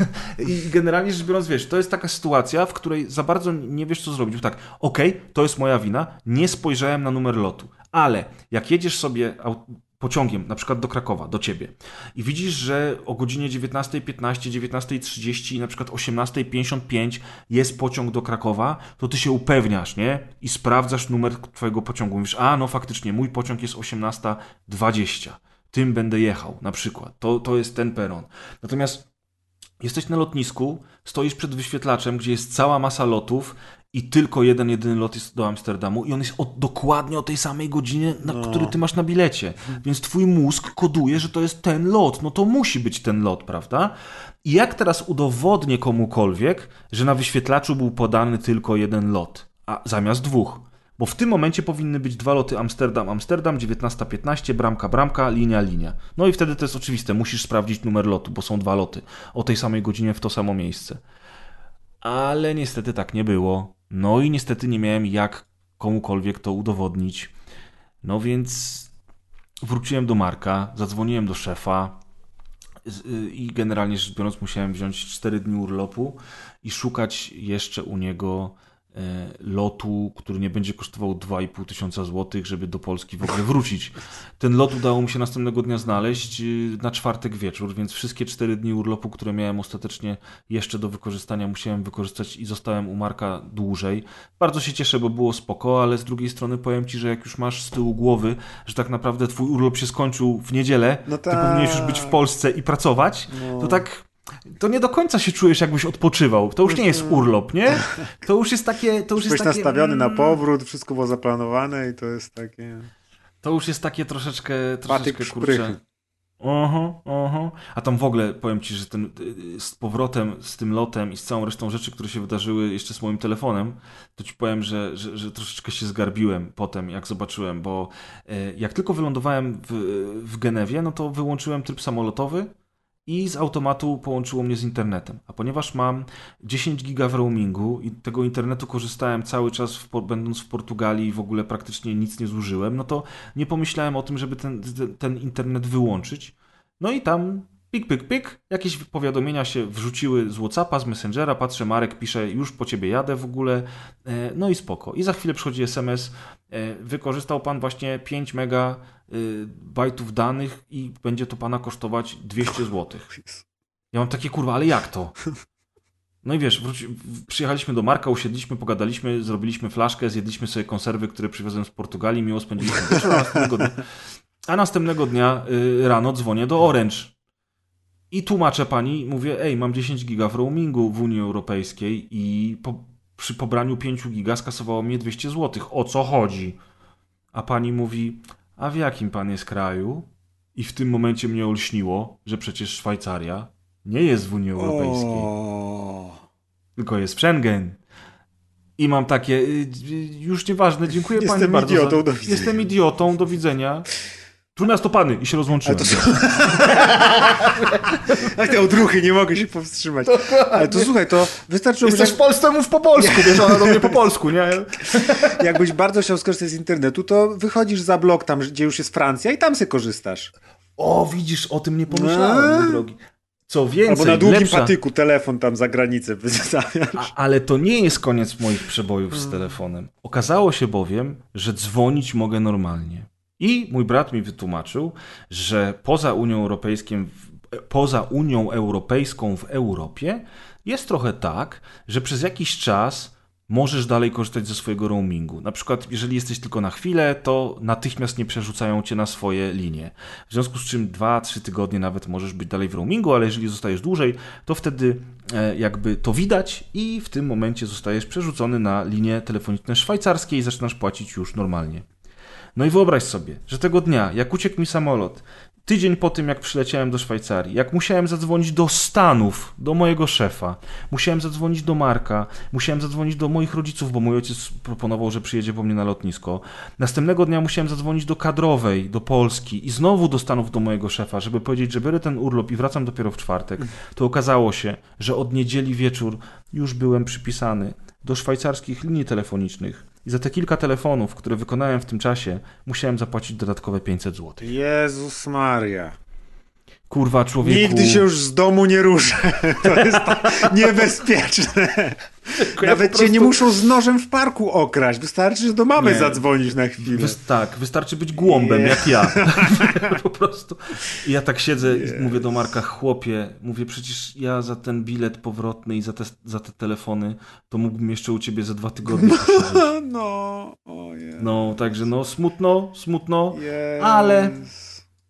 I generalnie rzecz biorąc, wiesz, to jest taka sytuacja, w której za bardzo nie wiesz, co zrobić. Tak, okej, okay, to jest moja wina, nie spojrzałem na numer lotu. Ale jak jedziesz sobie pociągiem, na przykład do Krakowa, do ciebie i widzisz, że o godzinie dziewiętnasta piętnaście, dziewiętnasta trzydzieści i na przykład osiemnasta pięćdziesiąt pięć jest pociąg do Krakowa, to ty się upewniasz, nie? I sprawdzasz numer twojego pociągu. Mówisz, a no faktycznie, mój pociąg jest osiemnasta dwadzieścia. tym będę jechał, na przykład. To, to jest ten peron. Natomiast jesteś na lotnisku, stoisz przed wyświetlaczem, gdzie jest cała masa lotów i tylko jeden, jedyny lot jest do Amsterdamu i on jest o, dokładnie o tej samej godzinie, na No. który ty masz na bilecie. Więc twój mózg koduje, że to jest ten lot. No to musi być ten lot, prawda? I jak teraz udowodnię komukolwiek, że na wyświetlaczu był podany tylko jeden lot, a zamiast dwóch? Bo w tym momencie powinny być dwa loty Amsterdam-Amsterdam, dziewiętnasta piętnaście, bramka-bramka, linia-linia. No i wtedy to jest oczywiste, musisz sprawdzić numer lotu, bo są dwa loty o tej samej godzinie w to samo miejsce. Ale niestety tak nie było. No i niestety nie miałem jak komukolwiek to udowodnić. No więc wróciłem do Marka, zadzwoniłem do szefa i generalnie rzecz biorąc musiałem wziąć cztery dni urlopu i szukać jeszcze u niego lotu, który nie będzie kosztował dwa i pół tysiąca złotych, żeby do Polski w ogóle wrócić. Ten lot udało mi się następnego dnia znaleźć na czwartek wieczór, więc wszystkie cztery dni urlopu, które miałem ostatecznie jeszcze do wykorzystania, musiałem wykorzystać i zostałem u Marka dłużej. Bardzo się cieszę, bo było spoko, ale z drugiej strony powiem Ci, że jak już masz z tyłu głowy, że tak naprawdę Twój urlop się skończył w niedzielę, no Ty powinieneś już być w Polsce i pracować, no. to tak to nie do końca się czujesz, jakbyś odpoczywał. To już nie jest urlop, nie? To już jest takie... To już Byłeś jest takie, nastawiony mm, na powrót, wszystko było zaplanowane i to jest takie... To już jest takie troszeczkę, Patyk troszeczkę kurczę... Oho, oho. A tam w ogóle powiem Ci, że ten, z powrotem, z tym lotem i z całą resztą rzeczy, które się wydarzyły jeszcze z moim telefonem, to Ci powiem, że, że, że troszeczkę się zgarbiłem potem, jak zobaczyłem, bo jak tylko wylądowałem w, w Genewie, no to wyłączyłem tryb samolotowy i z automatu połączyło mnie z internetem. A ponieważ mam dziesięć giga w roamingu i tego internetu korzystałem cały czas w, będąc w Portugalii i w ogóle praktycznie nic nie zużyłem, no to nie pomyślałem o tym, żeby ten, ten internet wyłączyć. No i tam pik, pik, pik, jakieś powiadomienia się wrzuciły z WhatsAppa, z Messengera, patrzę, Marek pisze, już po ciebie jadę w ogóle, no i spoko. I za chwilę przychodzi es em es, wykorzystał pan właśnie pięć megabajtów danych i będzie to pana kosztować dwieście złotych. Ja mam takie, kurwa, ale jak to? No i wiesz, wróci, przyjechaliśmy do Marka, usiedliśmy, pogadaliśmy, zrobiliśmy flaszkę, zjedliśmy sobie konserwy, które przywiozłem z Portugalii, miło spędziliśmy wieczór, a następnego dnia, a następnego dnia y, rano dzwonię do Orange. I tłumaczę pani, mówię, ej, mam dziesięć giga w roamingu w Unii Europejskiej i po, przy pobraniu pięć giga skasowało mnie dwieście złotych. O co chodzi? A pani mówi, a w jakim pan jest kraju? I w tym momencie mnie olśniło, że przecież Szwajcaria nie jest w Unii Europejskiej. O... Tylko jest w Schengen. I mam takie, już nieważne, dziękuję Jestem pani bardzo. Idiotą, za... do widzenia. Jestem idiotą, do widzenia. Trójmiasto Pany i się rozłączyłem. Ale to są... Ale te odruchy, nie mogę się powstrzymać. Ale to słuchaj, to wystarczyło... Jesteś jak... w Polsce, mów po polsku, wiesz, ona do mnie po polsku, nie? Jakbyś bardzo chciał skorzystać z internetu, to wychodzisz za blok tam, gdzie już jest Francja i tam se korzystasz. O, widzisz, o tym nie pomyślałem, mój drogi. Co więcej, albo na długim lepsza... patyku telefon tam za granicę wystawiasz. A, ale to nie jest koniec moich przebojów z telefonem. Okazało się bowiem, że dzwonić mogę normalnie. I mój brat mi wytłumaczył, że poza Unią Europejską, poza Unią Europejską w Europie jest trochę tak, że przez jakiś czas możesz dalej korzystać ze swojego roamingu. Na przykład, jeżeli jesteś tylko na chwilę, to natychmiast nie przerzucają cię na swoje linie. W związku z czym dwa trzy tygodnie nawet możesz być dalej w roamingu, ale jeżeli zostajesz dłużej, to wtedy jakby to widać i w tym momencie zostajesz przerzucony na linie telefoniczne szwajcarskie i zaczynasz płacić już normalnie. No i wyobraź sobie, że tego dnia, jak uciekł mi samolot, tydzień po tym, jak przyleciałem do Szwajcarii, jak musiałem zadzwonić do Stanów, do mojego szefa, musiałem zadzwonić do Marka, musiałem zadzwonić do moich rodziców, bo mój ojciec proponował, że przyjedzie po mnie na lotnisko. Następnego dnia musiałem zadzwonić do kadrowej, do Polski i znowu do Stanów do mojego szefa, żeby powiedzieć, że biorę ten urlop i wracam dopiero w czwartek. To okazało się, że od niedzieli wieczór już byłem przypisany do szwajcarskich linii telefonicznych. I za te kilka telefonów, które wykonałem w tym czasie, musiałem zapłacić dodatkowe pięćset złotych. Jezus Maria. Kurwa, człowieku. Nigdy się już z domu nie ruszę. To jest tak niebezpieczne. Nawet ja prostu... cię nie muszą z nożem w parku okraść. Wystarczy, że do mamy nie. zadzwonić na chwilę. Wys- tak, wystarczy być głąbem, nie. jak ja. Po prostu. I ja tak siedzę nie. i mówię do Marka, chłopie, mówię, przecież ja za ten bilet powrotny i za te, za te telefony, to mógłbym jeszcze u ciebie za dwa tygodnie posiedzieć. No, o Jezu. No, także no, smutno, smutno, Jezu. ale...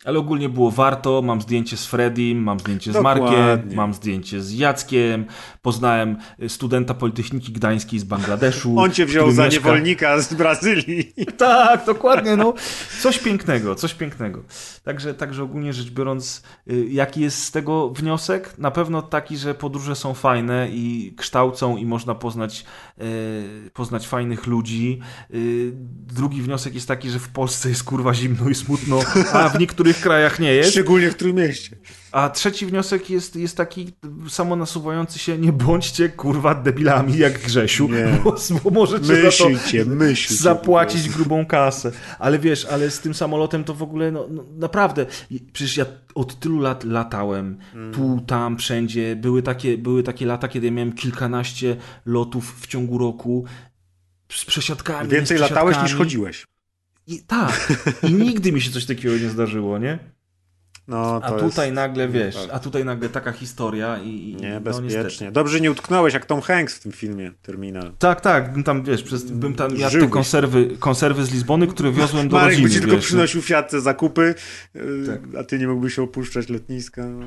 Ale ogólnie było warto, mam zdjęcie z Fredim, mam zdjęcie z Dokładnie. Markiem, mam zdjęcie z Jackiem, poznałem studenta Politechniki Gdańskiej z Bangladeszu. On cię wziął za mieszka... niewolnika z Brazylii. Tak, dokładnie, no. Coś pięknego, coś pięknego. Także, także ogólnie rzecz biorąc, jaki jest z tego wniosek? Na pewno taki, że podróże są fajne i kształcą i można poznać, e, poznać fajnych ludzi. E, drugi wniosek jest taki, że w Polsce jest kurwa zimno i smutno, a w niektórych krajach nie jest. Szczególnie w Trójmieście. A trzeci wniosek jest, jest taki samo nasuwający się, nie bądźcie kurwa debilami jak Grzesiu, Nie. bo, bo możecie Myślcie, za to myślcie zapłacić grubą kasę. Ale wiesz, ale z tym samolotem to w ogóle, no, no naprawdę, przecież ja od tylu lat latałem, mm. tu, tam, wszędzie, były takie, były takie lata, kiedy ja miałem kilkanaście lotów w ciągu roku, z przesiadkami. Więcej z przesiadkami. latałeś niż chodziłeś. I, tak, i nigdy mi się coś takiego nie zdarzyło, nie? No, to a tutaj jest... nagle, wiesz, a tutaj nagle taka historia i... i nie, no, bezpiecznie. Dobrze nie utknąłeś jak Tom Hanks w tym filmie Terminal. Tak, tak, tam wiesz, przez, bym tam jadł te Żyłbyś. konserwy, konserwy z Lizbony, które wiozłem do Marek rodziny. by ci tylko wiesz, przynosił w siatce zakupy, tak. a ty nie mógłbyś się opuszczać lotniska. No.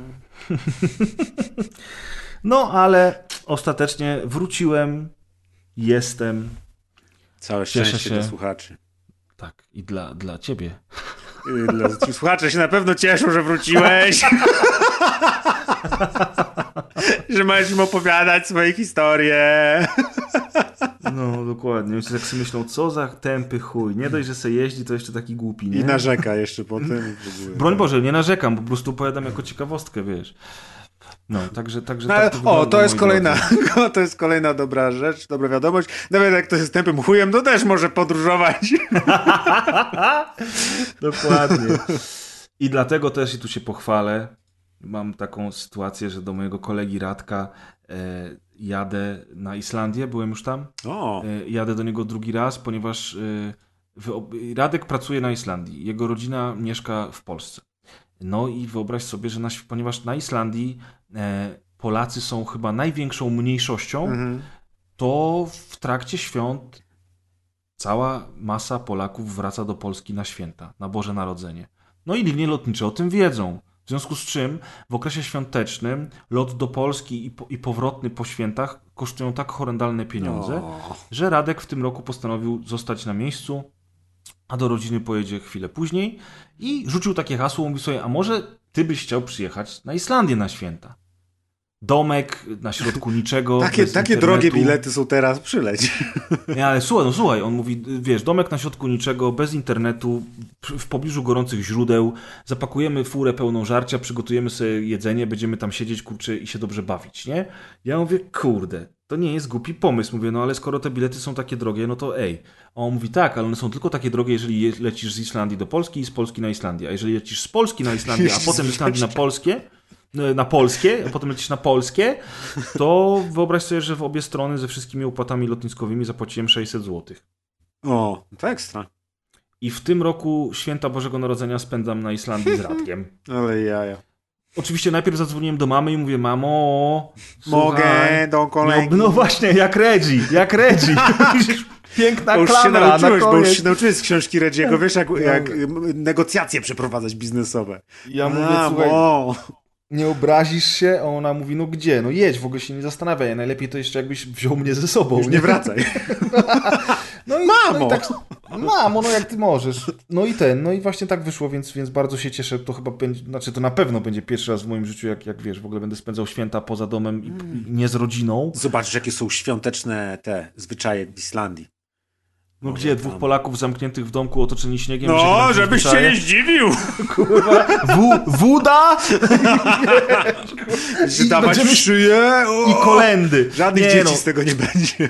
No, ale ostatecznie wróciłem, jestem. Całe Cieszę szczęście się. dla słuchaczy. Tak, i dla, dla ciebie. Dla... Ci słuchacze się na pewno cieszą, że wróciłeś. Że możesz im opowiadać swoje historie. No, dokładnie. Myślę, jak sobie myślą, co za tępy chuj. Nie dość, że se jeździ, to jeszcze taki głupi, nie? I narzeka jeszcze potem. W ogóle. Broń Boże, nie narzekam, po prostu opowiadam jako ciekawostkę, wiesz. No, także, także No, tak to o, wygląda, to jest moi kolejna, drodzy. to jest kolejna dobra rzecz, dobra wiadomość. Nawet jak to jest tępym chujem, to też może podróżować. Dokładnie. I dlatego też i tu się pochwalę. Mam taką sytuację, że do mojego kolegi Radka e, jadę na Islandię, byłem już tam. O. E, jadę do niego drugi raz, ponieważ e, wyob... Radek pracuje na Islandii. Jego rodzina mieszka w Polsce. No i wyobraź sobie, że na, ponieważ na Islandii e, Polacy są chyba największą mniejszością, mhm. to w trakcie świąt cała masa Polaków wraca do Polski na święta, na Boże Narodzenie. No i linie lotnicze o tym wiedzą. W związku z czym w okresie świątecznym lot do Polski i, po, i powrotny po świętach kosztują tak horrendalne pieniądze, o. że Radek w tym roku postanowił zostać na miejscu, a do rodziny pojedzie chwilę później i rzucił takie hasło, mówi sobie, a może ty byś chciał przyjechać na Islandię na święta? Domek na środku niczego. Takie, takie drogie bilety są teraz, przyleć. Nie, ale słuchaj, no słuchaj, on mówi, wiesz, domek na środku niczego, bez internetu, w pobliżu gorących źródeł, zapakujemy furę pełną żarcia, przygotujemy sobie jedzenie, będziemy tam siedzieć, kurczę, i się dobrze bawić, nie? Ja mówię, kurde, to nie jest głupi pomysł. Mówię, no ale skoro te bilety są takie drogie, no to ej. A on mówi, tak, ale one są tylko takie drogie, jeżeli lecisz z Islandii do Polski i z Polski na Islandię. A jeżeli lecisz z Polski na Islandię, a potem z Islandii na Polskie, na polskie, a potem lecisz na polskie, to wyobraź sobie, że w obie strony ze wszystkimi opłatami lotniskowymi zapłaciłem sześćset złotych. O, to ekstra. I w tym roku święta Bożego Narodzenia spędzam na Islandii z Radkiem. Ale jaja. Oczywiście najpierw zadzwoniłem do mamy i mówię, mamo, mogę słuchaj, do kolegi. No, no właśnie, jak Reggie, jak Reggie. Piękna bo już klamra się nauczyłeś, na bo już się nauczyłeś z książki Reggie'ego, wiesz jak, jak negocjacje przeprowadzać biznesowe. Ja mówię, a, słuchaj, bo... nie obrazisz się? A ona mówi, no gdzie? No jedź, w ogóle się nie zastanawiaj. Najlepiej to jeszcze jakbyś wziął mnie ze sobą. Już nie, nie wracaj. No i, Mamo! No i tak, mamo, no jak ty możesz. No i ten, no i właśnie tak wyszło, więc, więc bardzo się cieszę. To chyba będzie, znaczy to na pewno będzie pierwszy raz w moim życiu, jak, jak wiesz, w ogóle będę spędzał święta poza domem i, i nie z rodziną. Zobaczysz, jakie są świąteczne te zwyczaje w Islandii. No gdzie? Dwóch tam. Polaków zamkniętych w domku, otoczeni śniegiem. No, żebyś się nie zdziwił! Kurwa, w, woda! I dawać w szyję! I kolendy. Żadnych nie, dzieci no. z tego nie będzie.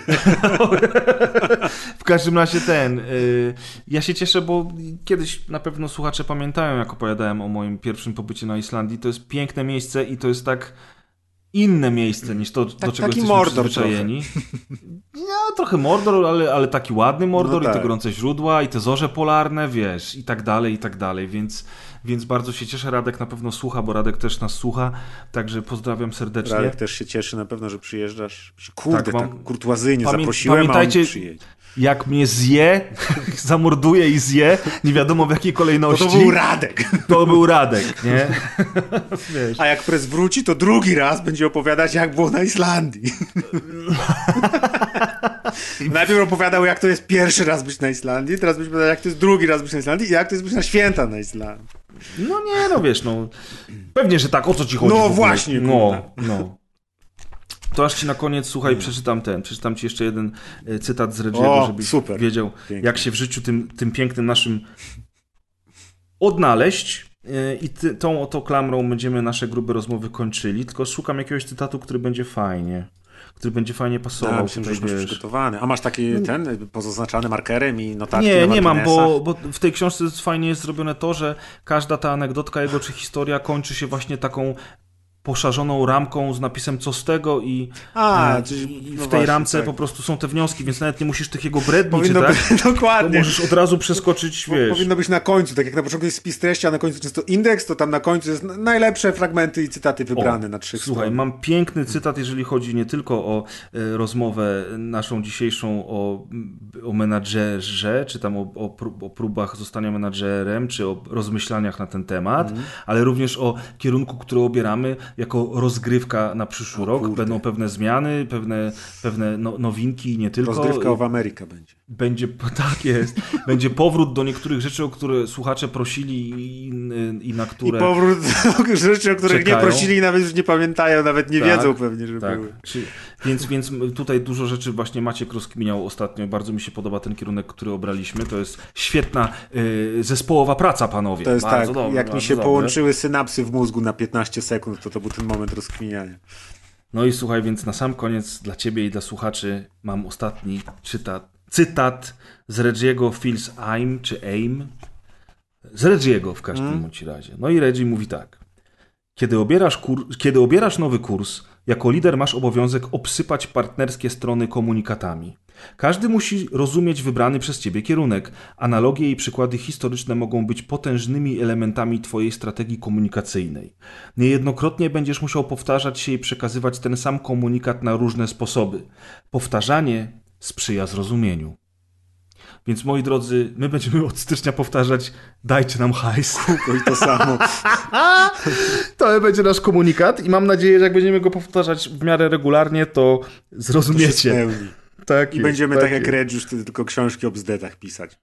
W każdym razie ten... Y, ja się cieszę, bo kiedyś na pewno słuchacze pamiętają, jak opowiadałem o moim pierwszym pobycie na Islandii. To jest piękne miejsce i to jest tak... inne miejsce niż to, tak, do czego taki jesteśmy Mordor przyzwyczajeni. No, trochę Mordor, ale, ale taki ładny Mordor, no tak. I te gorące źródła, i te zorze polarne, wiesz, i tak dalej, i tak dalej, więc, więc bardzo się cieszę. Radek na pewno słucha, bo Radek też nas słucha, także pozdrawiam serdecznie. Radek też się cieszy na pewno, że przyjeżdżasz. Kurde, tak, mam... tak kurtuazyjnie Pamię... zaprosiłem, Pamiętajcie... a on przyjedzie. Jak mnie zje, zamorduje i zje, nie wiadomo w jakiej kolejności. To, to był Radek. To był Radek, nie? Wiesz. A jak pres wróci, to drugi raz będzie opowiadać, jak było na Islandii. Najpierw opowiadał, jak to jest pierwszy raz być na Islandii, teraz będzie opowiadał, jak to jest drugi raz być na Islandii i jak to jest być na święta na Islandii. No nie, no wiesz, no. Pewnie, że tak, o co ci chodzi? No właśnie. No, no. To aż ci na koniec, słuchaj, przeczytam ten, przeczytam ci jeszcze jeden cytat z Reggie'ego, żebyś super. wiedział, Pięknie. jak się w życiu tym, tym pięknym naszym odnaleźć. I ty, tą oto klamrą będziemy nasze grube rozmowy kończyli, tylko szukam jakiegoś cytatu, który będzie fajnie, który będzie fajnie pasował. No, myślę, że już masz przygotowany. A masz taki ten, pozaznaczany markerem i notatki Nie, na nie mam, bo, bo w tej książce fajnie jest zrobione to, że każda ta anegdotka jego czy historia kończy się właśnie taką poszarzoną ramką z napisem co z tego i, A, i, czyli, i w no tej właśnie, ramce tak. po prostu są te wnioski, więc nawet nie musisz tych jego bredni powinno czytać. Być, dokładnie. To możesz od razu przeskoczyć, wiesz. Powinno być na końcu, tak jak na początku jest spis treści, a na końcu często indeks, to tam na końcu jest najlepsze fragmenty i cytaty wybrane o, na trzech Słuchaj, stron. mam piękny cytat, jeżeli chodzi nie tylko o e, rozmowę naszą dzisiejszą o, o menadżerze, czy tam o, o, prób, o próbach zostania menadżerem, czy o rozmyślaniach na ten temat, mm. ale również o kierunku, który obieramy jako rozgrywka na przyszły o, rok. Kurde. Będą pewne zmiany, pewne, pewne no, nowinki i nie tylko. Rozgrywka w Ameryka będzie. Będzie, tak jest. Będzie powrót do niektórych rzeczy, o które słuchacze prosili i, i na które... I powrót do rzeczy, o których czekają. Nie prosili i nawet już nie pamiętają, nawet nie tak, wiedzą pewnie, że tak. były. Czy, więc, więc tutaj dużo rzeczy właśnie Maciek rozkminiał ostatnio. Bardzo mi się podoba ten kierunek, który obraliśmy. To jest świetna y, zespołowa praca, panowie. To jest bardzo tak, dobre, jak mi się dobre. połączyły synapsy w mózgu na piętnaście sekund, to to był ten moment rozkminiania. No i słuchaj, więc na sam koniec dla ciebie i dla słuchaczy mam ostatni cytat. Cytat z Reggie'ego Feels I'm, czy Aim. Z Reggie'ego w każdym hmm. bądź razie. No i Reggie mówi tak. Kiedy obierasz, kur... Kiedy obierasz nowy kurs, jako lider masz obowiązek obsypać partnerskie strony komunikatami. Każdy musi rozumieć wybrany przez ciebie kierunek. Analogie i przykłady historyczne mogą być potężnymi elementami twojej strategii komunikacyjnej. Niejednokrotnie będziesz musiał powtarzać się i przekazywać ten sam komunikat na różne sposoby. Powtarzanie sprzyja zrozumieniu. Więc moi drodzy, my będziemy od stycznia powtarzać dajcie nam hajs. Kółko i to samo. To będzie nasz komunikat i mam nadzieję, że jak będziemy go powtarzać w miarę regularnie, to zrozumiecie. To tak I jest, będziemy tak, tak jak Regiusz, wtedy tylko książki o bzdetach pisać.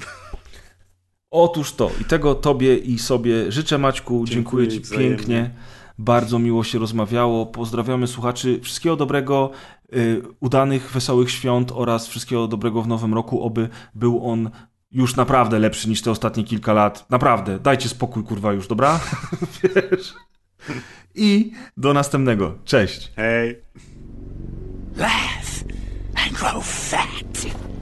Otóż to. I tego tobie i sobie życzę, Maćku. Dziękuję, Dziękuję ci wzajemnie. Pięknie. Bardzo miło się rozmawiało. Pozdrawiamy słuchaczy. Wszystkiego dobrego, yy, udanych, wesołych świąt oraz wszystkiego dobrego w nowym roku. Oby był on już naprawdę lepszy niż te ostatnie kilka lat. Naprawdę. Dajcie spokój, kurwa, już, dobra? Wiesz? I do następnego. Cześć. Hej. Laugh and grow fat.